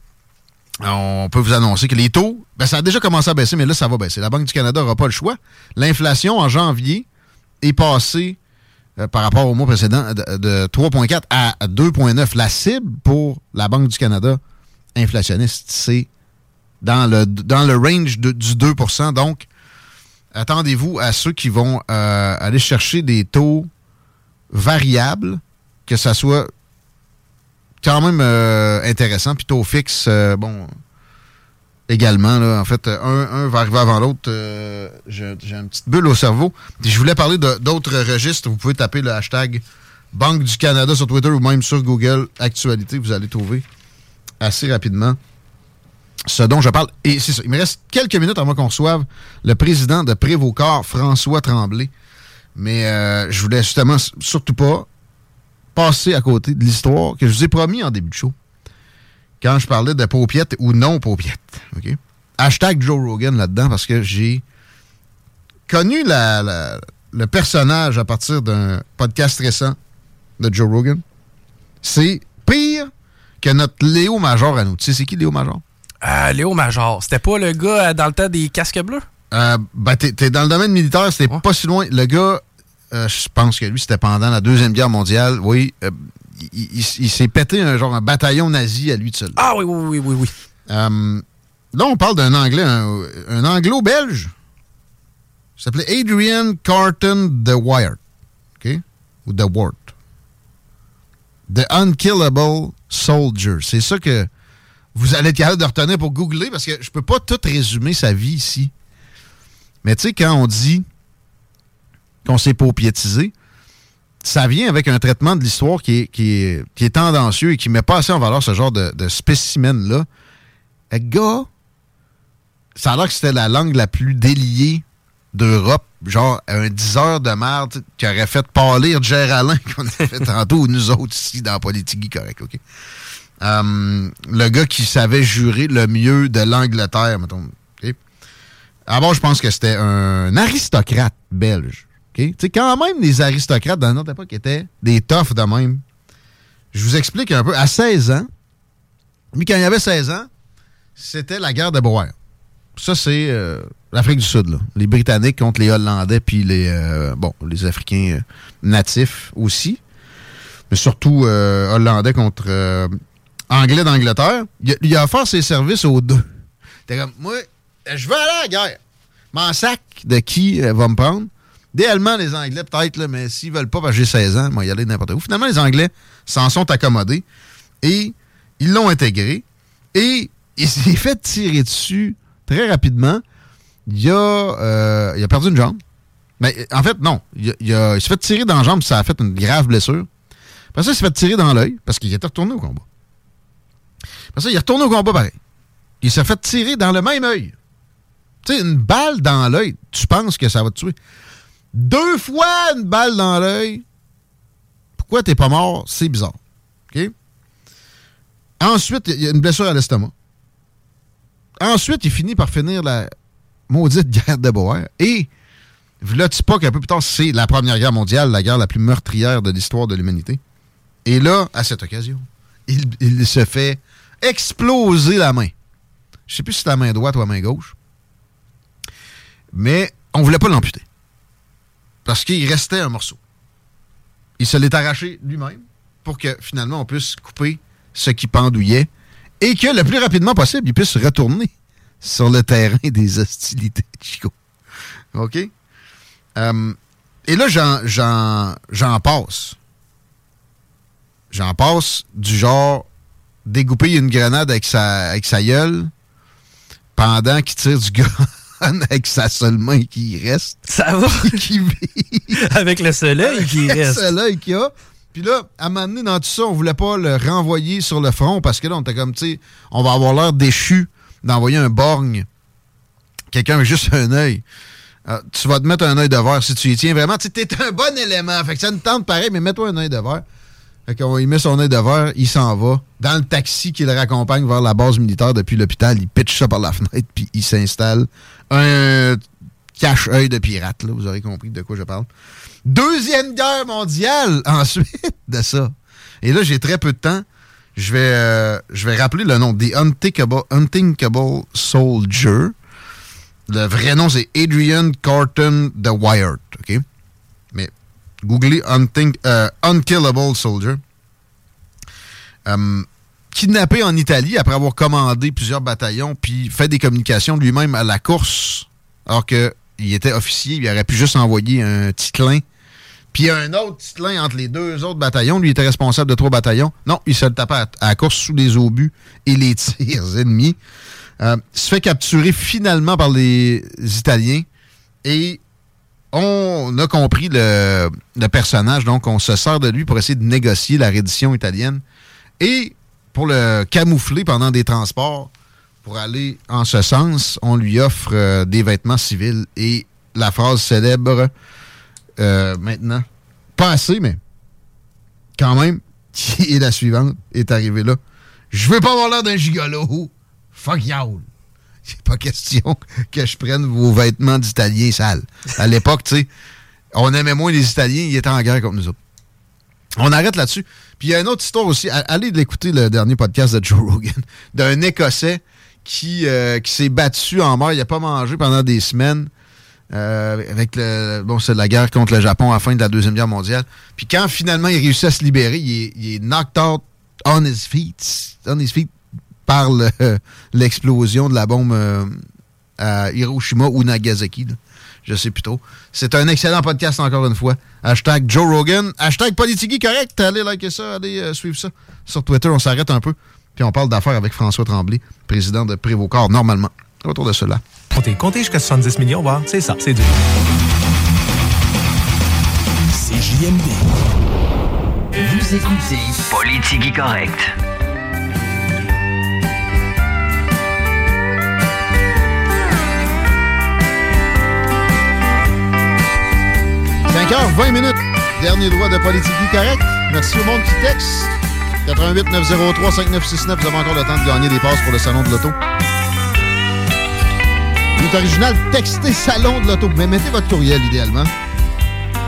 On peut vous annoncer que les taux, ben ça a déjà commencé à baisser, mais là, ça va baisser. La Banque du Canada n'aura pas le choix. L'inflation, en janvier, est passée, euh, par rapport au mois précédent, de, de trois virgule quatre à deux virgule neuf. La cible pour la Banque du Canada inflationniste, c'est dans le, dans le range de, du deux pour cent. Donc, attendez-vous à ceux qui vont euh, aller chercher des taux variables, que ça soit quand même euh, intéressant. Puis taux fixe, euh, bon, également. Là, en fait, un, un va arriver avant l'autre. Euh, j'ai, j'ai une petite bulle au cerveau. Puis je voulais parler de, d'autres registres. Vous pouvez taper le hashtag Banque du Canada sur Twitter ou même sur Google Actualité. Vous allez trouver assez rapidement ce dont je parle. Et c'est ça. Il me reste quelques minutes avant qu'on reçoive le président de Prévocor, François Tremblay. Mais euh, je voulais justement surtout pas passer à côté de l'histoire que je vous ai promis en début de show. Quand je parlais de paupiètes ou non paupiètes. Okay? Hashtag Joe Rogan là-dedans parce que j'ai connu la, la, le personnage à partir d'un podcast récent de Joe Rogan. C'est pire que notre Léo Major à nous. Tu sais, c'est qui Léo Major? Euh, Léo Major. C'était pas le gars euh, dans le temps des casques bleus? Euh, ben, t'es, t'es dans le domaine militaire, c'était oh. pas si loin. Le gars, euh, je pense que lui, c'était pendant la Deuxième Guerre mondiale. Oui, euh, il, il, il s'est pété un genre un bataillon nazi à lui de seul. Ah oui, oui, oui, oui, oui. Euh, là, on parle d'un Anglais, un, un Anglo-Belge. Il s'appelait Adrian Carton de Wyatt. OK? Ou de Wart. The Unkillable Soldier. C'est ça que vous allez être capable de retenir pour googler parce que je peux pas tout résumer sa vie ici. Mais tu sais, quand on dit qu'on s'est paupiétisé, ça vient avec un traitement de l'histoire qui est, qui est, qui est tendancieux et qui met pas assez en valeur ce genre de, de spécimen-là. Le gars, ça a l'air que c'était la langue la plus déliée d'Europe, genre un diseur de merde qui aurait fait pâlir Géraldin qu'on a fait tantôt, ou nous autres ici dans Politique correct, OK? Um, le gars qui savait jurer le mieux de l'Angleterre, mettons. Okay? D'abord, je pense que c'était un aristocrate belge. OK? Tu sais, quand même, les aristocrates dans notre époque étaient des toughs de même. Je vous explique un peu. À seize ans, lui, quand il avait seize ans, c'était la guerre de Boer. Ça, c'est euh, l'Afrique du Sud, là. Les Britanniques contre les Hollandais, puis les, euh, bon, les Africains euh, natifs aussi. Mais surtout euh, Hollandais contre euh, Anglais d'Angleterre. Il a, il a offert ses services aux deux. T'es comme, moi, je veux aller à la guerre. M'en sac de qui euh, va me prendre. Des Allemands, les Anglais, peut-être, là, mais s'ils veulent pas, parce que j'ai seize ans, moi, y aller n'importe où. Finalement, les Anglais s'en sont accommodés et ils l'ont intégré. Et il s'est fait tirer dessus très rapidement. Il a, euh, il a perdu une jambe. Mais en fait, non. Il, a, il, a, il s'est fait tirer dans la jambe, ça a fait une grave blessure. Après ça, il s'est fait tirer dans l'œil parce qu'il était retourné au combat. Après ça, il est retourné au combat pareil. Il s'est fait tirer dans le même œil. Tu sais, une balle dans l'œil, tu penses que ça va te tuer. Deux fois une balle dans l'œil. Pourquoi t'es pas mort? C'est bizarre. OK? Ensuite, il y a une blessure à l'estomac. Ensuite, il finit par finir la maudite guerre de Boer. Et, v'là-tu pas qu'un peu plus tard, c'est la Première Guerre mondiale, la guerre la plus meurtrière de l'histoire de l'humanité. Et là, à cette occasion, il, il se fait exploser la main. Je sais plus si c'est la main droite ou la main gauche. Mais on voulait pas l'amputer. Parce qu'il restait un morceau. Il se l'est arraché lui-même pour que finalement on puisse couper ce qui pendouillait et que le plus rapidement possible, il puisse retourner sur le terrain des hostilités de Chico. OK? Euh, et là, j'en, j'en, j'en passe. J'en passe du genre découper une grenade avec sa, avec sa gueule pendant qu'il tire du gun avec sa seule main qui reste. Ça va? qui avec le seul œil qui avec reste. Le seul œil qu'il a. Puis là, à un moment donné, dans tout ça, on voulait pas le renvoyer sur le front parce que là, on était comme, tu sais, on va avoir l'air déchu d'envoyer un borgne. Quelqu'un avec juste un œil. Euh, tu vas te mettre un œil de verre si tu y tiens vraiment. Tu sais, t'es un bon élément. Fait que ça nous tente pareil, mais mets-toi un œil de verre. Fait qu'on il met son œil de verre, il s'en va. Dans le taxi qui le raccompagne vers la base militaire depuis l'hôpital, il pitche ça par la fenêtre, puis il s'installe. Un cache-œil de pirate, là, vous aurez compris de quoi je parle. Deuxième guerre mondiale, ensuite de ça. Et là, j'ai très peu de temps. Je vais, euh, je vais rappeler le nom. The Unthinkable, Unthinkable Soldier. Le vrai nom, c'est Adrian Carton de Wired. OK? Mais googlez Unthink, euh, Unkillable Soldier. Um, kidnappé en Italie après avoir commandé plusieurs bataillons puis fait des communications lui-même à la course alors qu'il était officier, il aurait pu juste envoyer un titlin puis un autre titlin entre les deux autres bataillons. Lui était responsable de trois bataillons. Non, il se le tapait à, à la course sous les obus et les tirs ennemis. Euh, se fait capturer finalement par les Italiens et on a compris le, le personnage, donc on se sert de lui pour essayer de négocier la reddition italienne. Et pour le camoufler pendant des transports, pour aller en ce sens, on lui offre euh, des vêtements civils. Et la phrase célèbre, euh, maintenant, pas assez, mais quand même, qui est la suivante, est arrivée là. Je veux pas avoir l'air d'un gigolo. Fuck y'all. C'est pas question que je prenne vos vêtements d'Italiens sales. À l'époque, tu sais, on aimait moins les Italiens, ils étaient en guerre contre nous autres. On arrête là-dessus. Puis il y a une autre histoire aussi. Allez l'écouter, le dernier podcast de Joe Rogan, d'un Écossais qui, euh, qui s'est battu en mer. Il n'a pas mangé pendant des semaines. Euh, avec le. Bon, c'est la guerre contre le Japon à la fin de la Deuxième Guerre mondiale. Puis quand finalement il réussit à se libérer, il est, il est knocked out on his feet. On his feet par le, euh, l'explosion de la bombe euh, à Hiroshima ou Nagasaki. Là. Je sais plus trop. C'est un excellent podcast, encore une fois. Hashtag Joe Rogan. Hashtag Politigui correct. Allez liker ça, allez euh, suivre ça. Sur Twitter, on s'arrête un peu. Puis on parle d'affaires avec François Tremblay, président de Prévost-Corps, normalement. Autour de cela. Comptez, comptez jusqu'à soixante-dix millions, voir. C'est ça, c'est dur. C J M D. Vous écoutez Politigui correct. cinq heures vingt minutes. Dernier droit de Politigui correct. Merci au monde qui texte. quatre un huit neuf zéro trois cinq neuf six neuf. Vous avez encore le temps de gagner des passes pour le Salon de l'Auto. Tout original, textez Salon de l'Auto. Mais mettez votre courriel idéalement.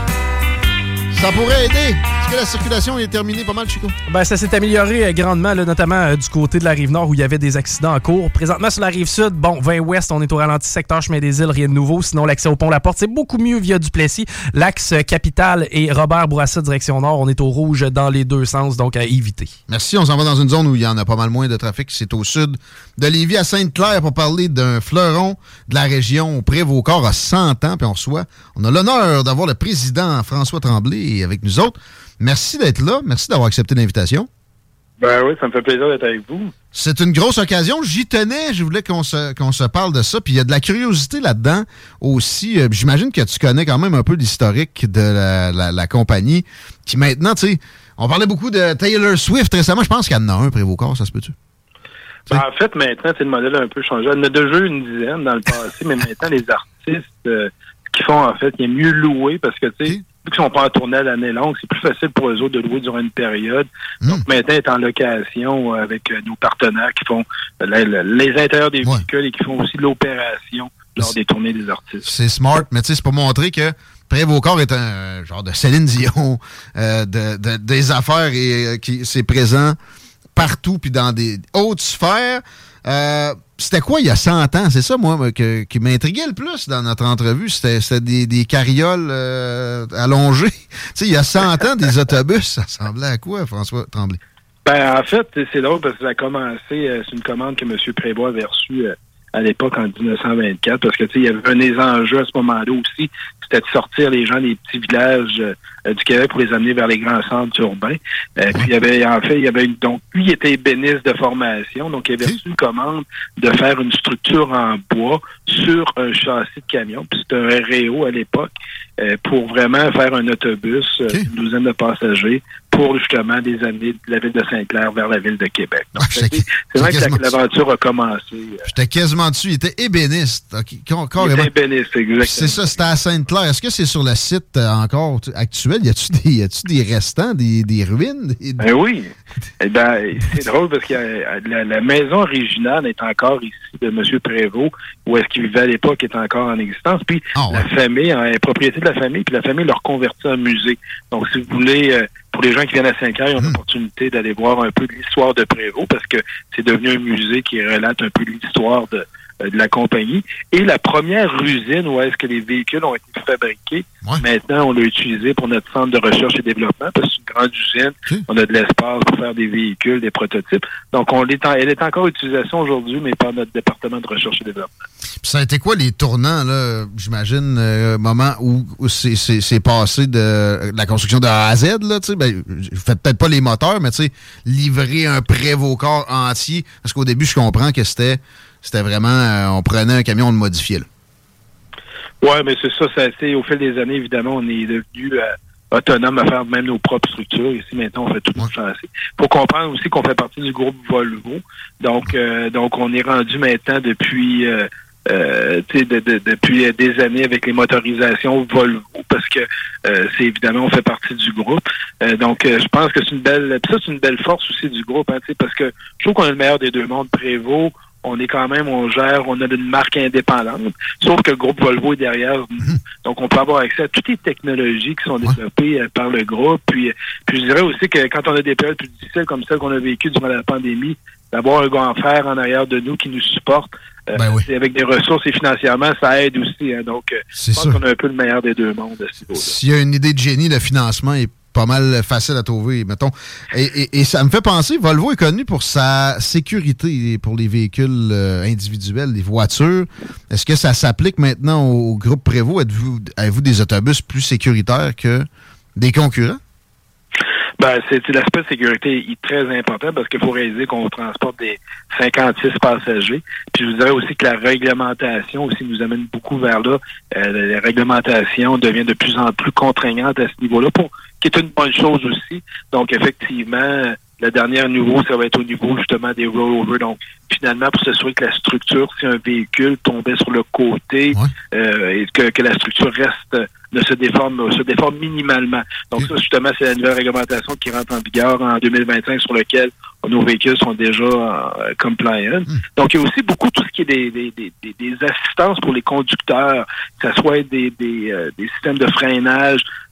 Ça pourrait aider. Est-ce que la circulation est terminée pas mal, Chico? Ben, ça s'est amélioré euh, grandement, là, notamment euh, du côté de la Rive-Nord où il y avait des accidents en cours. Présentement, sur la Rive-Sud, bon, vingt ouest, on est au ralenti secteur Chemin des Îles, rien de nouveau. Sinon, l'accès au pont La Porte, c'est beaucoup mieux via Duplessis. L'axe euh, Capitale et Robert Bourassa, direction Nord, on est au rouge dans les deux sens, donc à éviter. Merci. On s'en va dans une zone où il y en a pas mal moins de trafic. C'est au sud de Lévis, à Sainte-Claire, pour parler d'un fleuron de la région. Prévaucor a cent ans, puis on reçoit. On a l'honneur d'avoir le président François Tremblay avec nous autres. Merci d'être là. Merci d'avoir accepté l'invitation. Ben oui, ça me fait plaisir d'être avec vous. C'est une grosse occasion. J'y tenais. Je voulais qu'on se, qu'on se parle de ça. Puis il y a de la curiosité là-dedans aussi. Euh, j'imagine que tu connais quand même un peu l'historique de la, la, la compagnie qui maintenant, tu sais, on parlait beaucoup de Taylor Swift récemment. Je pense qu'il y en a un, Prévaucor, ça se peut-tu? Ben, en fait, maintenant, c'est le modèle a un peu changé. Il y en a déjà eu une dizaine dans le passé, mais maintenant, les artistes, euh, ce qu'ils font, en fait, il est mieux louer parce que, tu sais, vu qu'ils sont pas en tournée à l'année longue, c'est plus facile pour eux autres de louer durant une période. Mmh. Donc, maintenant, être en location avec euh, nos partenaires qui font euh, les, les intérieurs des ouais. véhicules et qui font aussi l'opération lors c'est, des tournées des artistes. C'est smart, mais tu sais, c'est pour montrer que Prévaucor est un genre de Céline Dion euh, de, de, des affaires et euh, qui c'est présent partout puis dans des hautes sphères. Euh, c'était quoi il y a cent ans? C'est ça, moi, que, qui m'intriguait le plus dans notre entrevue. C'était, c'était des, des carrioles euh, allongées. Tu sais, il y a cent ans, des autobus, ça ressemblait à quoi, François Tremblay? Ben, en fait, c'est drôle parce que ça a commencé, euh, c'est une commande que M. Prébois avait reçue euh, à l'époque en dix-neuf cent vingt-quatre, parce que, tu sais, il y avait un des enjeux à ce moment-là aussi, c'était de sortir les gens des petits villages euh, du Québec pour les amener vers les grands centres urbains. Euh, puis, il y avait, en fait, il y avait une, donc, lui, il était ébéniste de formation, donc il avait reçu une commande de faire une structure en bois sur un châssis de camion, puis c'était un R E O à l'époque, euh, pour vraiment faire un autobus, euh, okay. une douzaine de passagers, pour justement les amener de la ville de Sainte-Claire vers la ville de Québec. Donc, ah, c'est, c'est vrai que l'aventure a commencé. Euh, J'étais quasiment dessus. Il était ébéniste. Okay. Il était ébéniste, exactement. C'est ça, c'était à Sainte-Claire. Est-ce que c'est sur le site euh, encore actuel? Y a-tu des, y a-tu des restants, des, des ruines? Des... Ben oui. Eh ben, c'est drôle parce que euh, la, la maison originale est encore ici de M. Prévost, où est-ce qu'il vivait à l'époque, est encore en existence. Puis oh, ouais. la famille, hein, la propriété de la famille, puis la famille l'a reconverti en musée. Donc, si vous voulez... Euh, pour les gens qui viennent à Sainte-Claire, ils ont mmh. l'opportunité d'aller voir un peu de l'histoire de Prévost parce que c'est devenu un musée qui relate un peu l'histoire de, de la compagnie. Et la première usine où est-ce que les véhicules ont été fabriqués, ouais. maintenant, on l'a utilisé pour notre centre de recherche et développement parce que c'est une grande usine. Mmh. On a de l'espace pour faire des véhicules, des prototypes. Donc, on est en, elle est encore en utilisation aujourd'hui, mais par notre département de recherche et développement. Puis ça a été quoi les tournants, là, j'imagine, euh, moment où, où c'est, c'est, c'est passé de, de la construction de A à Z, là, tu sais, ben, je fais peut-être pas les moteurs, mais tu sais, livrer un Prévaucor entier, parce qu'au début, je comprends que c'était, c'était vraiment, euh, on prenait un camion, on le modifiait, là. Oui, mais c'est ça, ça c'est, au fil des années, évidemment, on est devenu euh, autonome à faire même nos propres structures. Ici, maintenant, on fait tout le châssis. Il faut comprendre aussi qu'on fait partie du groupe Volvo. Donc, euh, donc on est rendu maintenant depuis... Euh, Euh, de, de, depuis des années avec les motorisations Volvo parce que euh, c'est évidemment on fait partie du groupe euh, donc euh, je pense que c'est une belle ça c'est une belle force aussi du groupe hein, parce que je trouve qu'on est le meilleur des deux mondes. Prévost, on est quand même, on gère, on a une marque indépendante, sauf que le groupe Volvo est derrière nous. Donc, on peut avoir accès à toutes les technologies qui sont développées euh, par le groupe. Puis, puis je dirais aussi que quand on a des périodes plus difficiles comme celles qu'on a vécues durant la pandémie, d'avoir un gars en fer en arrière de nous qui nous supporte, euh, ben oui. avec des ressources et financièrement, ça aide aussi. Hein. Donc, euh, je pense sûr. qu'on a un peu le meilleur des deux mondes à ce niveau-là. S'il y a une idée de génie, le financement est pas mal facile à trouver, mettons. Et, et, et ça me fait penser, Volvo est connu pour sa sécurité pour les véhicules euh, individuels, les voitures. Est-ce que ça s'applique maintenant au, au groupe Prévost? Êtes-vous, avez-vous des autobus plus sécuritaires que des concurrents? Ben, c'est, c'est l'aspect de sécurité est très important parce qu'il faut réaliser qu'on transporte des cinquante-six passagers. Puis je vous dirais aussi que la réglementation aussi nous amène beaucoup vers là. Euh, la réglementation devient de plus en plus contraignante à ce niveau-là, pour qui est une bonne chose aussi. Donc effectivement, la dernière nouveau, ça va être au niveau justement des rollovers. Donc finalement, pour s'assurer que la structure, si un véhicule tombait sur le côté, ouais. euh, et que, que la structure reste ne se déforme, se déforme minimalement. Donc ça, justement, c'est la nouvelle réglementation qui rentre en vigueur en deux mille vingt-cinq sur laquelle nos véhicules sont déjà euh, compliant. Mm. Donc, il y a aussi beaucoup tout ce qui est des, des, des, des assistances pour les conducteurs, que ce soit des, des, euh, des systèmes de freinage,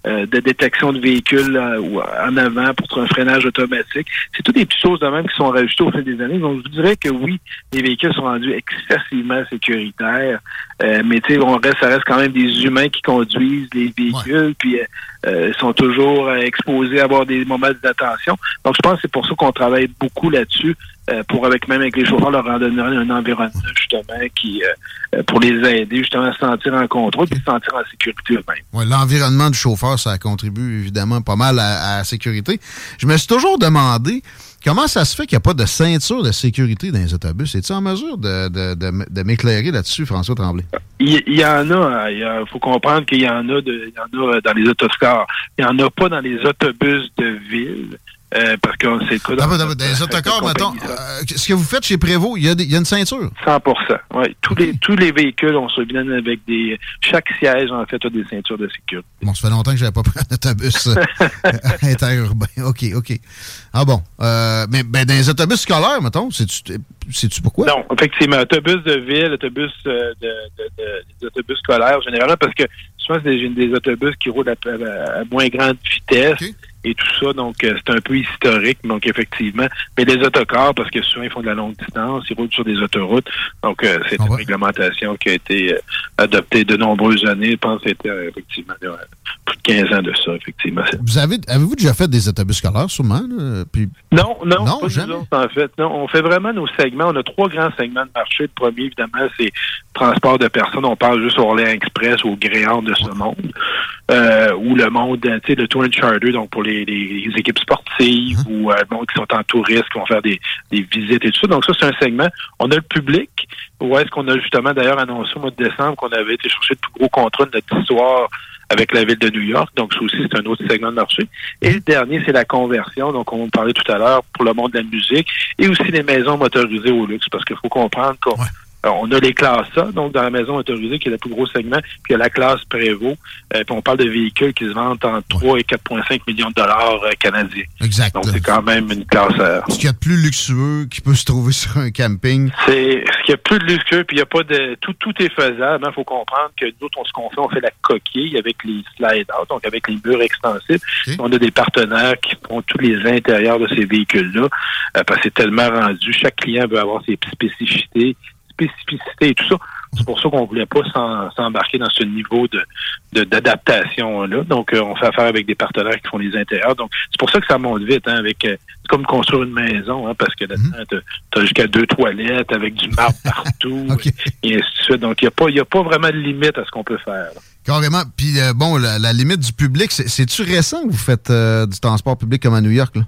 euh, de détection de véhicules euh, ou en avant pour un freinage automatique. C'est toutes des petites choses de même qui sont rajoutées au fil des années. Donc, je vous dirais que oui, les véhicules sont rendus excessivement sécuritaires, euh, mais tu sais, on reste, ça reste quand même des humains qui conduisent les véhicules, ouais. puis euh, sont toujours euh, exposés à avoir des moments d'attention. Donc, je pense que c'est pour ça qu'on travaille beaucoup là-dessus, euh, pour avec même avec les chauffeurs leur donner un environnement justement qui euh, pour les aider justement à se sentir en contrôle et se sentir en sécurité eux-mêmes. Ouais, l'environnement du chauffeur, ça contribue évidemment pas mal à, à la sécurité. Je me suis toujours demandé comment ça se fait qu'il n'y a pas de ceinture de sécurité dans les autobus. Es-tu en mesure de, de, de, de m'éclairer là-dessus, François Tremblay? Il, il y en a. Il faut comprendre qu'il y en a, de, il y en a dans les autocars. Il n'y en a pas dans les autobus de ville. Euh, parce qu'on sait quoi dans, dans, dans les autocars, mettons, euh, ce que vous faites chez Prévost, il y a, des, il y a une ceinture? cent pour cent, oui. Tous, okay. les, tous les véhicules, on se viennent avec des... Chaque siège, en fait, a des ceintures de sécurité. Bon, ça fait longtemps que je n'avais pas pris un autobus interurbain. OK, OK. Ah bon. Euh, mais ben, dans les autobus scolaires, mettons, sais-tu, sais-tu pourquoi? Non, effectivement. Autobus de ville, autobus euh, de, de, de, des autobus scolaires, généralement, parce que souvent, c'est des, des autobus qui roulent à, à, à moins grande vitesse. Okay. Et tout ça, donc euh, c'est un peu historique, donc effectivement. Mais les autocars, parce que souvent ils font de la longue distance, ils roulent sur des autoroutes, donc euh, c'est oh une ouais. réglementation qui a été euh, adoptée de nombreuses années. Je pense que c'était euh, effectivement euh, plus de quinze ans de ça, effectivement. Vous avez, avez-vous déjà fait des autobus scolaires, sûrement? Là? Puis... Non, non, non pas jamais. Nous autres, en fait. Non, on fait vraiment nos segments. On a trois grands segments de marché. Le premier, évidemment, c'est transport de personnes. On parle juste Orléans Express, au Gréant de ce ouais. monde. Euh, ou le monde, tu sais, le Tour and Charter, donc pour les, les, les équipes sportives mmh. ou euh, le monde qui sont en tourisme, qui vont faire des, des visites et tout ça. Donc ça, c'est un segment. On a le public, où est-ce qu'on a justement d'ailleurs annoncé au mois de décembre qu'on avait été chercher le plus gros contrat de notre histoire avec la ville de New York. Donc, ça aussi, c'est un autre segment de marché. Et le dernier, c'est la conversion. Donc, on parlait tout à l'heure pour le monde de la musique et aussi les maisons motorisées au luxe, parce qu'il faut comprendre qu'on ouais. on a les classes A, donc dans la maison motorisée, qui est le plus gros segment, puis il y a la classe Prévost, euh, puis on parle de véhicules qui se vendent entre trois et quatre virgule cinq millions de dollars euh, canadiens. Exact. Donc, c'est quand même une classe A. Ce qu'il y a de plus luxueux qui peut se trouver sur un camping. C'est ce qu'il y a plus de luxueux, puis il y a pas de... Tout, tout est faisable. Il faut comprendre que nous, on se confie, on fait la coquille avec les slide-out, donc avec les murs extensifs. Okay. On a des partenaires qui font tous les intérieurs de ces véhicules-là, euh, parce que c'est tellement rendu. Chaque client veut avoir ses spécificités, spécificité et tout ça. C'est pour ça qu'on voulait pas s'embarquer dans ce niveau de, de d'adaptation-là. Donc, euh, on fait affaire avec des partenaires qui font les intérieurs. Donc, c'est pour ça que ça monte vite, hein, avec euh, c'est comme construire une maison, hein, parce que là-dedans, mm-hmm. t'as jusqu'à deux toilettes avec du marbre partout, okay. et, et ainsi de suite. Donc, il n'y a pas, il y a pas vraiment de limite à ce qu'on peut faire. Là. Carrément. Puis, euh, bon, la, la limite du public, c'est, c'est-tu récent que vous faites euh, du transport public comme à New York, là?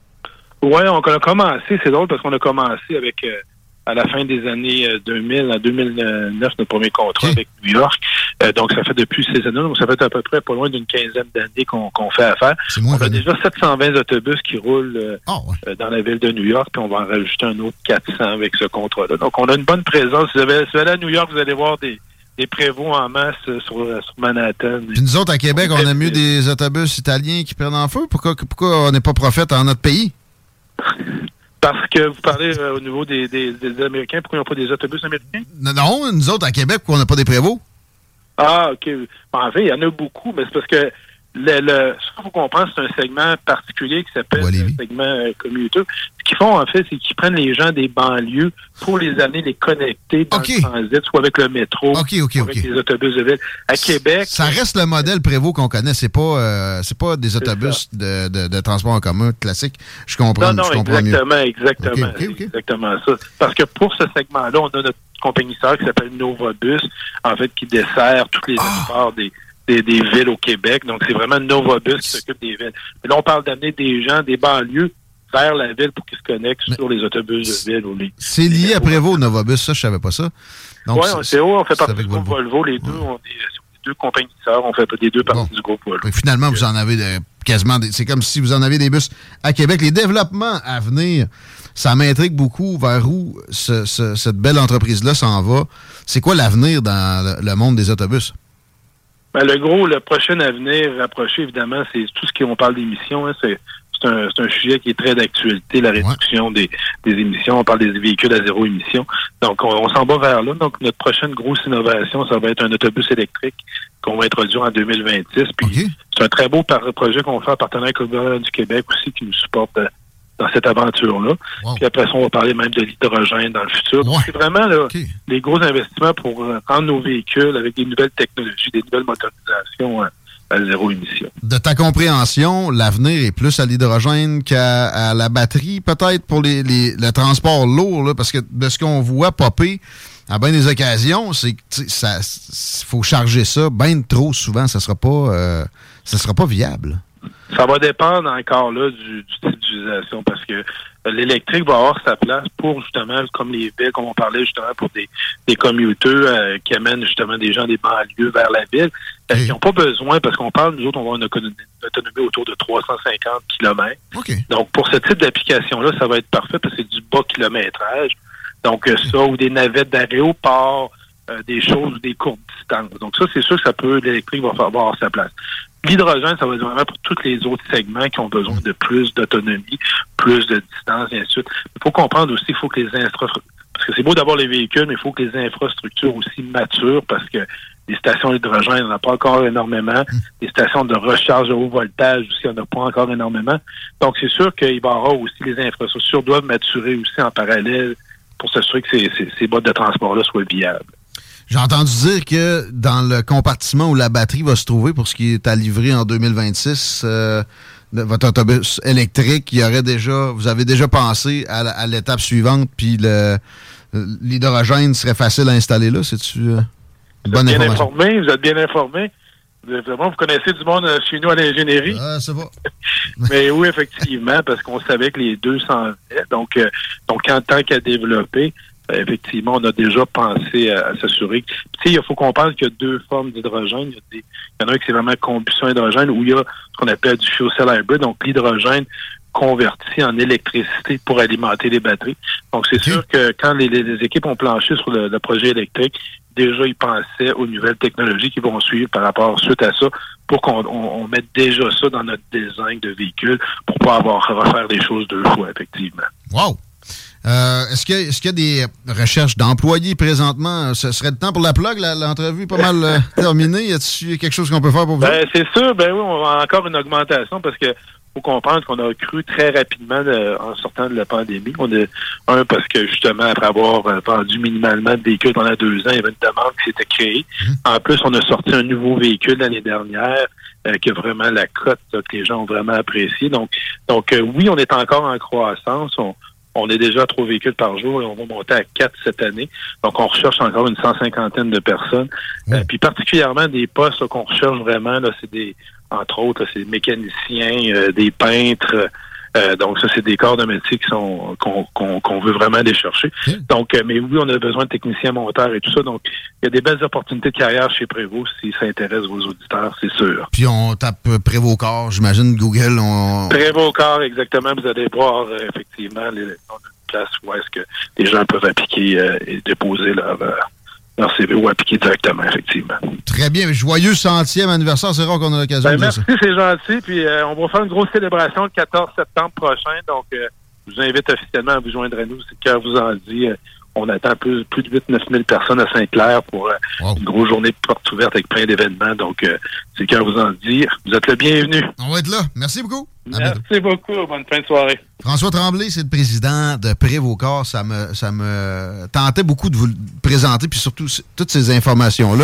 Oui, on a commencé, c'est drôle parce qu'on a commencé avec... Euh, à la fin des années deux mille, en deux mille neuf, notre premier contrat okay. avec New York. Euh, donc, ça fait depuis ces années, donc ça fait à peu près pas loin d'une quinzaine d'années qu'on, qu'on fait affaire. On a connu. Déjà sept cent vingt autobus qui roulent euh, oh, ouais. euh, dans la ville de New York, puis on va en rajouter un autre quatre cents avec ce contrat-là. Donc, on a une bonne présence. Si vous, avez, si vous allez à New York, vous allez voir des, des Prévost en masse euh, sur, sur Manhattan. Puis nous autres, à Québec, on a mieux des autobus italiens qui prennent en feu. Pourquoi, pourquoi on n'est pas prophète en notre pays? Parce que vous parlez euh, au niveau des, des, des Américains, pourquoi ils n'ont pas des autobus américains? Non, non, nous autres, à Québec, pourquoi on n'a pas des Prévost? Ah, OK. En fait, il y en a beaucoup, mais c'est parce que le, le, ce qu'il faut comprendre, c'est un segment particulier qui s'appelle ouais, le segment euh, commuter. Ce qu'ils font, en fait, c'est qu'ils prennent les gens des banlieues pour les amener, les connecter dans okay. le transit, soit avec le métro, okay, okay, soit okay. avec les autobus de ville. À Québec... Ça reste le modèle Prévost qu'on connaît. C'est pas euh, c'est pas des autobus de, de, de transport en commun classique. Je comprends, non, non, je comprends exactement, mieux. exactement. Okay, okay, okay. exactement ça. Parce que pour ce segment-là, on a notre compagnie sœur qui s'appelle Novabus, en fait, qui dessert tous les aéroports des... Des, des villes au Québec. Donc, c'est vraiment Novabus qui s'occupe des villes. Mais là, on parle d'amener des gens des banlieues vers la ville pour qu'ils se connectent Mais sur les autobus de ville. Ou les, c'est lié les à Prévost, Novabus, ça, je savais pas ça. Oui, c'est haut, on fait partie du groupe Volvo. Volvo. Les deux, ouais. on est les deux compagnies sœurs, on fait des deux parties bon. du groupe Volvo. Et finalement, vous en avez de, quasiment... Des, c'est comme si vous en avez des bus à Québec. Les développements à venir, ça m'intrigue beaucoup vers où ce, ce, cette belle entreprise-là s'en va. C'est quoi l'avenir dans le, le monde des autobus? Ben, le gros, le prochain avenir rapproché, évidemment, c'est tout ce qu'on parle d'émissions. Hein, c'est, c'est un, c'est un sujet qui est très d'actualité, la réduction ouais. des, des émissions. On parle des véhicules à zéro émission. Donc, on, on s'en va vers là. Donc, notre prochaine grosse innovation, ça va être un autobus électrique qu'on va introduire en deux mille vingt-six. Puis, okay. c'est un très beau par- projet qu'on fait en partenariat avec le gouvernement du Québec aussi, qui nous supporte euh, dans cette aventure-là. Wow. Puis après ça, on va parler même de l'hydrogène dans le futur. Donc, ouais. c'est vraiment là, okay. les gros investissements pour euh, rendre nos véhicules avec des nouvelles technologies, des nouvelles motorisations euh, à zéro émission. De ta compréhension, l'avenir est plus à l'hydrogène qu'à à la batterie, peut-être, pour les, les, le transport lourd, là, parce que de ce qu'on voit popper à bien des occasions, c'est qu'il faut charger ça bien trop souvent. Ça sera pas, euh, ça sera pas viable. Ça va dépendre encore là du, du type d'utilisation, parce que euh, l'électrique va avoir sa place pour justement, comme les villes, comme on parlait justement, pour des, des commuteurs euh, qui amènent justement des gens des banlieues vers la ville, euh, qui n'ont pas besoin, parce qu'on parle, nous autres, on va avoir une autonomie, une autonomie autour de trois cent cinquante kilomètres. Okay. Donc, pour ce type d'application-là, ça va être parfait parce que c'est du bas kilométrage. Donc, euh, ça, ou des navettes d'aéroport, euh, des choses, des courtes distances. Donc, ça, c'est sûr que ça peut, l'électrique va avoir sa place. L'hydrogène, ça va être vraiment pour tous les autres segments qui ont besoin de plus d'autonomie, plus de distance, et ainsi de suite. Il faut comprendre aussi, il faut que les infrastructures, parce que c'est beau d'avoir les véhicules, mais il faut que les infrastructures aussi maturent, parce que les stations d'hydrogène, on n'en a pas encore énormément. Les stations de recharge de haut voltage aussi, on n'en a pas encore énormément. Donc, c'est sûr qu'il va y avoir aussi, les infrastructures doivent maturer aussi en parallèle pour s'assurer que ces, ces, ces modes de transport-là soient viables. J'ai entendu dire que dans le compartiment où la batterie va se trouver pour ce qui est à livrer en deux mille vingt-six, euh, votre autobus électrique, il y aurait déjà, vous avez déjà pensé à, à l'étape suivante, puis le, l'hydrogène serait facile à installer là, c'est-tu euh, une bonne information? Bien informé, vous êtes bien informé. Vraiment, vous connaissez du monde chez nous à l'ingénierie. Ah, c'est bon. Mais oui, effectivement, parce qu'on savait que les deux s'en venaient. Donc, euh, donc en tant qu'à développer, euh, effectivement, on a déjà pensé à, à s'assurer. Tu sais, il faut comprendre qu'il y a deux formes d'hydrogène. Il y, a des, il y en a un qui c'est vraiment combustion hydrogène, où il y a ce qu'on appelle du fuel cell hybrid, donc l'hydrogène converti en électricité pour alimenter les batteries. Donc, c'est sûr que quand les, les, les équipes ont planché sur le, le projet électrique, déjà, ils pensaient aux nouvelles technologies qui vont suivre par rapport suite à ça pour qu'on on, on mette déjà ça dans notre design de véhicule pour pas avoir à refaire des choses deux fois, effectivement. Wow! Euh, est-ce qu'il y a, est-ce qu'il y a des recherches d'employés présentement? Ce serait le temps pour la plug, la, l'entrevue est pas mal euh, terminée. Y a-t-il quelque chose qu'on peut faire pour vous? Ben, c'est sûr, ben oui, on a encore une augmentation parce que faut comprendre qu'on a cru très rapidement de, en sortant de la pandémie. On a, un, parce que justement, après avoir vendu minimalement de véhicules pendant deux ans, il y avait une demande qui s'était créée. Mmh. En plus, on a sorti un nouveau véhicule l'année dernière euh, qui a vraiment la cote là, que les gens ont vraiment apprécié. Donc, donc euh, oui, on est encore en croissance. On, on est déjà à trois véhicules par jour et on va monter à quatre cette année. Donc, on recherche encore une cent cinquantaine de personnes. Mmh. Euh, puis particulièrement des postes là, qu'on recherche vraiment, là, c'est des entre autres, là, c'est des mécaniciens, euh, des peintres. Euh, donc, ça, c'est des corps de métier qui sont qu'on, qu'on, qu'on veut vraiment aller chercher. Okay. Donc, euh, mais oui, on a besoin de techniciens monteurs et tout ça. Donc, il y a des belles opportunités de carrière chez Prévost si ça intéresse vos auditeurs, c'est sûr. Puis, on tape Prévost Corps, j'imagine, Google. On... Prévost Corps, exactement. Vous allez voir, euh, effectivement, les, on a une place où est-ce que les gens peuvent appliquer euh, et déposer leur... Euh, leur C V ou appliquer directement, effectivement. Très bien. Joyeux centième anniversaire. C'est rare qu'on a l'occasion ben, de dire ça. Merci, c'est gentil. Puis euh, on va faire une grosse célébration le quatorze septembre prochain. Donc, euh, je vous invite officiellement à vous joindre à nous. Si le cœur vous en dit, euh, on attend plus, plus de huit à neuf mille personnes à Sainte-Claire pour euh, wow. une grosse journée de porte ouverte avec plein d'événements. Donc, euh, si le cœur vous en dit, vous êtes le bienvenu. On va être là. Merci beaucoup. Merci beaucoup. Bonne fin de soirée. François Tremblay, c'est le président de Prévost Corps. Ça me, ça me tentait beaucoup de vous le présenter, puis surtout toutes ces informations-là.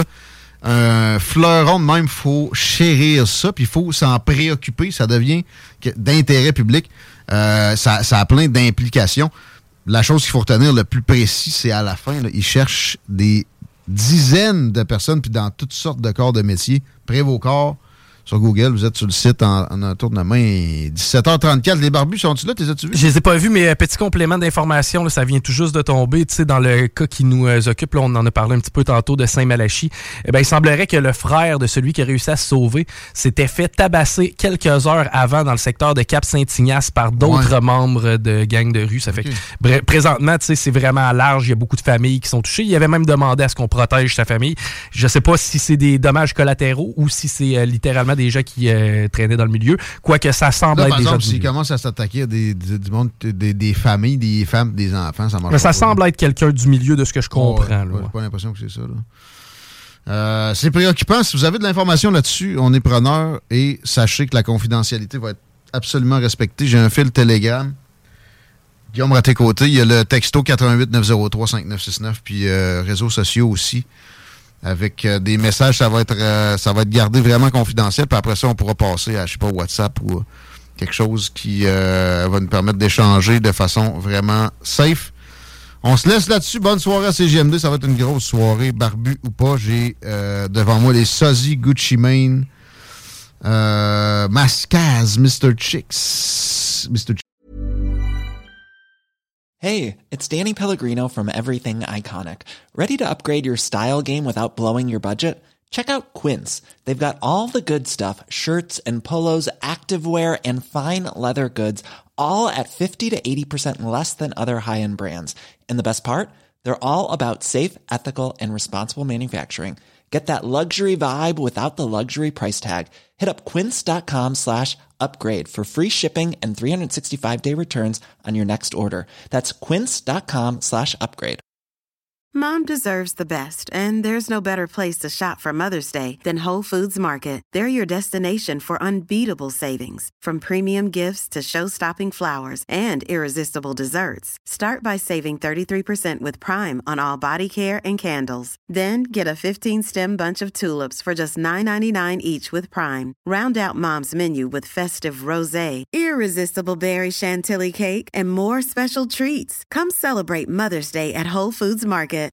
Un fleuron de même, il faut chérir ça, puis il faut s'en préoccuper. Ça devient d'intérêt public. Euh, ça, ça a plein d'implications. La chose qu'il faut retenir le plus précis, c'est à la fin, là, ils cherchent des dizaines de personnes, puis dans toutes sortes de corps de métier. Prévost Corps. Sur Google, vous êtes sur le site en, en un tour de main. dix-sept heures trente-quatre. Les barbus, sont-ils là? T'es as-tu vu? Je les ai pas vus, mais petit complément d'information, là, ça vient tout juste de tomber. Tu sais, dans le cas qui nous euh, occupe, là, on en a parlé un petit peu tantôt de Saint-Malachie. Eh ben, il semblerait que le frère de celui qui a réussi à se sauver s'était fait tabasser quelques heures avant dans le secteur de Cap-Saint-Ignace par d'autres ouais. membres de gangs de rue. Ça fait okay. que bref, présentement, tu sais, c'est vraiment large. Il y a beaucoup de familles qui sont touchées. Il avait même demandé à ce qu'on protège sa famille. Je sais pas si c'est des dommages collatéraux ou si c'est euh, littéralement des gens qui euh, traînaient dans le milieu. Quoique ça semble là, être par des exemple, gens du s'ils commencent à s'attaquer à des, des, du monde, des, des familles, des femmes, des enfants, ça marche Mais ça pas. semble être quelqu'un du milieu de ce que je comprends. Oh, ouais, là, ouais, ouais. j'ai pas l'impression que c'est ça. Là. Euh, c'est préoccupant. Si vous avez de l'information là-dessus, on est preneur et sachez que la confidentialité va être absolument respectée. J'ai un fil Telegram. Guillaume Raté-Côté, il y a le texto quatre un huit neuf zéro trois cinq neuf six neuf, puis euh, réseaux sociaux aussi. Avec euh, des messages, ça va être euh, ça va être gardé vraiment confidentiel. Puis après ça, on pourra passer à, je sais pas, WhatsApp ou euh, quelque chose qui euh, va nous permettre d'échanger de façon vraiment safe. On se laisse là-dessus. Bonne soirée à C G M D. Ça va être une grosse soirée, barbu ou pas. J'ai euh, devant moi les Sozzy, Gucci Mane, euh, Mascaz, mister Chicks. mister Ch- Hey, it's Danny Pellegrino from Everything Iconic. Ready to upgrade your style game without blowing your budget? Check out Quince. They've got all the good stuff, shirts and polos, activewear, and fine leather goods, all at fifty to eighty percent less than other high-end brands. And the best part? They're all about safe, ethical, and responsible manufacturing. Get that luxury vibe without the luxury price tag. Hit up quince.com slash upgrade for free shipping and three sixty-five day returns on your next order. That's quince.com slash upgrade. Mom deserves the best, and there's no better place to shop for Mother's Day than Whole Foods Market. They're your destination for unbeatable savings, from premium gifts to show-stopping flowers and irresistible desserts. Start by saving thirty-three percent with Prime on all body care and candles. Then get a fifteen-stem bunch of tulips for just nine ninety-nine each with Prime. Round out Mom's menu with festive rosé, irresistible berry chantilly cake, and more special treats. Come celebrate Mother's Day at Whole Foods Market.